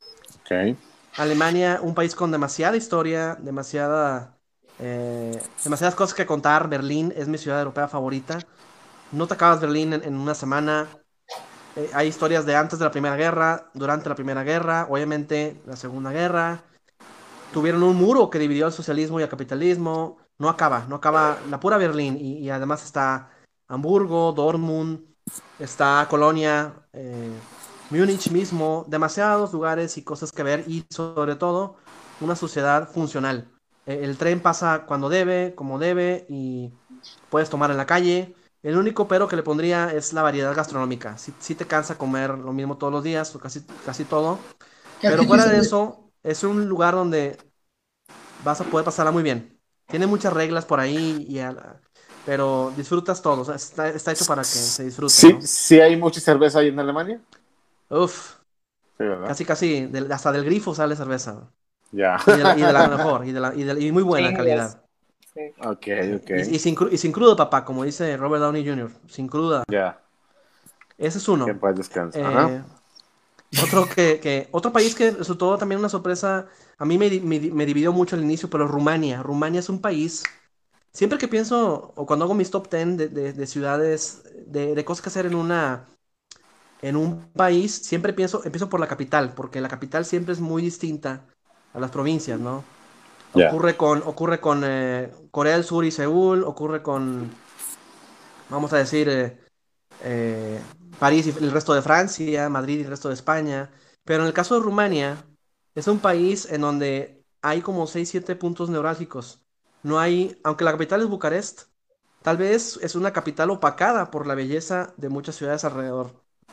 Speaker 1: Ok.
Speaker 4: Alemania, un país con demasiada historia, demasiada, eh, demasiadas cosas que contar. Berlín es mi ciudad europea favorita. No te acabas Berlín en, en una semana. Eh, hay historias de antes de la Primera Guerra, durante la Primera Guerra, obviamente la Segunda Guerra. Tuvieron un muro que dividió al socialismo y al capitalismo. No acaba, no acaba la pura Berlín. Y, y además está Hamburgo, Dortmund, está Colonia, eh, Múnich mismo. Demasiados lugares y cosas que ver y sobre todo una sociedad funcional. Eh, el tren pasa cuando debe, como debe y puedes tomar en la calle. El único pero que le pondría es la variedad gastronómica. Si, si te cansa comer lo mismo todos los días o casi, casi todo.
Speaker 2: Que
Speaker 4: Pero
Speaker 2: aquí
Speaker 4: fuera de
Speaker 2: quise-
Speaker 4: eso, es un lugar donde vas a poder pasarla muy bien. Tiene muchas reglas por ahí, y a- pero disfrutas todo. O sea, está, está hecho para que se disfrute,
Speaker 1: Sí,
Speaker 4: ¿no?
Speaker 1: sí hay mucha cerveza ahí en Alemania.
Speaker 4: Uf,
Speaker 1: Sí, ¿verdad?
Speaker 4: casi, casi, del- hasta del grifo sale cerveza.
Speaker 1: Ya.
Speaker 4: Y de la, y de la mejor, y, de la, y, de- y muy buena
Speaker 3: Chingues.
Speaker 4: calidad.
Speaker 3: Sí.
Speaker 1: Ok,
Speaker 4: Eh,
Speaker 1: ok.
Speaker 4: y, y sin, cru- y sin crudo, papá, como dice Robert Downey junior Sin cruda.
Speaker 1: Ya.
Speaker 4: Ese es
Speaker 1: Que en
Speaker 4: uno.
Speaker 1: paz descanse. Ajá.
Speaker 4: Eh, otro que, que, otro país que resultó también una sorpresa. A mí me, di- me di- me dividió mucho al inicio, pero Rumania. Rumania es un país. Siempre que pienso, o cuando hago mis top ten de, de- de ciudades, de, de cosas que hacer en una, en un país, siempre pienso, empiezo por la capital, porque la capital siempre es muy distinta a las provincias, ¿no?
Speaker 1: Ya.
Speaker 4: Ocurre con, ocurre con eh, Corea del Sur y Seúl, ocurre con, vamos a decir, eh, eh, París y el resto de Francia, Madrid y el resto de España. Pero en el caso de Rumania, es un país en donde hay como seis siete puntos neurálgicos. No hay, aunque la capital es Bucarest, tal vez es una capital opacada por la belleza de muchas ciudades alrededor.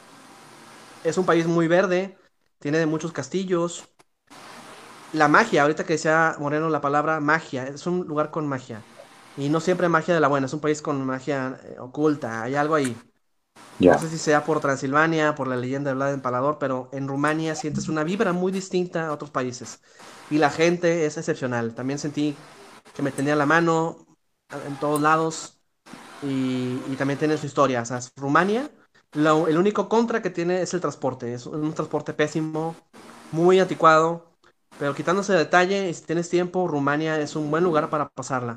Speaker 4: Es un país muy verde, tiene muchos castillos. La magia, ahorita que decía Moreno la palabra magia, es un lugar con magia. Y no siempre magia de la buena, es un país con magia eh, oculta, hay algo ahí. No
Speaker 1: Ya.
Speaker 4: sé si sea por Transilvania, por la leyenda de Vlad el Empalador, pero en Rumania sientes una vibra muy distinta a otros países. Y la gente es excepcional. También sentí que me tenía la mano en todos lados y, y también tiene su historia. O sea, es Rumania, lo- el único contra que tiene es el transporte. Es un transporte pésimo, muy anticuado, pero quitándose de detalle, y si tienes tiempo, Rumania es un buen lugar para pasarla.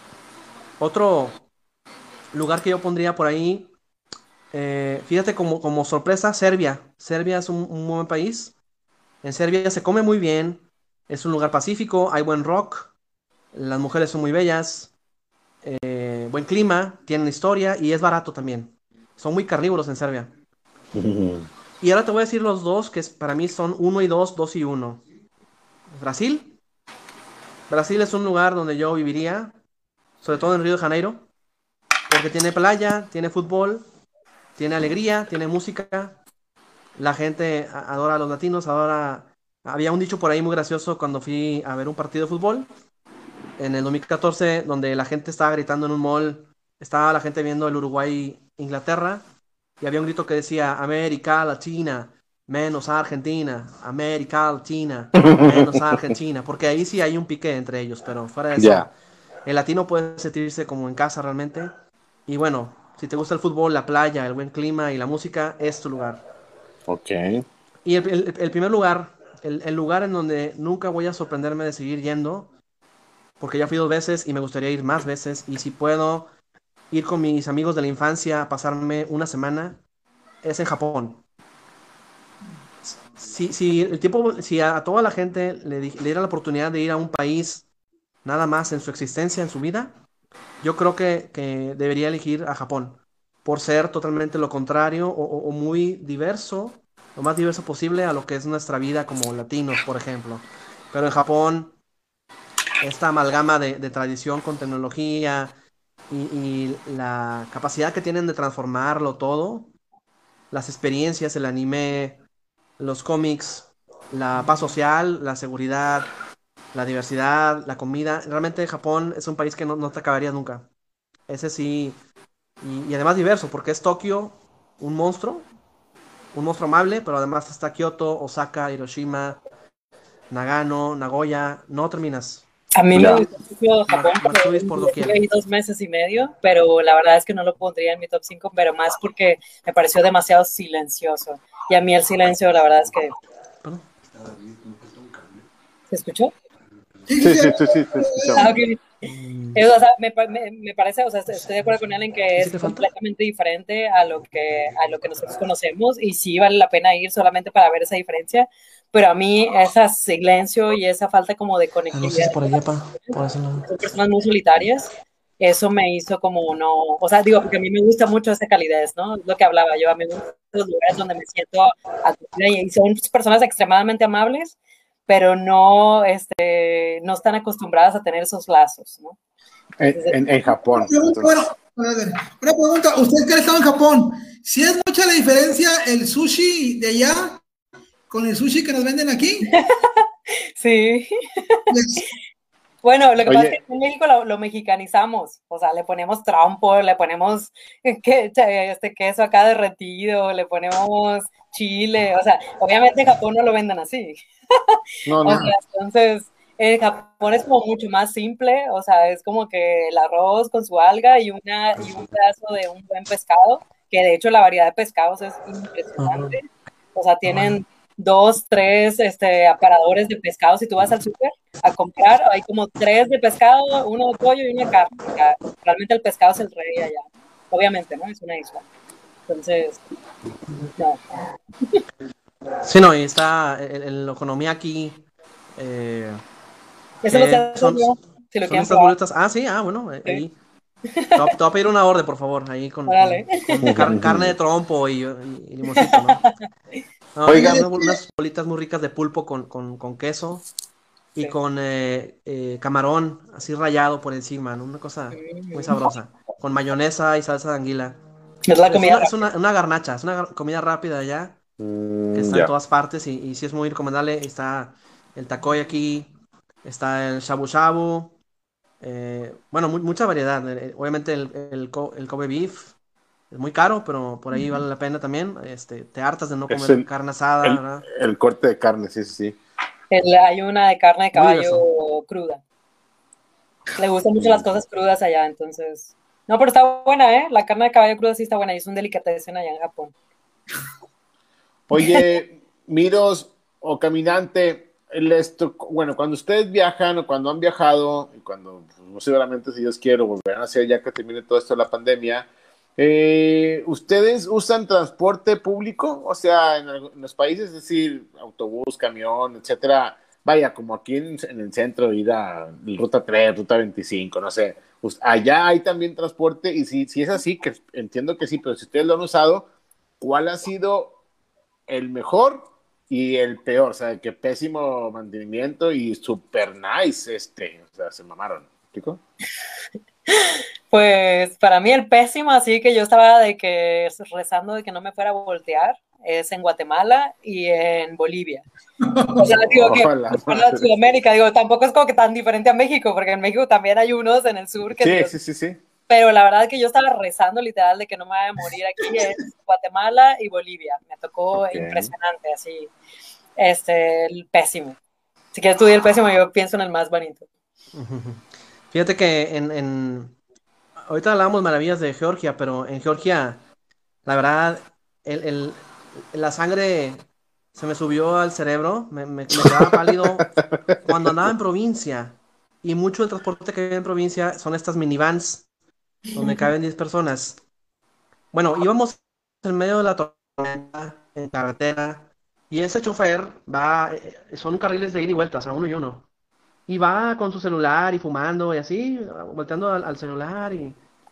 Speaker 4: Otro lugar que yo pondría por ahí. Eh, fíjate como, como sorpresa, Serbia. Serbia es un, un buen país. En Serbia se come muy bien. Es un lugar pacífico, hay buen rock. Las mujeres son muy bellas. Eh, buen clima, tienen historia y es barato también. Son muy carnívoros en Serbia. Y ahora te voy a decir los dos que es- para mí son uno y dos, dos y uno. Brasil. Brasil es un lugar donde yo viviría, sobre todo en Río de Janeiro, porque tiene playa, tiene fútbol, tiene alegría, tiene música. La gente a- adora a los latinos, adora... Había un dicho por ahí muy gracioso cuando fui a ver un partido de fútbol en el dos mil catorce, donde la gente estaba gritando en un mall, estaba la gente viendo el Uruguay-Inglaterra, y había un grito que decía, América Latina, menos Argentina, América Latina, menos Argentina, porque ahí sí hay un pique entre ellos, pero fuera de eso,
Speaker 1: Ya.
Speaker 4: el latino puede sentirse como en casa realmente, y bueno, si te gusta el fútbol, la playa, el buen clima y la música, es tu lugar.
Speaker 1: Ok.
Speaker 4: Y el, el- el primer lugar, el, el lugar en donde nunca voy a sorprenderme de seguir yendo, porque ya fui dos veces y me gustaría ir más veces, y si puedo ir con mis amigos de la infancia a pasarme una semana, es en Japón. Si, si el tiempo, si a, a toda la gente le, di- le diera la oportunidad de ir a un país nada más en su existencia, en su vida, yo creo que, que debería elegir a Japón, por ser totalmente lo contrario o, o- o muy diverso, lo más diverso posible a lo que es nuestra vida como latinos, por ejemplo. Pero en Japón, esta amalgama de, de tradición con tecnología y, y la capacidad que tienen de transformarlo todo, las experiencias, el anime, los cómics, la paz social, la seguridad, la diversidad, la comida. Realmente Japón es un país que no, no te acabarías nunca. Ese sí, y, y además diverso, porque es Tokio, un monstruo, un monstruo amable, pero además está Kioto, Osaka, Hiroshima, Nagano, Nagoya. No terminas.
Speaker 3: A mí me
Speaker 1: Ya.
Speaker 3: gustó mucho
Speaker 4: Ma-
Speaker 3: Japón, pero
Speaker 4: Matsuris por
Speaker 3: estuve
Speaker 4: doquier.
Speaker 3: ahí dos meses y medio, pero la verdad es que no lo pondría en mi top cinco, pero más porque me pareció demasiado silencioso. Y a mí el silencio, la verdad es que...
Speaker 4: Perdón.
Speaker 3: ¿Se escuchó?
Speaker 2: Sí, sí,
Speaker 1: Sí,
Speaker 2: sí.
Speaker 1: sí, sí, sí, te
Speaker 3: Ah,
Speaker 1: escuchamos.
Speaker 3: ok.
Speaker 4: Mm,
Speaker 3: Eh, O sea, me, pa- me- me parece, o sea, estoy de acuerdo con él en que
Speaker 4: ¿Qué sí
Speaker 3: es
Speaker 4: te falta?
Speaker 3: completamente diferente a lo que, a lo que nosotros conocemos y sí vale la pena ir solamente para ver esa diferencia, pero a mí ese silencio y esa falta como de
Speaker 4: Ah, no sé
Speaker 3: conectividad
Speaker 4: si por
Speaker 3: con
Speaker 4: allá,
Speaker 3: las
Speaker 4: pa. Por
Speaker 3: personas,
Speaker 4: ese lado.
Speaker 3: son personas muy solitarias, eso me hizo como no, o sea, digo, porque a mí me gusta mucho esa calidez, ¿no? Es lo que hablaba yo, a mí me gustan los lugares donde me siento acogida y son personas extremadamente amables, pero no, este, no están acostumbradas a tener esos lazos, ¿no?
Speaker 1: En,
Speaker 3: Entonces,
Speaker 1: en, en
Speaker 2: Una
Speaker 1: Japón,
Speaker 2: pregunta, bueno,
Speaker 1: entonces.
Speaker 2: a ver, una pregunta, usted que ha estado en Japón, ¿si es mucha la diferencia el sushi de allá con el sushi que nos venden aquí?
Speaker 3: sí.
Speaker 2: Pues,
Speaker 3: Bueno, lo que pasa es
Speaker 1: Oye,
Speaker 3: que en México lo, lo mexicanizamos, o sea, le ponemos trompo, le ponemos eh, que, este queso acá derretido, le ponemos chile, o sea, obviamente en Japón no lo venden así,
Speaker 1: no,
Speaker 3: o
Speaker 1: no.
Speaker 3: sea, entonces en Japón es como mucho más simple, o sea, es como que el arroz con su alga y, una, y un pedazo de un buen pescado, que de hecho la variedad de pescados es
Speaker 4: Ajá.
Speaker 3: impresionante, o sea, tienen dos, tres este, aparadores de pescado. Si tú vas al súper a comprar, hay como tres de pescado, uno de pollo y una de carne. O sea, realmente el pescado es el rey allá. Obviamente, ¿no? Es una isla. Entonces, no.
Speaker 4: Sí, no, y está el, el okonomiyaki, eh,
Speaker 3: Eso lo sé
Speaker 4: que
Speaker 3: hacer
Speaker 4: son,
Speaker 3: yo, si lo
Speaker 4: son
Speaker 3: quieren
Speaker 4: estas
Speaker 3: probar.
Speaker 4: boletas. Ah, sí, ah, bueno, eh,
Speaker 3: Sí.
Speaker 4: ahí. Te voy, a te voy a pedir una orden, por favor, ahí con,
Speaker 3: Órale.
Speaker 4: con, con car- carne de trompo y, y- y limoncito, ¿no? No, hay
Speaker 1: Oigan,
Speaker 4: unas, unas bolitas muy ricas de pulpo con, con, con queso y
Speaker 3: Sí.
Speaker 4: con eh, eh, camarón así rayado por encima, ¿no? Una cosa muy
Speaker 3: Mm.
Speaker 4: sabrosa. Con mayonesa y salsa de anguila.
Speaker 3: Es la
Speaker 4: Es
Speaker 3: comida
Speaker 4: una, es
Speaker 3: rápida.
Speaker 4: una, una garnacha, es una gar- comida rápida ya, que
Speaker 1: mm,
Speaker 4: está en
Speaker 1: ya.
Speaker 4: todas partes y, y sí es muy recomendable. Está el takoyaki, está el shabu shabu, eh, bueno, mu- mucha variedad. Eh, Obviamente el, el, co- el Kobe beef es muy caro, pero por ahí vale la pena también. Este, te hartas de no
Speaker 1: Es
Speaker 4: comer
Speaker 1: el,
Speaker 4: carne asada,
Speaker 1: el,
Speaker 4: ¿verdad?
Speaker 1: el corte de carne, sí, sí, sí.
Speaker 3: El- hay una de carne de
Speaker 4: Muy
Speaker 3: caballo
Speaker 4: diverso.
Speaker 3: cruda. Le gustan mucho las
Speaker 1: Mm.
Speaker 3: cosas crudas allá, entonces. No, pero está buena, ¿eh? La carne de caballo cruda sí está buena y es un delicatessen allá en Japón.
Speaker 1: Oye, Miros o Caminante, el esto, bueno, cuando ustedes viajan o cuando han viajado, y cuando pues, seguramente, si Dios quiere, volverán a hacer ya que termine todo esto de la pandemia, eh, ¿ustedes usan transporte público? O sea, en, algo- en los países, es decir, autobús, camión, etcétera. Vaya, como aquí en, en el centro, ir a Ruta tres, Ruta veinticinco, no sé. Pues, allá hay también transporte y si, si es así, que entiendo que sí, pero si ustedes lo han usado, ¿cuál ha sido el mejor y el peor? O sea, que pésimo mantenimiento y super nice, este, o sea, se mamaron, ¿chico?
Speaker 3: Pues para mí el pésimo, así que yo estaba de que rezando de que no me fuera a voltear, es en Guatemala y en Bolivia. O sea, digo que
Speaker 1: Oh, la
Speaker 3: pues, para
Speaker 1: madre.
Speaker 3: Sudamérica, digo, tampoco es como que tan diferente a México, porque en México también hay unos en el sur que
Speaker 1: Sí,
Speaker 3: Dios,
Speaker 1: sí, sí, sí.
Speaker 3: pero la verdad es que yo estaba rezando literal de que no me vaya a morir aquí es Guatemala y Bolivia. Me tocó
Speaker 1: Ok.
Speaker 3: impresionante, así, este, el pésimo. Si quieres estudiar el pésimo, yo pienso en el más bonito.
Speaker 4: Fíjate que en, en... Ahorita hablábamos maravillas de Georgia, pero en Georgia, la verdad, el, el- la sangre se me subió al cerebro, me, me- me quedaba pálido cuando andaba en provincia. Y mucho del transporte que hay en provincia son estas minivans donde caben diez personas. Bueno, íbamos en medio de la tormenta, en carretera, y ese chofer va, eh, son carriles de ida y vuelta, o sea, uno y uno. Y va con su celular y fumando y así, volteando al, al celular y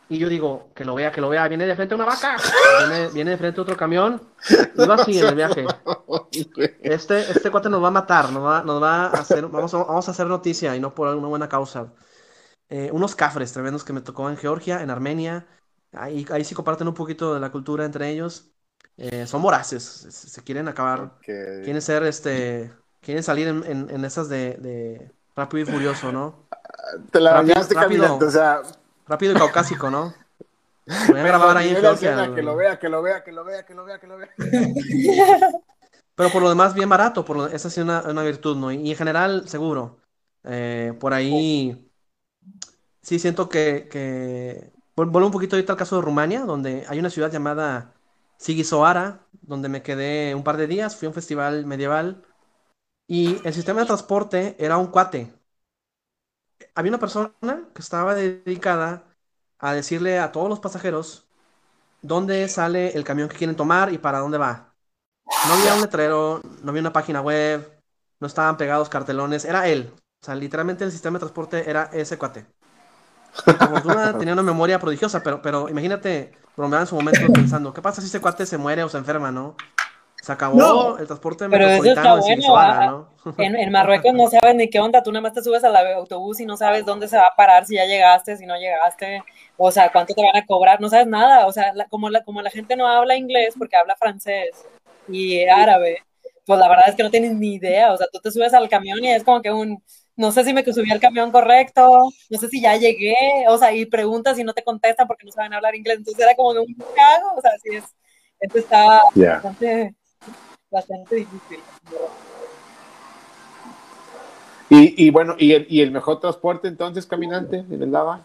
Speaker 4: Y yo digo, que lo vea, que lo vea, viene de frente una vaca, viene, viene de frente otro camión, y va así en el viaje. Este, este cuate nos va a matar, nos va, nos va a hacer, vamos, a- vamos a hacer noticia y no por una buena causa. Eh, unos cafres tremendos que me tocó en Georgia, en Armenia, ahí, ahí sí comparten un poquito de la cultura entre ellos. Eh, son voraces, se, se quieren acabar,
Speaker 1: Ok.
Speaker 4: quieren ser, este, quieren salir en, en, en esas de, de Rápido y Furioso, ¿no?
Speaker 1: Te la
Speaker 4: Rápido,
Speaker 1: bañaste, caminante, o
Speaker 4: rápido,
Speaker 1: sea,
Speaker 4: rápido y caucásico, ¿no? Voy a
Speaker 1: pero
Speaker 4: grabar ahí en
Speaker 1: nivel de
Speaker 4: Georgia.
Speaker 1: escena, que lo
Speaker 4: el-
Speaker 1: vea, que lo vea, que lo vea, que lo vea, que lo vea.
Speaker 4: Pero por lo demás, bien barato. Por lo... Esa sí es una, una virtud, ¿no? Y en general, seguro. Eh, por ahí sí siento que, que... Vol- Vuelvo un poquito ahorita al caso de Rumania, donde hay una ciudad llamada Sighisoara, donde me quedé un par de días. Fui a un festival medieval. Y el sistema de transporte era un cuate. Había una persona que estaba dedicada a decirle a todos los pasajeros dónde sale el camión que quieren tomar y para dónde va. No había un letrero, no había una página web, no estaban pegados cartelones, era él. O sea, literalmente el sistema de transporte era ese cuate. Y por fortuna tenía una memoria prodigiosa, pero, pero imagínate bromear en su momento pensando, ¿qué pasa si ese cuate se muere o se enferma, no? Se acabó
Speaker 2: No,
Speaker 4: el transporte
Speaker 3: Pero eso está
Speaker 4: metropolitano de
Speaker 3: bueno. a-
Speaker 4: Sigisoara,
Speaker 3: a-
Speaker 4: ¿no?
Speaker 3: En, en Marruecos no sabes ni qué onda, tú nada más te subes al autobús y no sabes dónde se va a parar, si ya llegaste, si no llegaste, o sea, cuánto te van a cobrar, no sabes nada, o sea, la- como, la, como la gente no habla inglés porque habla francés y árabe, pues la verdad es que no tienes ni idea, o sea, tú te subes al camión y es como que un, no sé si me subí al camión correcto, no sé si ya llegué, o sea, y preguntas y no te contestan porque no saben hablar inglés, entonces era como de un cago, o sea, sí es, esto está
Speaker 1: Ya.
Speaker 3: bastante, bastante difícil.
Speaker 1: Y, y bueno, ¿y el, y el mejor transporte entonces, caminante, en el lava?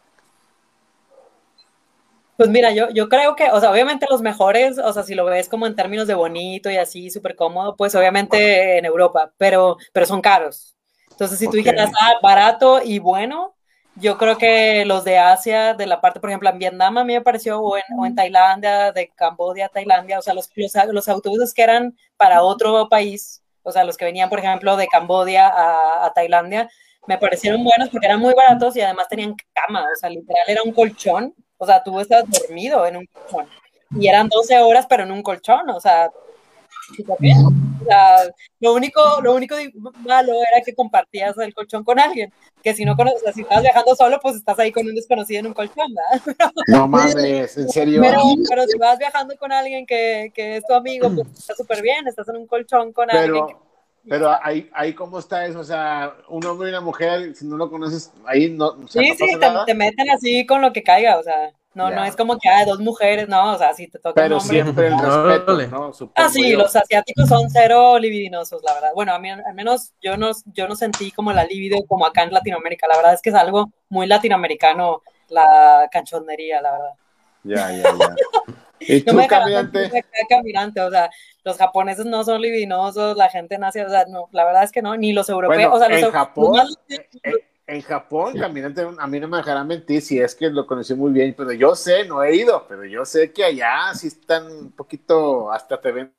Speaker 3: Pues mira, yo, yo creo que, o sea, obviamente los mejores, o sea, si lo ves como en términos de bonito y así, súper cómodo, pues obviamente en Europa, pero, pero son caros. Entonces, si tú
Speaker 1: Ok.
Speaker 3: dijeras, ah, barato y bueno, yo creo que los de Asia, de la parte, por ejemplo, en Vietnam a mí me pareció, o en, o en Tailandia, de Camboya a Tailandia, o sea, los, los, los autobuses que eran para otro país, o sea, los que venían, por ejemplo, de Camboya a, a Tailandia, me parecieron buenos porque eran muy baratos y además tenían cama, o sea, literal era un colchón, o sea, tú estabas dormido en un colchón y eran doce horas, pero en un colchón, o sea, súper bien. O sea, lo único, lo único malo era que compartías el colchón con alguien, que si no conoces, o sea, si estás viajando solo, pues estás ahí con un desconocido en un colchón, ¿verdad?
Speaker 1: No mames, ¿en serio?
Speaker 3: Pero, pero si vas viajando con alguien que, que es tu amigo, pues está súper bien, estás en un colchón con alguien que...
Speaker 1: Pero, pero ahí, ahí ¿cómo está eso? O sea, un hombre y una mujer, si no lo conoces, ahí no, o sea,
Speaker 3: Sí,
Speaker 1: no
Speaker 3: sí,
Speaker 1: pasa
Speaker 3: te, te
Speaker 1: nada.
Speaker 3: meten así con lo que caiga, o sea, no, no es
Speaker 1: Ya.
Speaker 3: como que hay dos mujeres, no, o sea, si te toca un
Speaker 1: Pero
Speaker 3: hombre,
Speaker 1: siempre el respeto,
Speaker 4: Órale.
Speaker 1: ¿no?
Speaker 3: ah,
Speaker 1: Supongo
Speaker 3: sí,
Speaker 1: yo.
Speaker 3: los asiáticos son cero libidinosos, la verdad. Bueno, a mí al menos yo no, yo no sentí como la libido como acá en Latinoamérica. La verdad es que es algo muy latinoamericano la cachondería, la verdad.
Speaker 1: Ya, ya, ya. ¿Y
Speaker 3: No me
Speaker 1: tú,
Speaker 3: dejarás mentir
Speaker 1: caminante?
Speaker 3: de acá caminante, o sea, los japoneses no son libidinosos, la gente en Asia, o sea, no, la verdad es que no, ni los europeos,
Speaker 1: Bueno,
Speaker 3: o sea, los,
Speaker 1: en
Speaker 3: eu- los más...
Speaker 1: Japón, eh, eh, en Japón, caminante, a mí no me dejarán mentir si es que lo conocí muy bien, pero yo sé, no he ido, pero yo sé que allá sí están un poquito, hasta te venden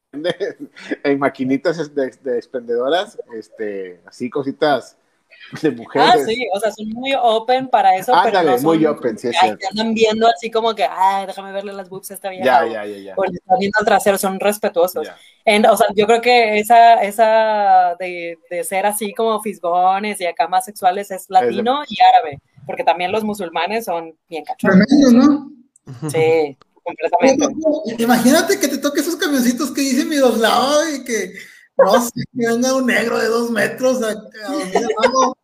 Speaker 1: en maquinitas de, de expendedoras, este, así cositas de
Speaker 3: Ah,
Speaker 1: mujeres.
Speaker 3: sí, o sea, son muy open para eso, pero no
Speaker 1: Ándale, muy
Speaker 3: son
Speaker 1: open,
Speaker 3: como
Speaker 1: sí
Speaker 3: que,
Speaker 1: es
Speaker 3: ay, te
Speaker 1: cierto.
Speaker 3: andan viendo así como que, ay, déjame verle las boobs a esta vieja,
Speaker 1: Ya,
Speaker 3: o,
Speaker 1: ya, ya, ya.
Speaker 3: o le están viendo el trasero, son respetuosos.
Speaker 1: Ya.
Speaker 3: En- o sea, yo creo que esa, esa de, de ser así como fisgones y acá más sexuales es
Speaker 1: Es de-
Speaker 3: latino y árabe, porque también los musulmanes son bien cachorros.
Speaker 2: Tremendo, ¿no?
Speaker 3: Sí, completamente.
Speaker 2: Imagínate que te toque esos camioncitos que dicen Miroslava y que no sé, que venga un negro de dos metros a, a dormir al lado.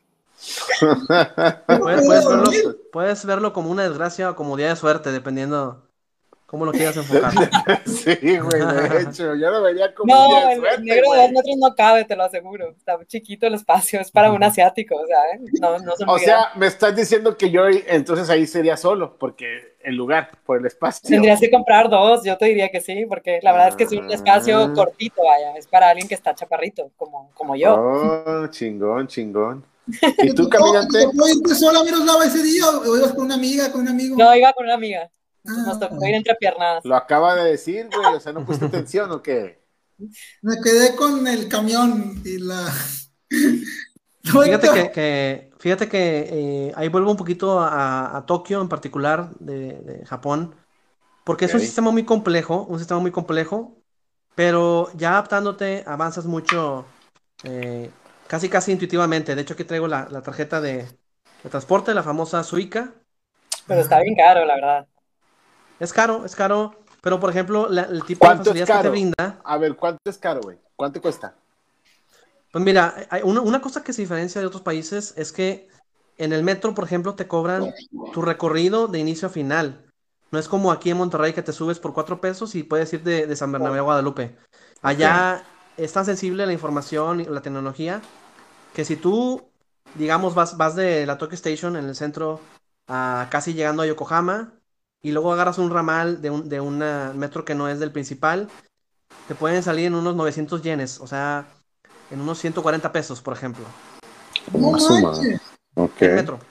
Speaker 2: No
Speaker 4: Puedes,
Speaker 2: puedo
Speaker 4: puedes verlo,
Speaker 2: dormir.
Speaker 4: puedes verlo como una desgracia o como día de suerte, dependiendo cómo lo quieras enfocar.
Speaker 1: Sí, güey, de hecho, yo lo vería como un día
Speaker 3: No,
Speaker 1: de
Speaker 3: el, el
Speaker 1: suerte,
Speaker 3: negro de dos
Speaker 1: güey.
Speaker 3: metros no cabe, te lo aseguro. Está muy chiquito el espacio, es para un asiático, o sea, ¿eh? no, no son
Speaker 1: O
Speaker 3: muy grandes.
Speaker 1: sea, me estás diciendo que yo entonces ahí sería solo, porque el lugar, por el espacio.
Speaker 3: Tendrías que comprar dos, yo te diría que sí, porque la verdad es que es un espacio
Speaker 1: Ah.
Speaker 3: cortito, vaya, es para alguien que está chaparrito, como, como yo.
Speaker 1: Oh, chingón, chingón.
Speaker 2: ¿Te
Speaker 1: ¿Y tú,
Speaker 2: tocó, te
Speaker 1: caminante?
Speaker 2: tocó irte sola a Miroslava ese día o, o ibas con una amiga, con un amigo?
Speaker 3: No, iba con una amiga,
Speaker 2: Ah,
Speaker 3: nos tocó ir entre piernas.
Speaker 1: Lo acaba de decir, güey, o sea, ¿no pusiste atención o qué?
Speaker 2: me quedé con el camión y la,
Speaker 4: Fíjate que, que- fíjate que eh, ahí vuelvo un poquito a, a Tokio en particular de, de Japón, porque es un
Speaker 1: Ok.
Speaker 4: sistema muy complejo, un sistema muy complejo, pero ya adaptándote avanzas mucho, eh, casi casi intuitivamente. De hecho, aquí traigo la, la tarjeta de, de transporte, la famosa Suica.
Speaker 3: Pero está bien caro, la verdad.
Speaker 4: Es caro, es caro, pero por ejemplo, la- el tipo de
Speaker 1: ¿Cuánto es
Speaker 4: facilidades que te
Speaker 1: caro?
Speaker 4: brinda.
Speaker 1: A ver, ¿cuánto es caro, güey? ¿Cuánto cuesta?
Speaker 4: Pues mira, hay una, una cosa que se diferencia de otros países es que en el metro, por ejemplo, te cobran tu recorrido de inicio a final. No es como aquí en Monterrey que te subes por cuatro pesos y puedes ir de, de San Bernabé a Guadalupe.
Speaker 1: Ok.
Speaker 4: Allá es tan sensible la información y la tecnología que si tú, digamos, vas, vas de la Tokyo Station en el centro a casi llegando a Yokohama y luego agarras un ramal de un de una metro que no es del principal, te pueden salir en unos novecientos yenes, o sea, en unos ciento cuarenta pesos, por ejemplo,
Speaker 2: No
Speaker 1: A su madre.
Speaker 2: manches.
Speaker 1: Ok.
Speaker 4: el metro.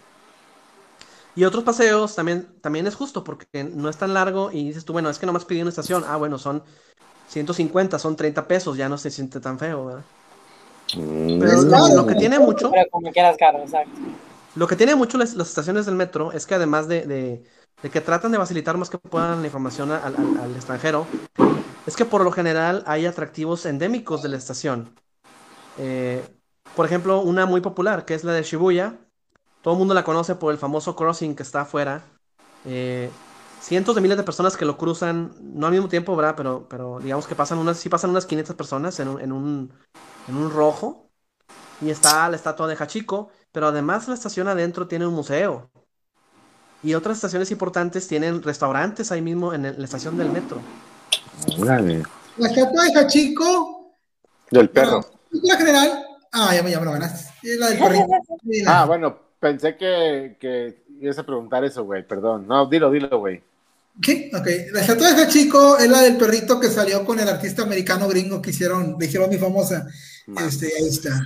Speaker 4: Y otros paseos también, también es justo porque no es tan largo y dices tú, bueno, es que nomás pedí una estación. Ah, bueno, son ciento cincuenta, son treinta pesos, ya no se siente tan feo, ¿verdad? Pero
Speaker 2: Es
Speaker 4: lo,
Speaker 1: Mm.
Speaker 4: lo que
Speaker 2: caro.
Speaker 4: tiene mucho,
Speaker 3: Pero como quieras caro, exacto.
Speaker 4: lo que tiene mucho las, las estaciones del metro es que además de, de- de que tratan de facilitar más que puedan la información al, al- al extranjero, es que por lo general hay atractivos endémicos de la estación. Eh, por ejemplo, una muy popular, que es la de Shibuya. Todo el mundo la conoce por el famoso crossing que está afuera. Eh, cientos de miles de personas que lo cruzan, no al mismo tiempo, ¿verdad? Pero, pero digamos que pasan unas, sí pasan unas quinientas personas en un, en un, en un rojo. Y está la estatua de Hachiko, pero además la estación adentro tiene un museo. Y otras estaciones importantes tienen restaurantes ahí mismo en el- la estación del metro.
Speaker 1: Órale.
Speaker 2: La estatua de Hachiko,
Speaker 1: Del
Speaker 2: bueno,
Speaker 1: perro.
Speaker 2: la general. Ah, ya me, ya me lo ganaste. Es la del perrito. Sí,
Speaker 1: Ah,
Speaker 2: la-
Speaker 1: bueno, pensé que, que ibas a preguntar eso, güey. Perdón. No, dilo, dilo, güey.
Speaker 2: ¿Qué? Ok. La estatua de Hachiko es la del perrito que salió con el artista americano gringo que hicieron, le hicieron muy famosa. Este, ahí
Speaker 1: Mames.
Speaker 2: está.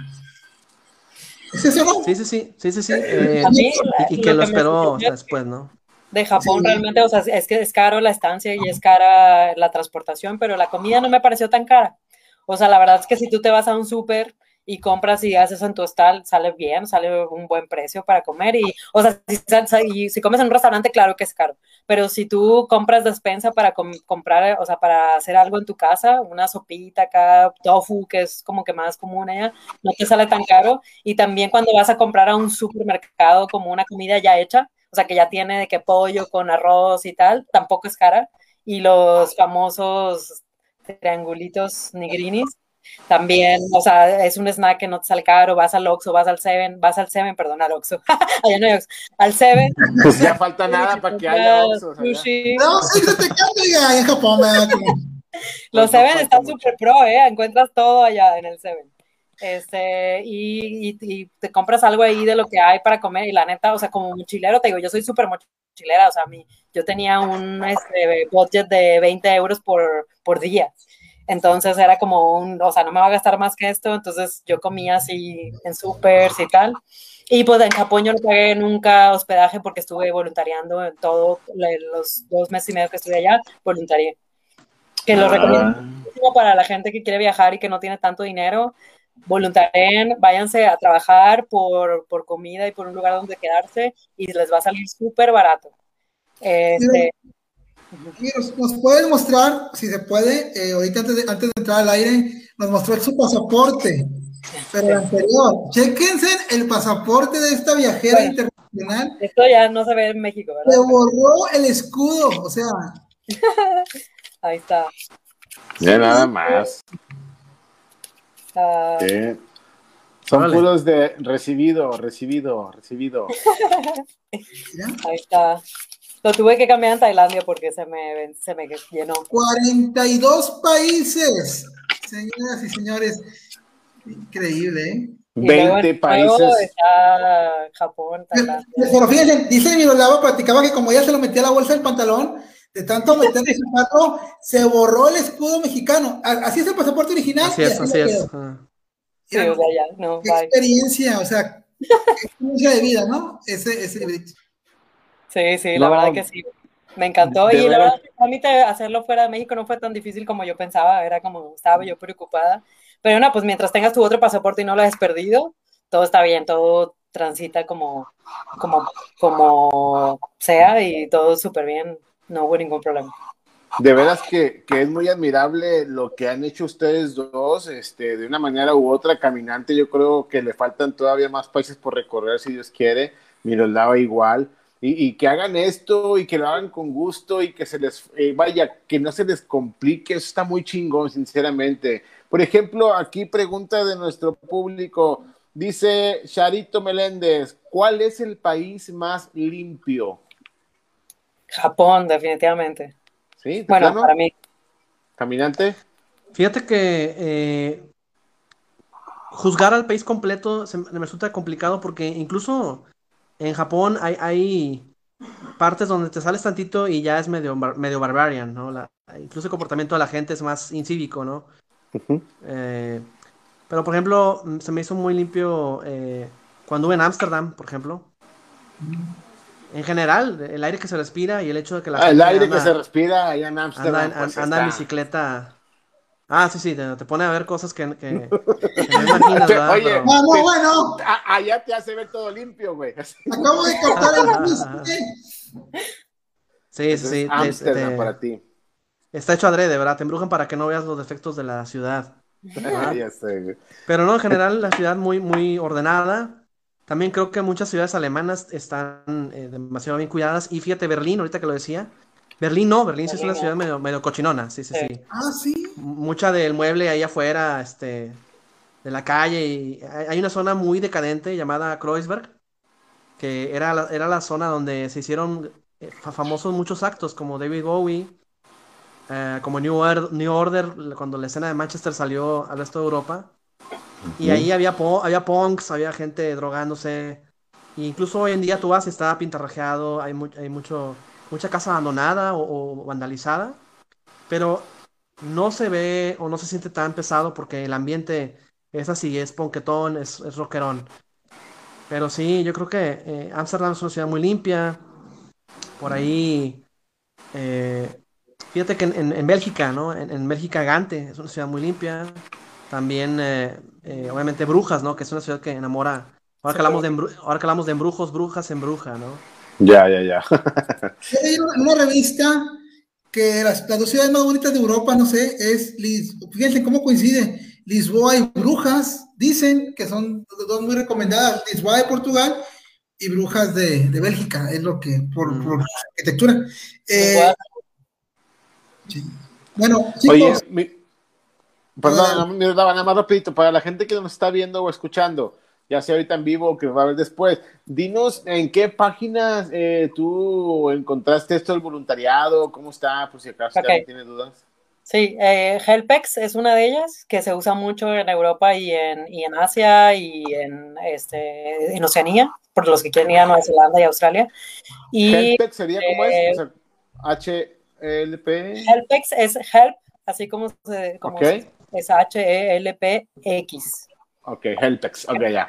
Speaker 2: ¿Es eso, no?
Speaker 4: Sí, sí, sí, sí, sí, sí. eh,
Speaker 3: A mí
Speaker 4: y, y
Speaker 3: la-
Speaker 4: que
Speaker 3: lo
Speaker 4: lo
Speaker 3: que me
Speaker 4: esperó
Speaker 3: sorprendió
Speaker 4: hasta después, ¿no?
Speaker 3: de Japón
Speaker 2: Sí.
Speaker 3: realmente, o sea, es que es caro la estancia y es cara la transportación, pero la comida no me pareció tan cara. O sea, la verdad es que si tú te vas a un súper y compras y haces en tu hostal, sale bien, sale un buen precio para comer. Y, o sea, si, y si comes en un restaurante, claro que es caro. Pero si tú compras despensa para com comprar, o sea, para hacer algo en tu casa, una sopita acá, tofu, que es como que más común allá, no te sale tan caro. Y también cuando vas a comprar a un supermercado como una comida ya hecha, o sea, que ya tiene de que pollo con arroz y tal, tampoco es cara. Y los famosos triangulitos nigrinis, también, o sea, es un snack que no te sale caro, vas al Oxxo, vas al Seven, vas al Seven, perdón, al Oxxo, allá no hay Oxxo, al Seven,
Speaker 1: Pues ya falta nada para que haya
Speaker 3: compras
Speaker 1: Oxxos allá.
Speaker 3: sushi.
Speaker 2: No, sí, se te cambia ya en Japón, ¿verdad? Como-
Speaker 3: Los
Speaker 1: Pues no
Speaker 3: Seven
Speaker 1: falta
Speaker 3: están
Speaker 1: mucho.
Speaker 3: súper pro, ¿eh? Encuentras todo allá en el Seven. Este, y, y, y, te compras algo ahí de lo que hay para comer. Y la neta, o sea, como mochilero, te digo, yo soy súper mochilera. O sea, mi, yo tenía un este, budget de veinte euros por, por día. Entonces era como un, o sea, no me va a gastar más que esto. Entonces yo comía así en supers y tal. Y pues en Japón yo no pagué nunca hospedaje porque estuve voluntariando en todo los dos meses y medio que estuve allá, voluntarié. Que lo recomiendo
Speaker 1: Ah.
Speaker 3: muchísimo para la gente que quiere viajar y que no tiene tanto dinero. Voluntarien, váyanse a trabajar por, por comida y por un lugar donde quedarse y les va a salir súper barato.
Speaker 2: Mira,
Speaker 3: Este,
Speaker 2: mira, nos, nos pueden mostrar, si se puede, eh, ahorita antes de, antes de entrar al aire, nos mostró su pasaporte, pero el anterior, chéquense el pasaporte de esta viajera
Speaker 3: bueno,
Speaker 2: internacional,
Speaker 3: esto ya no se ve en México,
Speaker 2: le
Speaker 3: ¿verdad?
Speaker 2: borró el escudo, o sea,
Speaker 3: Ahí está.
Speaker 1: Ya nada más.
Speaker 3: Uh,
Speaker 1: ¿Qué? Son
Speaker 4: Órale.
Speaker 1: puros de recibido, recibido, recibido.
Speaker 2: mira,
Speaker 3: ahí está. Lo tuve que cambiar en Tailandia porque se me, se me llenó.
Speaker 2: cuarenta y dos países, señoras y señores, increíble, ¿eh?
Speaker 3: Y luego en
Speaker 1: veinte
Speaker 3: nuevo
Speaker 1: países.
Speaker 3: está Japón, Tailandia.
Speaker 2: Pero fíjense, dice Mirolava, platicaba que como ella se lo metía a la bolsa del pantalón, de tanto meterle ese pato, se borró el escudo mexicano. Así es el pasaporte original
Speaker 4: Así
Speaker 2: y
Speaker 4: es,
Speaker 2: así
Speaker 4: así
Speaker 2: lo
Speaker 4: es.
Speaker 2: quedó.
Speaker 4: Ah.
Speaker 3: Sí, o
Speaker 2: Mira,
Speaker 3: sea, ya, no,
Speaker 2: qué
Speaker 3: bye.
Speaker 2: experiencia, o sea, qué experiencia de vida, ¿no? Ese, ese librito.
Speaker 3: Sí, sí, la verdad que
Speaker 1: No,
Speaker 3: sí. Me encantó.
Speaker 1: de
Speaker 3: Y la verdad
Speaker 1: veras.
Speaker 3: es que el trámite de hacerlo fuera de México no fue tan difícil como yo pensaba. Era como, estaba yo preocupada. Pero no, pues mientras tengas tu otro pasaporte y no lo hayas perdido, todo está bien, todo transita como, como, como sea y todo súper bien, no hubo ningún problema.
Speaker 1: De veras que, que es muy admirable lo que han hecho ustedes dos, este, de una manera u otra, caminante. Yo creo que le faltan todavía más países por recorrer, si Dios quiere. Miroslava igual. Y, y que hagan esto y que lo hagan con gusto y que se les, eh, vaya, que no se les complique. Eso está muy chingón, sinceramente. Por ejemplo, aquí pregunta de nuestro público. Dice Charito Meléndez, ¿cuál es el país más limpio?
Speaker 3: Japón, definitivamente.
Speaker 1: ¿Sí?
Speaker 3: Bueno,
Speaker 1: ¿Plano?
Speaker 3: para mí.
Speaker 1: ¿Caminante?
Speaker 4: Fíjate que eh, juzgar al país completo se me resulta complicado porque incluso en Japón hay, hay partes donde te sales tantito y ya es medio, bar- medio barbarian, ¿no? La- incluso el comportamiento de la gente es más incívico, ¿no?
Speaker 1: Uh-huh.
Speaker 4: Eh, pero, por ejemplo, mm, se me hizo muy limpio eh, cuando estuve en Ámsterdam, por ejemplo. En general, el aire que se respira y el hecho de que la
Speaker 1: Ah, el
Speaker 4: gente
Speaker 1: aire que se
Speaker 4: anda,
Speaker 1: respira allá en
Speaker 4: anda,
Speaker 1: Ámsterdam,
Speaker 4: en, an-
Speaker 1: pues
Speaker 4: anda en
Speaker 1: está.
Speaker 4: bicicleta. Ah, sí, sí, te, te pone a ver cosas que, que, que no imaginas,
Speaker 1: Te-
Speaker 4: ¿verdad?
Speaker 1: Oye,
Speaker 4: Pero...
Speaker 2: No, no,
Speaker 1: te-
Speaker 2: bueno,
Speaker 1: a- allá te hace ver todo limpio, güey.
Speaker 2: acabo de captar el chiste.
Speaker 4: Sí, sí,
Speaker 1: Entonces,
Speaker 4: sí, te-
Speaker 1: Ámsterdam
Speaker 4: te-
Speaker 1: para ti.
Speaker 4: está hecho adrede, ¿verdad? Te embrujan para que no veas los defectos de la ciudad, ¿verdad?
Speaker 1: Ya sé, güey.
Speaker 4: Pero no, en general la ciudad muy, muy ordenada. También creo que muchas ciudades alemanas están eh, demasiado bien cuidadas. Y fíjate, Berlín, ahorita que lo decía. Berlín no, Berlín sí es una ciudad medio, medio cochinona, sí, sí,
Speaker 3: Sí.
Speaker 4: sí.
Speaker 2: Ah, sí.
Speaker 4: M- Mucha del mueble ahí afuera, este, de la calle. Y hay hay una zona muy decadente llamada Kreuzberg, que era la, era la zona donde se hicieron eh, fa- famosos muchos actos, como David Bowie, eh, como New Order, New Order, cuando la escena de Manchester salió al resto de Europa. Y ahí había, po- había punks, había gente drogándose. E incluso hoy en día tú vas y está pintarrajeado, hay, mu- hay mucho, mucha casa abandonada o, o vandalizada, pero no se ve o no se siente tan pesado porque el ambiente es así, es ponquetón, es, es rockerón. Pero sí, yo creo que eh, Ámsterdam es una ciudad muy limpia. Por ahí, eh, fíjate que en, en- en Bélgica, ¿no? En, en Bélgica Gante es una ciudad muy limpia. También, eh, eh, obviamente, Brujas, ¿no? Que es una ciudad que enamora. Ahora
Speaker 3: Sí.
Speaker 4: que hablamos de, embru- ahora que hablamos de embrujos, Brujas embruja, ¿no?
Speaker 1: Ya, ya, ya.
Speaker 2: Yo leí en una revista que las, las dos ciudades más bonitas de Europa, no sé, es Lis, fíjense cómo coincide, Lisboa y Brujas, dicen que son dos muy recomendadas, Lisboa de Portugal y Brujas de, de Bélgica, es lo que, por,
Speaker 4: Mm.
Speaker 2: por arquitectura. Eh,
Speaker 3: Igual.
Speaker 2: sí. Bueno,
Speaker 1: Oye,
Speaker 2: chicos,
Speaker 1: mi,
Speaker 2: adelante.
Speaker 1: perdón, me daba nada más rapidito, para la gente que nos está viendo o escuchando, ya sea ahorita en vivo o que va a ver después, dinos en qué páginas eh, tú encontraste esto del voluntariado, cómo está, por si acaso
Speaker 3: Ok.
Speaker 1: alguien tiene dudas.
Speaker 3: Sí, eh, Helpex es una de ellas que se usa mucho en Europa y en, y en Asia y en, este, en Oceanía, por los que quieren ir a Nueva Zelanda y Australia. Y
Speaker 1: Helpec sería como es, o
Speaker 3: eh,
Speaker 1: sea, H L P.
Speaker 3: Helpex es help, así como, se, como
Speaker 1: Ok,
Speaker 3: se- es H E L P X.
Speaker 1: ok, Helpex, ok, ya.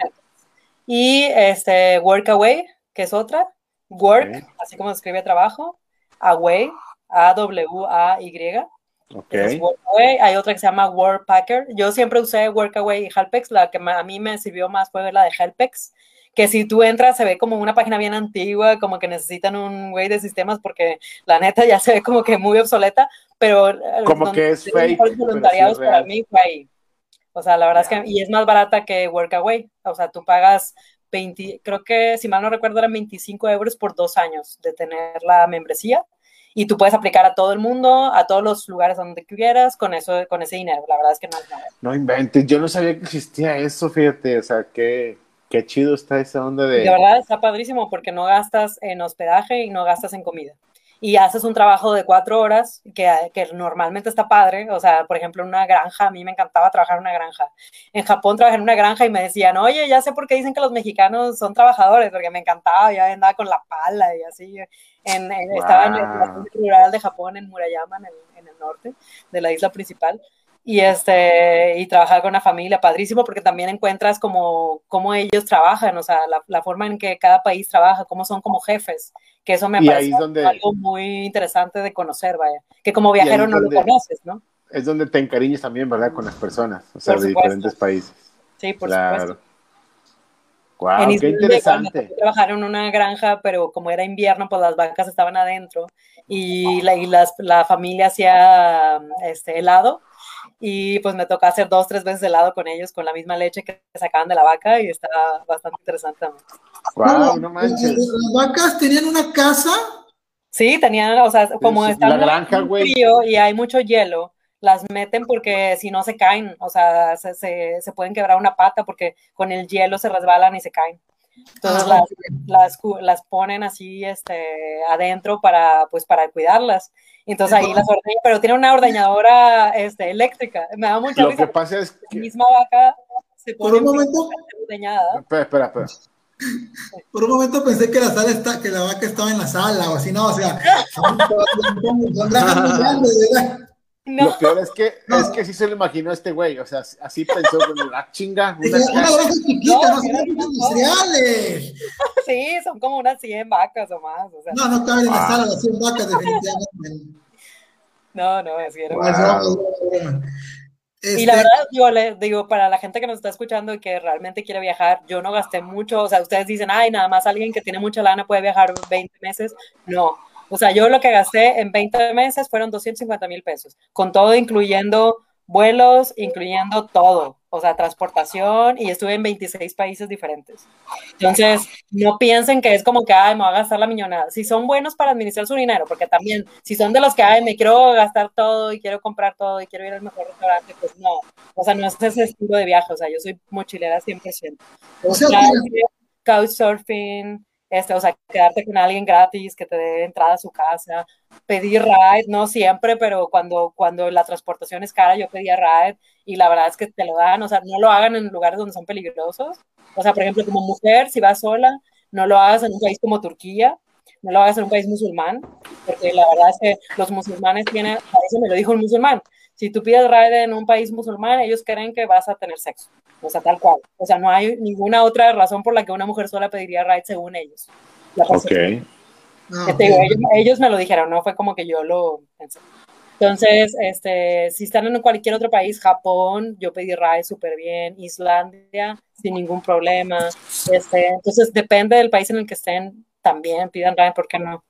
Speaker 3: Y este, Workaway, que es otra. Work,
Speaker 1: Ok.
Speaker 3: así como se escribe trabajo. Away, A W A Y.
Speaker 1: Ok,
Speaker 3: Esa es Workaway. Hay otra que se llama Workpacker. Yo siempre usé Workaway y Helpex. La que a mí me sirvió más fue la de Helpex, que si tú entras se ve como una página bien antigua, como que necesitan un güey de sistemas porque la neta ya se ve como que muy obsoleta, pero
Speaker 1: como
Speaker 3: donde
Speaker 1: que es
Speaker 3: los
Speaker 1: fake, pero sí
Speaker 3: voluntariados
Speaker 1: es
Speaker 3: para
Speaker 1: real.
Speaker 3: mí fue ahí. O sea, la verdad
Speaker 1: Ya.
Speaker 3: es que, y es más barata que Workaway. O sea, tú pagas veinte, creo que si mal no recuerdo eran veinticinco euros por dos años de tener la membresía. Y tú puedes aplicar a todo el mundo, a todos los lugares donde quieras, con eso, con ese dinero. La verdad es que no es nada.
Speaker 1: No inventes, yo no sabía que existía eso, fíjate, o sea, qué, qué chido está esa onda de...
Speaker 3: De verdad está padrísimo porque no gastas en hospedaje y no gastas en comida. Y haces un trabajo de cuatro horas que, que normalmente está padre. O sea, por ejemplo, en una granja, a mí me encantaba trabajar en una granja. En Japón trabajé en una granja y me decían, oye, ya sé por qué dicen que los mexicanos son trabajadores, porque me encantaba, ya andaba con la pala y así. En, en,
Speaker 1: Wow.
Speaker 3: Estaba en la zona rural de Japón, en Murayama, en el, en el norte de la isla principal. Y, este, y trabajar con una familia, padrísimo, porque también encuentras como, cómo ellos trabajan, o sea, la, la forma en que cada país trabaja, cómo son como jefes, que eso me
Speaker 1: Y
Speaker 3: parece
Speaker 1: ahí es donde,
Speaker 3: algo muy interesante de conocer, vaya, que como
Speaker 1: y ahí
Speaker 3: viajero
Speaker 1: es
Speaker 3: no lo
Speaker 1: donde,
Speaker 3: conoces, ¿no?
Speaker 1: es donde te encariñas también, ¿verdad? Con las personas, o sea,
Speaker 3: Por
Speaker 1: de
Speaker 3: supuesto.
Speaker 1: diferentes países.
Speaker 3: Sí, por
Speaker 1: Claro.
Speaker 3: supuesto. En
Speaker 1: Wow, qué
Speaker 3: Islandia igual me
Speaker 1: interesante.
Speaker 3: tocó trabajar en una granja, pero como era invierno, pues las vacas estaban adentro y la, y las, la familia hacía este, helado y pues me toca hacer dos, tres veces helado con ellos con la misma leche que sacaban de la vaca y estaba bastante interesante también.
Speaker 2: ¿Cómo?
Speaker 1: Wow, no manches.
Speaker 2: Las vacas tenían una casa.
Speaker 3: Sí, tenían, o sea, como
Speaker 1: Es
Speaker 3: está
Speaker 1: la
Speaker 3: muy,
Speaker 1: granja,
Speaker 3: muy
Speaker 1: güey.
Speaker 3: frío y hay mucho hielo, las meten porque si no se caen, o sea, se, se, se pueden quebrar una pata porque con el hielo se resbalan y se caen. Entonces
Speaker 2: Ah,
Speaker 3: las,
Speaker 2: ok.
Speaker 3: las, las ponen así este, adentro para, pues, para cuidarlas. Entonces ahí las
Speaker 2: Entonces,
Speaker 3: ordeñan, pero tiene una ordeñadora este, eléctrica. Me da mucha
Speaker 1: Lo
Speaker 3: risa
Speaker 1: que
Speaker 3: porque
Speaker 1: pasa es
Speaker 3: la
Speaker 1: que.
Speaker 3: misma vaca se
Speaker 2: por
Speaker 3: pone
Speaker 2: un
Speaker 3: en fila
Speaker 2: momento,
Speaker 3: para ser ordeñada.
Speaker 1: Espera, espera, espera.
Speaker 2: por un momento pensé que la sala está, que la vaca estaba en la sala o así, no, o sea, son, son granjas muy grandes, ¿verdad?
Speaker 3: No,
Speaker 1: Lo peor es que es que
Speaker 2: No,
Speaker 1: sí se lo imaginó este güey. O sea, así pensó con la chinga,
Speaker 2: dije,
Speaker 1: una
Speaker 2: una
Speaker 1: casa.
Speaker 2: granja
Speaker 3: no,
Speaker 2: chiquita, no
Speaker 3: si
Speaker 2: son
Speaker 3: eran
Speaker 2: granjas
Speaker 3: un montón.
Speaker 2: industriales.
Speaker 3: Sí, son como unas cien vacas o más. O sea,
Speaker 2: No, no caben en la
Speaker 1: Wow,
Speaker 2: sala las cien vacas, definitivamente.
Speaker 3: no, no, es que era
Speaker 2: No, es
Speaker 3: una.
Speaker 2: broma, es
Speaker 1: wow.
Speaker 2: broma, es broma.
Speaker 3: Y la
Speaker 2: Este,
Speaker 3: verdad, digo, le, digo, para la gente que nos está escuchando y que realmente quiere viajar, yo no gasté mucho, o sea, ustedes dicen, ay, nada más alguien que tiene mucha lana puede viajar veinte meses. No, o sea, yo lo que gasté en veinte meses fueron doscientos cincuenta mil pesos, con todo incluyendo vuelos, incluyendo todo, o sea, transportación, y estuve en veintiséis países diferentes. Entonces, no piensen que es como que, ay, me voy a gastar la millonada. Si son buenos para administrar su dinero, porque también, si son de los que, ay, me quiero gastar todo y quiero comprar todo y quiero ir al mejor restaurante, pues no. O sea, no es ese estilo de viaje. O sea, yo soy mochilera cien por ciento.
Speaker 2: o sea, que
Speaker 3: Hospedaje, couchsurfing, este, o sea, quedarte con alguien gratis que te dé entrada a su casa, pedir ride, no siempre, pero cuando, cuando la transportación es cara, yo pedía ride y la verdad es que te lo dan. O sea, no lo hagan en lugares donde son peligrosos. O sea, por ejemplo, como mujer, si vas sola, no lo hagas en un país como Turquía, no lo hagas en un país musulmán, porque la verdad es que los musulmanes tienen, a eso me lo dijo un musulmán, si tú pides ride en un país musulmán, ellos creen que vas a tener sexo, o sea, tal cual. O sea, no hay ninguna otra razón por la que una mujer sola pediría ride según ellos. La
Speaker 1: Ok.
Speaker 3: percepción.
Speaker 2: ah, ok.
Speaker 3: Este, ellos, ellos me lo dijeron, no fue como que yo lo pensé. Entonces, este, si están en cualquier otro país, Japón, yo pedí ride súper bien, Islandia, sin ningún problema. Este, entonces, depende del país en el que estén, también pidan ride, ¿por qué no?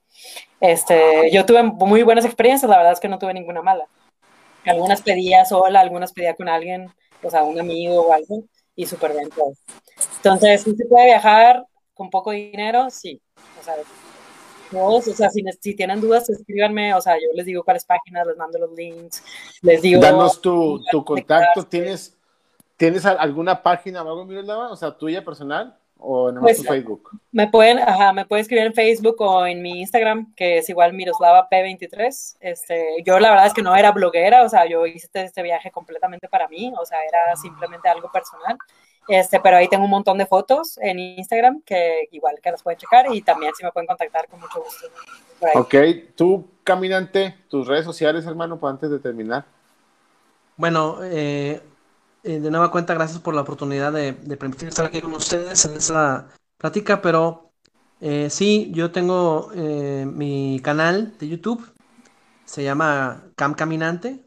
Speaker 3: Este, yo tuve muy buenas experiencias, la verdad es que no tuve ninguna mala. Algunas pedía sola, algunas pedía con alguien, o sea, un amigo o algo, y súper bien todo. Entonces, si se puede viajar con poco dinero, sí. O sea, todos, o sea, si, si tienen dudas, escríbanme, o sea, yo les digo cuáles páginas, les mando los links, les digo
Speaker 1: Danos tu, tu
Speaker 3: dónde
Speaker 1: contacto.
Speaker 3: quedarse.
Speaker 1: ¿Tienes, ¿tienes alguna página o algo, Miroslava? O sea, tuya personal o nada más tu
Speaker 3: Pues
Speaker 1: Facebook.
Speaker 3: me pueden, ajá, me pueden escribir en Facebook o en mi Instagram, que es igual Miroslava P veintitrés. Este, yo la verdad es que no era bloguera, o sea, yo hice este, este viaje completamente para mí, o sea, era simplemente algo personal. Este, pero ahí tengo un montón de fotos en Instagram que igual que las pueden checar y también si me pueden contactar con mucho gusto por ahí.
Speaker 1: Ok, tú, caminante, tus redes sociales, hermano, para antes de terminar.
Speaker 4: Bueno, eh, eh, de nueva cuenta, gracias por la oportunidad de, de permitirme estar aquí con ustedes en esta plática, pero eh, sí, yo tengo eh, mi canal de YouTube, se llama Cam Caminante,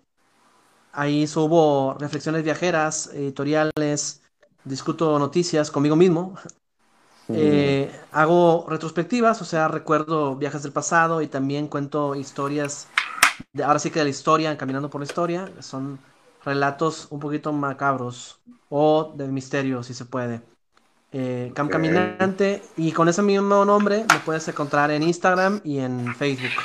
Speaker 4: ahí subo reflexiones viajeras, editoriales, discuto noticias conmigo mismo,
Speaker 1: Mm,
Speaker 4: eh, hago retrospectivas, o sea, recuerdo viajes del pasado y también cuento historias de, ahora sí que de la historia, caminando por la historia, son relatos un poquito macabros o de misterio, si se puede. Eh, Cam
Speaker 1: ok.
Speaker 4: Caminante, y con ese mismo nombre me puedes encontrar en Instagram y en Facebook.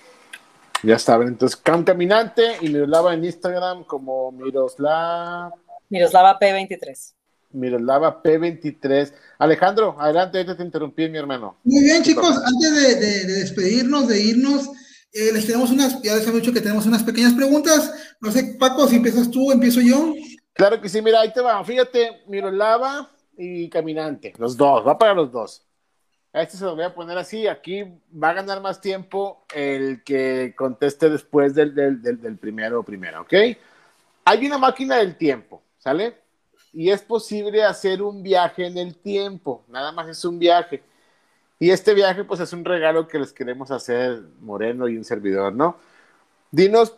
Speaker 1: Ya saben, entonces Cam Caminante y Miroslava en Instagram como Miroslav,
Speaker 3: Miroslava P veintitrés.
Speaker 1: Miroslava P veintitrés. Alejandro, adelante, ahorita te interrumpí, mi hermano.
Speaker 2: Muy bien, chicos,
Speaker 1: Discúlpame.
Speaker 2: antes de, de- de despedirnos, de irnos, eh, les tenemos unas, ya les he dicho que tenemos unas pequeñas preguntas. No sé, Paco, si empiezas tú, empiezo yo.
Speaker 1: Claro que sí, mira, ahí te va. Fíjate, Miroslava y Caminante, los dos, va para los dos. A este se lo voy a poner así. Aquí va a ganar más tiempo el que conteste después del, del, del, del primero primero, ¿ok? Hay una máquina del tiempo, ¿sale? Y es posible hacer un viaje en el tiempo. Nada más es un viaje. Y este viaje, pues, es un regalo que les queremos hacer Moreno y un servidor, ¿no? Dinos,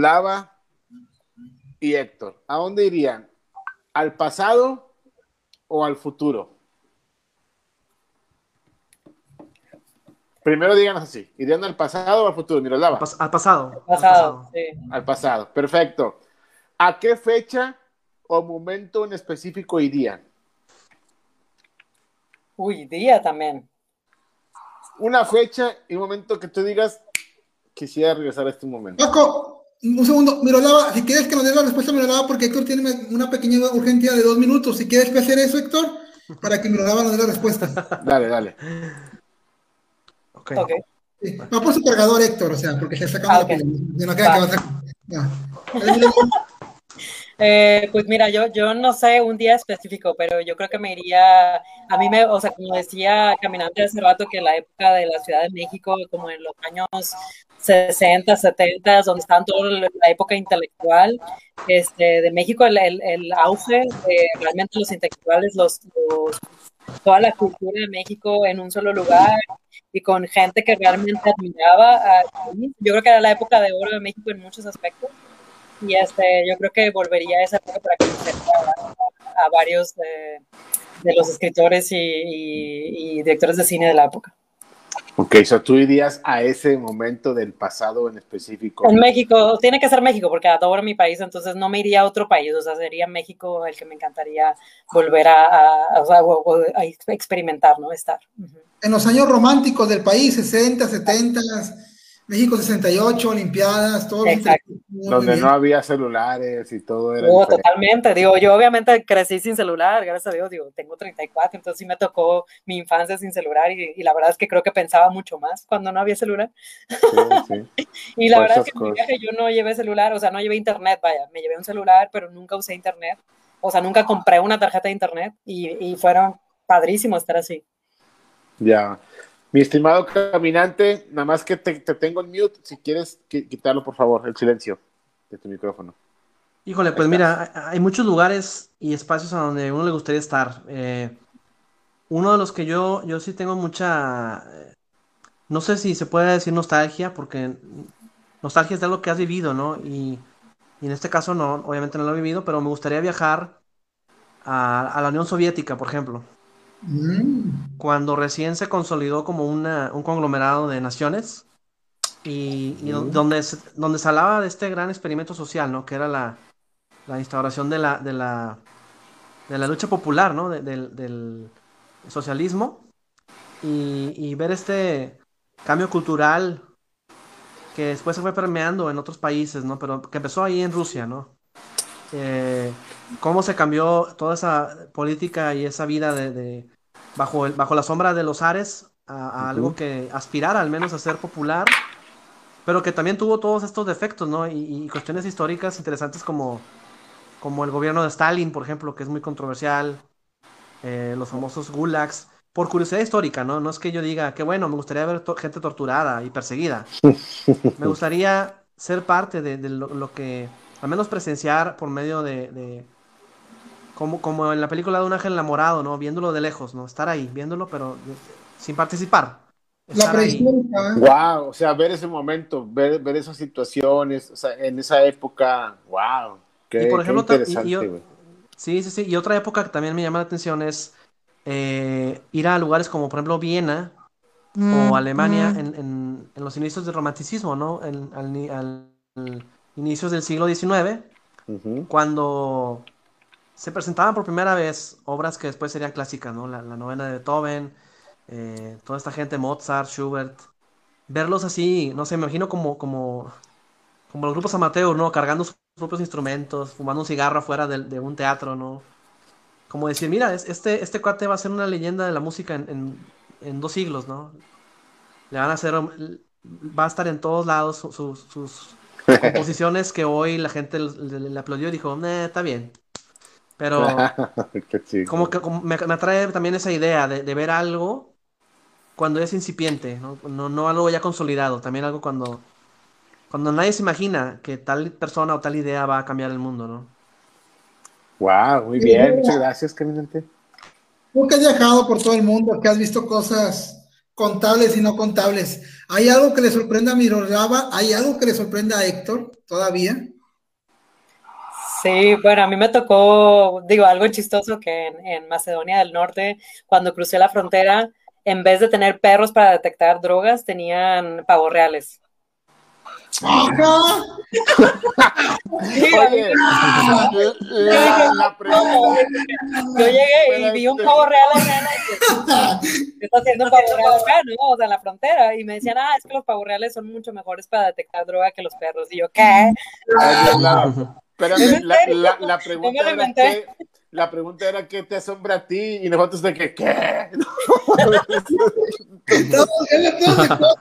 Speaker 1: Mirolava y Héctor, ¿a dónde irían? ¿Al pasado o al futuro? Primero díganos así, ¿irían al pasado o al futuro, Miroslava?
Speaker 4: Al, pas al pasado.
Speaker 3: Al pasado, sí.
Speaker 1: Al pasado, perfecto. ¿A qué fecha o momento en específico irían?
Speaker 3: Uy, día también.
Speaker 1: Una fecha y un momento que tú digas, quisiera regresar a este momento.
Speaker 2: Paco, un segundo, Miroslava, si quieres que nos dé la respuesta, Miroslava, porque Héctor tiene una pequeña urgencia de dos minutos. Si quieres que hacer eso, Héctor, para que Miroslava nos dé la respuesta.
Speaker 1: Dale, dale.
Speaker 4: Ok.
Speaker 3: Ok.
Speaker 2: Sí, va por su cargador, Héctor, o sea, porque se está sacando
Speaker 3: Ah,
Speaker 2: la
Speaker 3: ok.
Speaker 2: pila. Yo no creo que va a sacar. Ya.
Speaker 3: Eh, pues mira, yo, yo no sé un día específico, pero yo creo que me iría, a mí me, o sea, como decía Caminante hace rato, que la época de la Ciudad de México, como en los años sesenta, setenta, donde estaban toda la época intelectual, este, de México, el, el, el auge de realmente los intelectuales, los, los, toda la cultura de México en un solo lugar y con gente que realmente admiraba a, yo creo que era la época de oro de México en muchos aspectos. Y este, yo creo que volvería a esa época para conocer a, a varios de, de, los escritores y, y, y directores de cine de la época.
Speaker 1: Ok, so tú irías a ese momento del pasado en específico.
Speaker 3: En México, tiene que ser México, porque adoro mi país, entonces no me iría a otro país, o sea, sería México el que me encantaría volver a, a, a, a, a experimentar, ¿no? Estar. Uh-huh.
Speaker 2: En los años románticos del país, sesenta, setenta, México sesenta y ocho, Olimpiadas, todo.
Speaker 3: Exacto.
Speaker 1: Donde no había celulares y todo era
Speaker 3: oh,
Speaker 1: diferente.
Speaker 3: Totalmente, digo, yo obviamente crecí sin celular, gracias a Dios, digo, tengo treinta y cuatro, entonces sí me tocó mi infancia sin celular y, y la verdad es que creo que pensaba mucho más cuando no había celular.
Speaker 1: Sí, sí.
Speaker 3: Y la verdad es que en mi viaje yo no llevé celular, o sea, no llevé internet, vaya, me llevé un celular, pero nunca usé internet, o sea, nunca compré una tarjeta de internet y, y fueron padrísimos estar así.
Speaker 1: Ya. Mi estimado Caminante, nada más que te, te tengo en mute, si quieres quitarlo, por favor, el silencio de tu micrófono.
Speaker 4: Híjole, pues mira, hay muchos lugares y espacios a donde uno le gustaría estar. Eh, uno de los que yo, yo sí tengo mucha, eh, no sé si se puede decir nostalgia, porque nostalgia es de algo que has vivido, ¿no? Y, y en este caso no, obviamente no lo he vivido, pero me gustaría viajar a, a la Unión Soviética, por ejemplo. Mm. Cuando recién se consolidó como una, un conglomerado de naciones y, y mm. donde, donde se hablaba de este gran experimento social, ¿no? Que era la, la instauración de la, de la, de la lucha popular, ¿no? De, de, del socialismo y, y ver este cambio cultural que después se fue permeando en otros países, ¿no? Pero que empezó ahí en Rusia, ¿no? Eh, cómo se cambió toda esa política y esa vida de, de bajo, el, bajo la sombra de los zares a, a uh-huh. algo que aspirara al menos a ser popular, pero que también tuvo todos estos defectos, ¿no? Y, y cuestiones históricas interesantes como, como el gobierno de Stalin, por ejemplo, que es muy controversial, eh, los famosos gulags, por curiosidad histórica, ¿no? No es que yo diga que bueno, me gustaría ver to- gente torturada y perseguida. Me gustaría ser parte de, de lo, lo que, al menos presenciar por medio de, de como, como en la película de Un ángel enamorado, ¿no? Viéndolo de lejos, ¿no? Estar ahí, viéndolo, pero de, sin participar.
Speaker 2: La presión.
Speaker 1: Wow, o sea, ver ese momento, ver, ver esas situaciones, o sea, en esa época, wow, qué,
Speaker 4: y por ejemplo,
Speaker 1: qué interesante,
Speaker 4: y, y, sí, sí, sí, y otra época que también me llama la atención es eh, ir a lugares como, por ejemplo, Viena mm, o Alemania mm. en, en, en los inicios del romanticismo, ¿no? En, al, al, al inicios del siglo diecinueve, uh-huh. cuando se presentaban por primera vez obras que después serían clásicas, ¿no? La, la novena de Beethoven, eh, toda esta gente, Mozart, Schubert, verlos así, no sé, me imagino como, como, como los grupos amateurs, ¿no? Cargando sus propios instrumentos, fumando un cigarro afuera de, de un teatro, ¿no? Como decir, mira, este, este cuate va a ser una leyenda de la música en, en, en dos siglos, ¿no? Le van a hacer, va a estar en todos lados sus, sus, sus composiciones que hoy la gente le, le, le aplaudió y dijo, eh, está bien. Pero como que como me, me atrae también esa idea de, de ver algo cuando es incipiente, ¿no? No, no algo ya consolidado, también algo cuando, cuando nadie se imagina que tal persona o tal idea va a cambiar el mundo, ¿no?
Speaker 1: Wow, muy bien, muchas gracias, Caminante.
Speaker 2: Tú que has viajado por todo el mundo, que has visto cosas contables y no contables, ¿hay algo que le sorprenda a Miroslava? ¿Hay algo que le sorprenda a Héctor todavía?
Speaker 3: Sí, bueno, a mí me tocó, digo, algo chistoso que en, en Macedonia del Norte, cuando crucé la frontera, en vez de tener perros para detectar drogas, tenían pavos reales.
Speaker 2: ¡Ajá!
Speaker 3: Sí, a mí
Speaker 1: Oye,
Speaker 3: me- yo
Speaker 1: la,
Speaker 3: dije,
Speaker 1: la
Speaker 3: ¿cómo?
Speaker 1: pregunta,
Speaker 3: Yo llegué y vi un
Speaker 1: espérate,
Speaker 3: pavo real allá, y yo, ¿qué está haciendo un pavo real acá, no? O sea, en la frontera. Y me decían, ah, es que los pavos reales son mucho mejores para detectar droga que los perros. Y yo, ¿qué?
Speaker 1: oye, Lara,
Speaker 3: ¿Es
Speaker 1: espérame,
Speaker 3: en
Speaker 1: la,
Speaker 3: serio?
Speaker 1: la, la
Speaker 3: No me
Speaker 1: pregunta
Speaker 3: lo
Speaker 1: era
Speaker 3: inventé.
Speaker 1: qué, la pregunta era qué te asombra a ti y nosotros de que, ¿qué?
Speaker 2: Estamos viendo todos de acuerdo.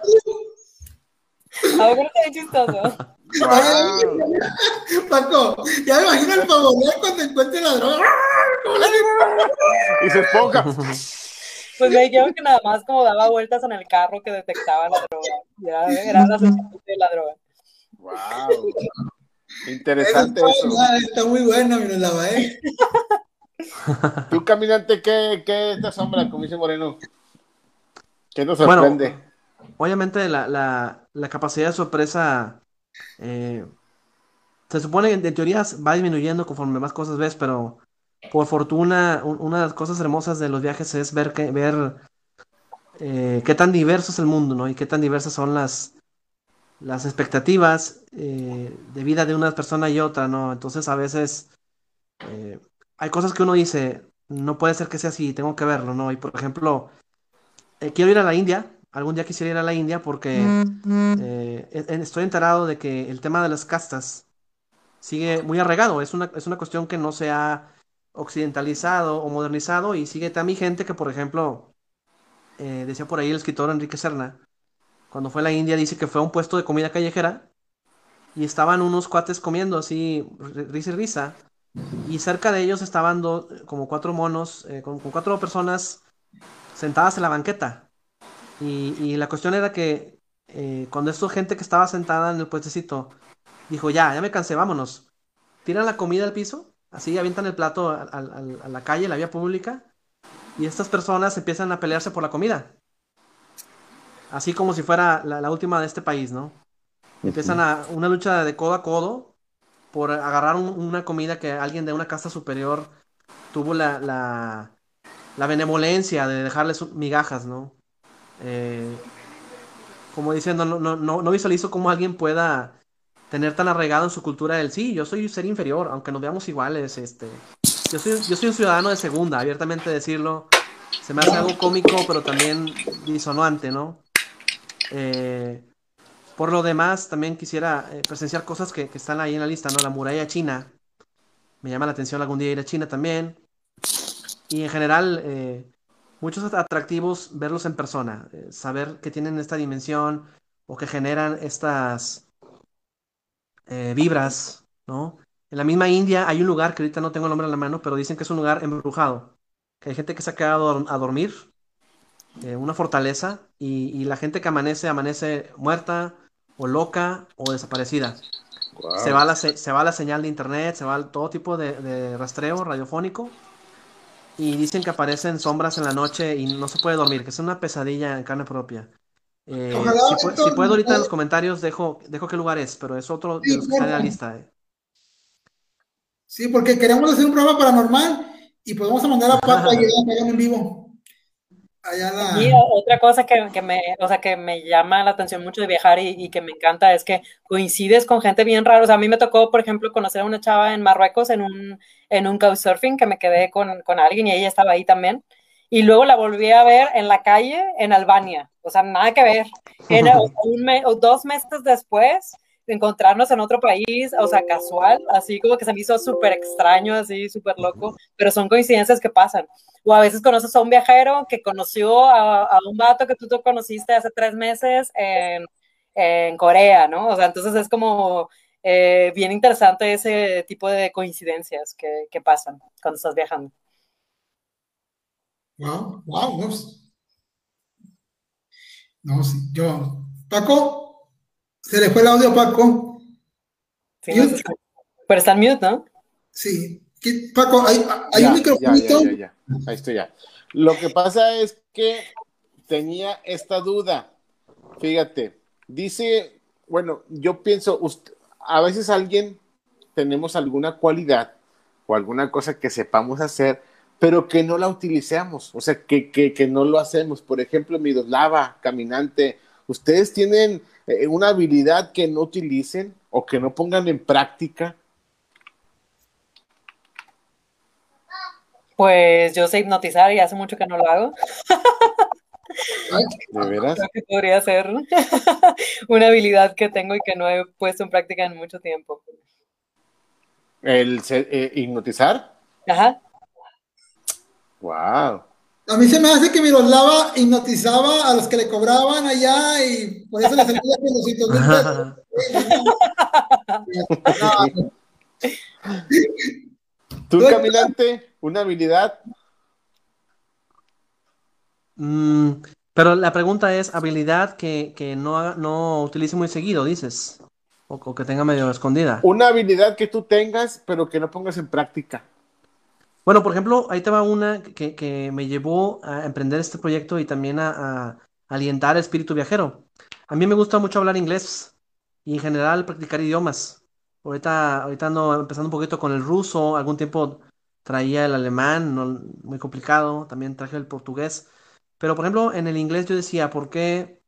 Speaker 3: A ver, está bien chistoso.
Speaker 1: Wow.
Speaker 2: Paco, ya me imagino el favorito cuando encuentre la droga. ¿Cómo le hace?
Speaker 1: Y se esponja.
Speaker 3: Pues me dijeron que nada más como daba vueltas en el carro que detectaba la droga. Ya era la señal de la droga.
Speaker 1: Wow.
Speaker 2: Eso
Speaker 1: Interesante
Speaker 2: está,
Speaker 1: eso.
Speaker 2: buena, está muy bueno, Miroslava, ¿eh?
Speaker 1: Tú, caminante, ¿qué, qué te asombra, como dice Moreno? ¿Qué te
Speaker 4: Bueno,
Speaker 1: sorprende?
Speaker 4: obviamente la, la, la capacidad de sorpresa eh, se supone que en teoría va disminuyendo conforme más cosas ves, pero por fortuna un- una de las cosas hermosas de los viajes es ver, que, ver eh, qué tan diverso es el mundo, ¿no? Y qué tan diversas son las, las expectativas eh, de vida de una persona y otra, ¿no? Entonces a veces eh, hay cosas que uno dice, no puede ser que sea así, tengo que verlo, ¿no? Y por ejemplo, eh, quiero ir a la India, algún día quisiera ir a la India porque eh, e- e- estoy enterado de que el tema de las castas sigue muy arraigado, es una, es una cuestión que no se ha occidentalizado o modernizado y sigue también gente que, por ejemplo, eh, decía por ahí el escritor Enrique Serna, cuando fue a la India dice que fue a un puesto de comida callejera y estaban unos cuates comiendo así, ri- risa y risa, y cerca de ellos estaban do- como cuatro monos, eh, con, con cuatro personas sentadas en la banqueta. Y, y la cuestión era que eh, cuando esta gente que estaba sentada en el puestecito dijo, ya, ya me cansé, vámonos. Tiran la comida al piso, así avientan el plato a, a- a- a la calle, a la vía pública, y estas personas empiezan a pelearse por la comida, así como si fuera la, la última de este país, ¿no? Empiezan a una lucha de codo a codo por agarrar un- una comida que alguien de una casta superior tuvo la, la, la benevolencia de dejarles migajas, ¿no? Eh, como diciendo, no, no, no, no visualizo cómo alguien pueda tener tan arraigado en su cultura el sí, yo soy un ser inferior, aunque nos veamos iguales, este, yo soy, yo soy un ciudadano de segunda, abiertamente decirlo, se me hace algo cómico, pero también disonante, ¿no? Eh, por lo demás, también quisiera eh, presenciar cosas que, que están ahí en la lista, ¿no? La muralla china, me llama la atención algún día ir a China también, y en general, eh, muchos at- atractivos verlos en persona, eh, saber que tienen esta dimensión o que generan estas eh, vibras, ¿no? En la misma India hay un lugar que ahorita no tengo el nombre en la mano, pero dicen que es un lugar embrujado, que hay gente que se ha quedado a, dor- a dormir, eh, una fortaleza, y, y la gente que amanece, amanece muerta o loca o desaparecida. Se
Speaker 1: Wow.
Speaker 4: va la, se, se va la señal de internet, se va todo tipo de, de rastreo radiofónico, y dicen que aparecen sombras en la noche y no se puede dormir, que es una pesadilla en carne propia. Eh,
Speaker 2: Ojalá,
Speaker 4: si, pue- si
Speaker 2: Héctor,
Speaker 4: puedo ahorita en los
Speaker 2: eh,
Speaker 4: comentarios dejo, dejo qué lugar es, pero es otro de
Speaker 2: sí,
Speaker 4: los que están en la
Speaker 2: porfa.
Speaker 4: lista. eh.
Speaker 2: Sí, porque queremos hacer un programa paranormal y pues vamos a mandar a Paco a que hagan en vivo. Allá
Speaker 3: Y
Speaker 2: la.
Speaker 3: o- otra cosa que, que me, o sea, que me llama la atención mucho de viajar y, y que me encanta es que coincides con gente bien rara. O sea, a mí me tocó, por ejemplo, conocer a una chava en Marruecos en un, en un couchsurfing que me quedé con, con alguien y ella estaba ahí también. Y luego la volví a ver en la calle en Albania. O sea, nada que ver. En, o, sea, un me, o dos meses después de encontrarnos en otro país, o sea, casual, así como que se me hizo súper extraño, así súper loco, pero son coincidencias que pasan. O a veces conoces a un viajero que conoció a, a un vato que tú, tú conociste hace tres meses en, en Corea, ¿no? O sea, entonces es como eh, bien interesante ese tipo de coincidencias que, que pasan cuando estás viajando.
Speaker 2: Wow, wow, no, pues, no, sí, yo. Paco, se le fue el audio a Paco.
Speaker 3: Sí, no sé,
Speaker 2: Mute,
Speaker 3: pero está en mute, ¿no?
Speaker 2: sí. ¿Qué- Paco, hay, hay un
Speaker 1: Ya, ya, ya,
Speaker 2: microfonito.
Speaker 1: ya, ya. Ahí estoy ya. Lo que pasa es que tenía esta duda. Fíjate, dice, bueno, yo pienso, ust- a veces alguien tenemos alguna cualidad o alguna cosa que sepamos hacer, pero que no la utilicemos, o sea, que, que, que no lo hacemos. Por ejemplo, Miroslava, caminante, ¿ustedes tienen eh, una habilidad que no utilicen o que no pongan en práctica?
Speaker 3: Pues yo sé hipnotizar y hace mucho que no lo hago.
Speaker 1: ¿De veras?
Speaker 3: Creo que podría ser una habilidad que tengo y que no he puesto en práctica en mucho tiempo.
Speaker 1: ¿El ser- eh, hipnotizar?
Speaker 3: Ajá.
Speaker 1: Wow.
Speaker 2: A mí se me hace que Miroslava hipnotizaba a los que le cobraban allá y por eso le salía con doscientos mil pesos. No,
Speaker 1: ¿Tú,
Speaker 2: no.
Speaker 1: caminante, una habilidad?
Speaker 4: Mm, pero la pregunta es habilidad que, que no, haga- no utilice muy seguido, dices. O, o que tenga medio escondida.
Speaker 1: Una habilidad que tú tengas, pero que no pongas en práctica.
Speaker 4: Bueno, por ejemplo, ahí te va una que, que me llevó a emprender este proyecto y también a, a alientar el espíritu viajero. A mí me gusta mucho hablar inglés y en general practicar idiomas. Ahorita, ahorita ando empezando un poquito con el ruso, algún tiempo traía el alemán, no- muy complicado, también traje el portugués. Pero por ejemplo, en el inglés yo decía, ¿por qué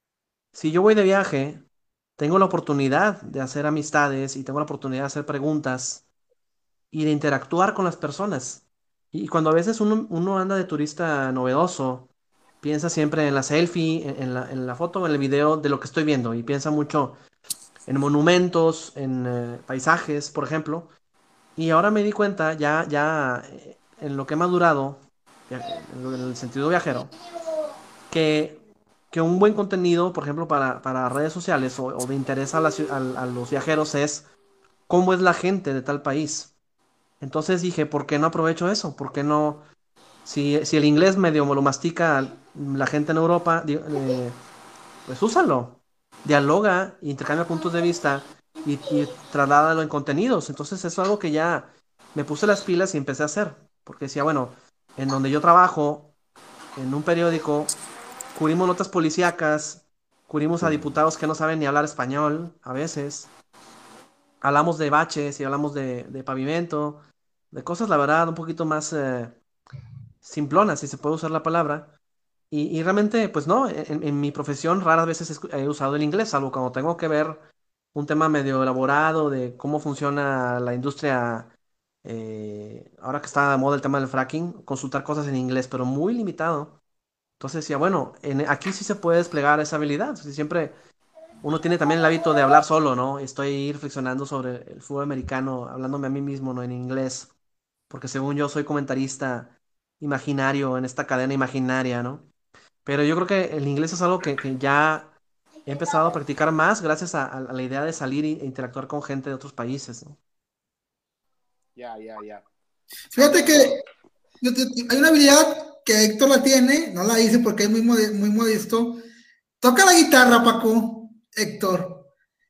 Speaker 4: si yo voy de viaje, tengo la oportunidad de hacer amistades y tengo la oportunidad de hacer preguntas y de interactuar con las personas? Y cuando a veces uno, uno anda de turista novedoso, piensa siempre en la selfie, en, en la, en la foto, en el video de lo que estoy viendo y piensa mucho en monumentos, en eh, paisajes, por ejemplo. Y ahora me di cuenta, ya, ya eh, en lo que he madurado, via- en lo- en el sentido viajero, que, que un buen contenido, por ejemplo, para, para redes sociales o, o de interés a, la ciu- a a los viajeros es cómo es la gente de tal país. Entonces dije, ¿por qué no aprovecho eso? ¿Por qué no? Si, si el inglés medio me lo mastica la gente en Europa, di- eh, pues úsalo. Dialoga, intercambia puntos de vista y, y trasládalo en contenidos. Entonces eso es algo que ya me puse las pilas y empecé a hacer. Porque decía, bueno, en donde yo trabajo, en un periódico, cubrimos notas policíacas, cubrimos a diputados que no saben ni hablar español a veces. Hablamos de baches y hablamos de, de pavimento, de cosas, la verdad, un poquito más eh, simplonas, si se puede usar la palabra. Y, y realmente, pues no, en, en mi profesión raras veces escu- he usado el inglés, salvo cuando tengo que ver un tema medio elaborado de cómo funciona la industria, eh, ahora que está de moda el tema del fracking, consultar cosas en inglés, pero muy limitado. Entonces decía, bueno, en, aquí sí se puede desplegar esa habilidad. Si siempre uno tiene también el hábito de hablar solo, ¿no? Estoy reflexionando sobre el fútbol americano, hablándome a mí mismo, ¿no? En inglés, porque según yo soy comentarista imaginario en esta cadena imaginaria, ¿no? Pero yo creo que el inglés es algo que, que ya he empezado a practicar más gracias a, a la idea de salir e interactuar con gente de otros países, ¿no?
Speaker 1: Ya, ya, ya.
Speaker 2: Fíjate que yo te- hay una habilidad que Héctor la tiene, no la hice porque es muy, mode- muy modesto. Toca la guitarra, Paco, Héctor.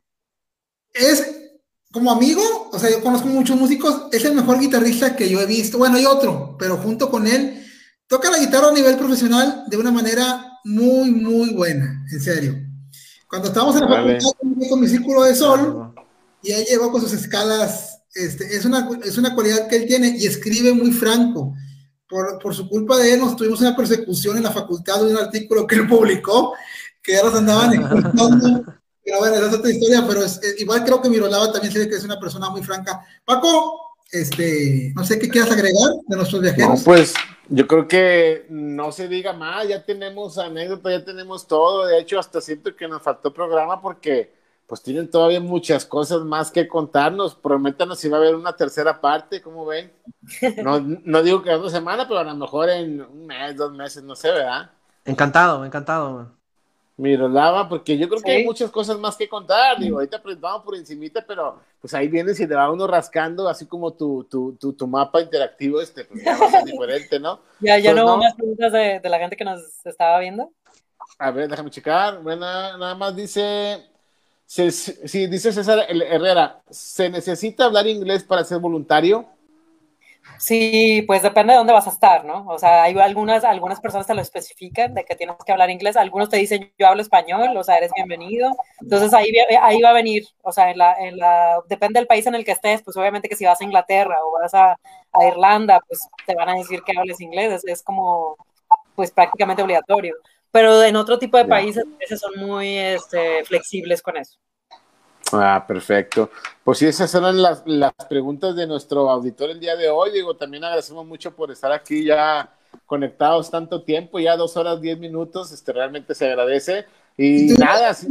Speaker 2: Es como amigo, o sea, yo conozco muchos músicos, es el mejor guitarrista que yo he visto. Bueno, hay otro, pero junto con él, toca la guitarra a nivel profesional de una manera muy, muy buena, en serio. Cuando estábamos en la
Speaker 1: Órale.
Speaker 2: facultad con mi círculo de sol,
Speaker 4: Claro.
Speaker 2: y él llegó con sus escalas, este, es, una, es una cualidad que él tiene y escribe muy franco. Por, por su culpa de él, nos tuvimos una persecución en la facultad de un artículo que él publicó, que ya los andaban expulsando. Pero bueno, esa es otra historia, pero es, es- igual creo que Mirolava también se ve que es una persona muy franca. Paco, este, no sé qué quieras agregar de nuestros
Speaker 1: No,
Speaker 2: viajeros.
Speaker 1: pues yo creo que no se diga más, ya tenemos anécdota, ya tenemos todo. De hecho, hasta siento que nos faltó programa porque pues tienen todavía muchas cosas más que contarnos. Prométanos si va a haber una tercera parte, ¿cómo ven? No, no digo que una semana, pero a lo mejor en un mes, dos meses, no sé, ¿verdad?
Speaker 4: Encantado, encantado.
Speaker 1: Miroslava, porque yo creo que hay
Speaker 3: Sí.
Speaker 1: muchas cosas más que contar. Digo, ahorita presentamos por encimita, pero pues ahí vienes y te va uno rascando, así como tu, tu, tu, tu mapa interactivo, este, pues ya va a ser diferente, ¿no?
Speaker 3: Ya, ya
Speaker 1: Pues
Speaker 3: no hubo
Speaker 1: no,
Speaker 3: más preguntas de, de la gente que nos estaba viendo.
Speaker 1: a ver, déjame checar. Bueno, nada más dice, se, sí, dice César Herrera, ¿se necesita hablar inglés para ser voluntario?
Speaker 3: Sí, pues depende de dónde vas a estar, ¿no? O sea, hay algunas, algunas personas te lo especifican de que tienes que hablar inglés, algunos te dicen yo hablo español, o sea, eres bienvenido. Entonces ahí, ahí va a venir, o sea, en la, en la, depende del país en el que estés, pues obviamente que si vas a Inglaterra o vas a, a Irlanda, pues te van a decir que hables inglés, es, es como, pues prácticamente obligatorio. Pero en otro tipo de países, a veces son muy este, flexibles con eso.
Speaker 1: Ah, perfecto. Pues sí, esas eran las, las preguntas de nuestro auditor el día de hoy. Digo, también agradecemos mucho por estar aquí ya conectados tanto tiempo, ya dos horas, diez minutos, este, realmente se agradece. Y, y nada, sí.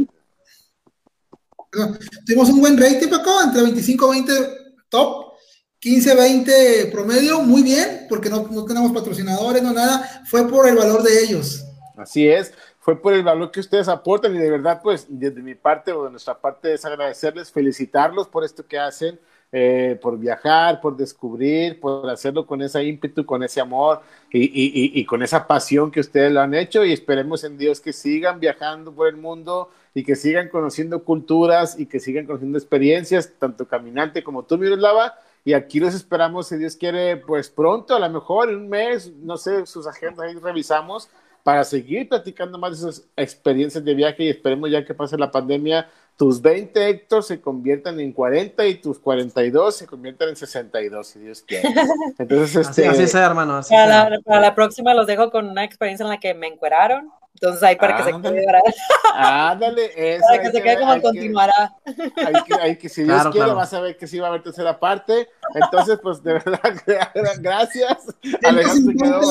Speaker 2: Tuvimos un buen rating, Paco, entre veinticinco veinte top, quince veinte promedio, muy bien, porque no, no tenemos patrocinadores, no nada, fue por el valor de ellos.
Speaker 1: Así es, fue por el valor que ustedes aportan y de verdad, pues, desde mi parte o de nuestra parte es agradecerles, felicitarlos por esto que hacen, eh, por viajar, por descubrir, por hacerlo con ese ímpetu, con ese amor y, y, y, y con esa pasión que ustedes lo han hecho y esperemos en Dios que sigan viajando por el mundo y que sigan conociendo culturas y que sigan conociendo experiencias, tanto caminante como tú, Miroslava, y aquí los esperamos, si Dios quiere, pues pronto, a lo mejor en un mes, no sé, sus agendas ahí revisamos, para seguir platicando más de esas experiencias de viaje y esperemos ya que pase la pandemia, tus veinte Héctor se conviertan en cuarenta y tus cuarenta y dos se conviertan en sesenta y dos, si Dios quiere. Entonces,
Speaker 4: así,
Speaker 1: este...
Speaker 4: así sea, hermano. Así
Speaker 3: para,
Speaker 4: sea.
Speaker 3: la, para la próxima los dejo con una experiencia en la que me encueraron. Entonces ahí para que se quede, ¿verdad?
Speaker 1: Ándale, eso.
Speaker 3: Para que se quede como continuará.
Speaker 1: Hay que, hay que, si Dios
Speaker 4: claro,
Speaker 1: quiere,
Speaker 4: claro.
Speaker 1: vas a ver que sí va a haber tercera parte. Entonces, pues de verdad, gracias. Alejandro quedó.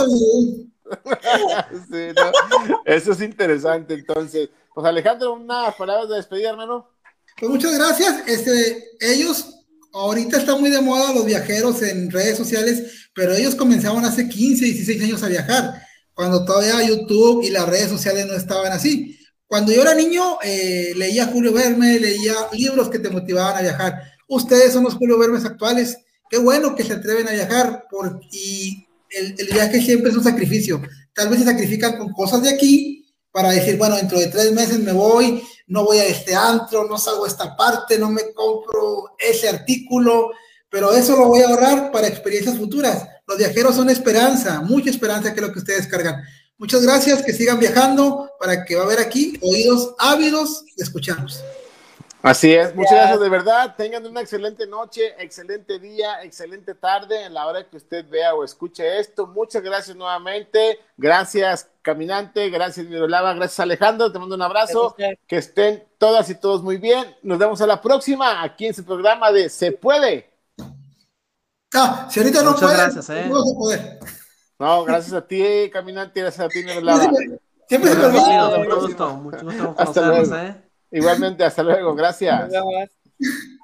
Speaker 1: Sí, ¿no? Eso es interesante. Entonces, pues Alejandro, unas palabras de despedida, hermano.
Speaker 2: Pues muchas gracias. Este, ellos, ahorita están muy de moda los viajeros en redes sociales, pero ellos comenzaron hace quince, dieciséis años a viajar, cuando todavía YouTube y las redes sociales no estaban así. Cuando yo era niño, eh, leía Julio Verne, leía libros que te motivaban a viajar. Ustedes son los Julio Vermes actuales. Qué bueno que se atreven a viajar por, y el, el viaje siempre es un sacrificio. Tal vez se sacrifican con cosas de aquí para decir, bueno, dentro de tres meses me voy, no voy a este antro, no salgo a esta parte, no me compro ese artículo, pero eso lo voy a ahorrar para experiencias futuras. Los viajeros son esperanza, mucha esperanza, que es lo que ustedes cargan. Muchas gracias, que sigan viajando, para que va a haber aquí oídos ávidos de escucharnos.
Speaker 1: Así es, muchas gracias de verdad, tengan una excelente noche, excelente día, excelente tarde en la hora que usted vea o escuche esto. Muchas gracias nuevamente, gracias Caminante, gracias Miroslava, gracias Alejandro, te mando un abrazo, que estén todas y todos muy bien, nos vemos a la próxima aquí en su programa de Se Puede.
Speaker 2: Ah, si ahorita no
Speaker 4: muchas
Speaker 2: puede,
Speaker 4: gracias, ¿eh?
Speaker 2: no vamos a poder.
Speaker 1: No, gracias a ti Caminante, gracias a ti Miroslava.
Speaker 2: Siempre se
Speaker 4: permite. Mucho gusto, mucho gusto
Speaker 1: hasta luego.
Speaker 4: ¿eh?
Speaker 1: Igualmente, hasta luego, gracias.
Speaker 3: Nos vemos.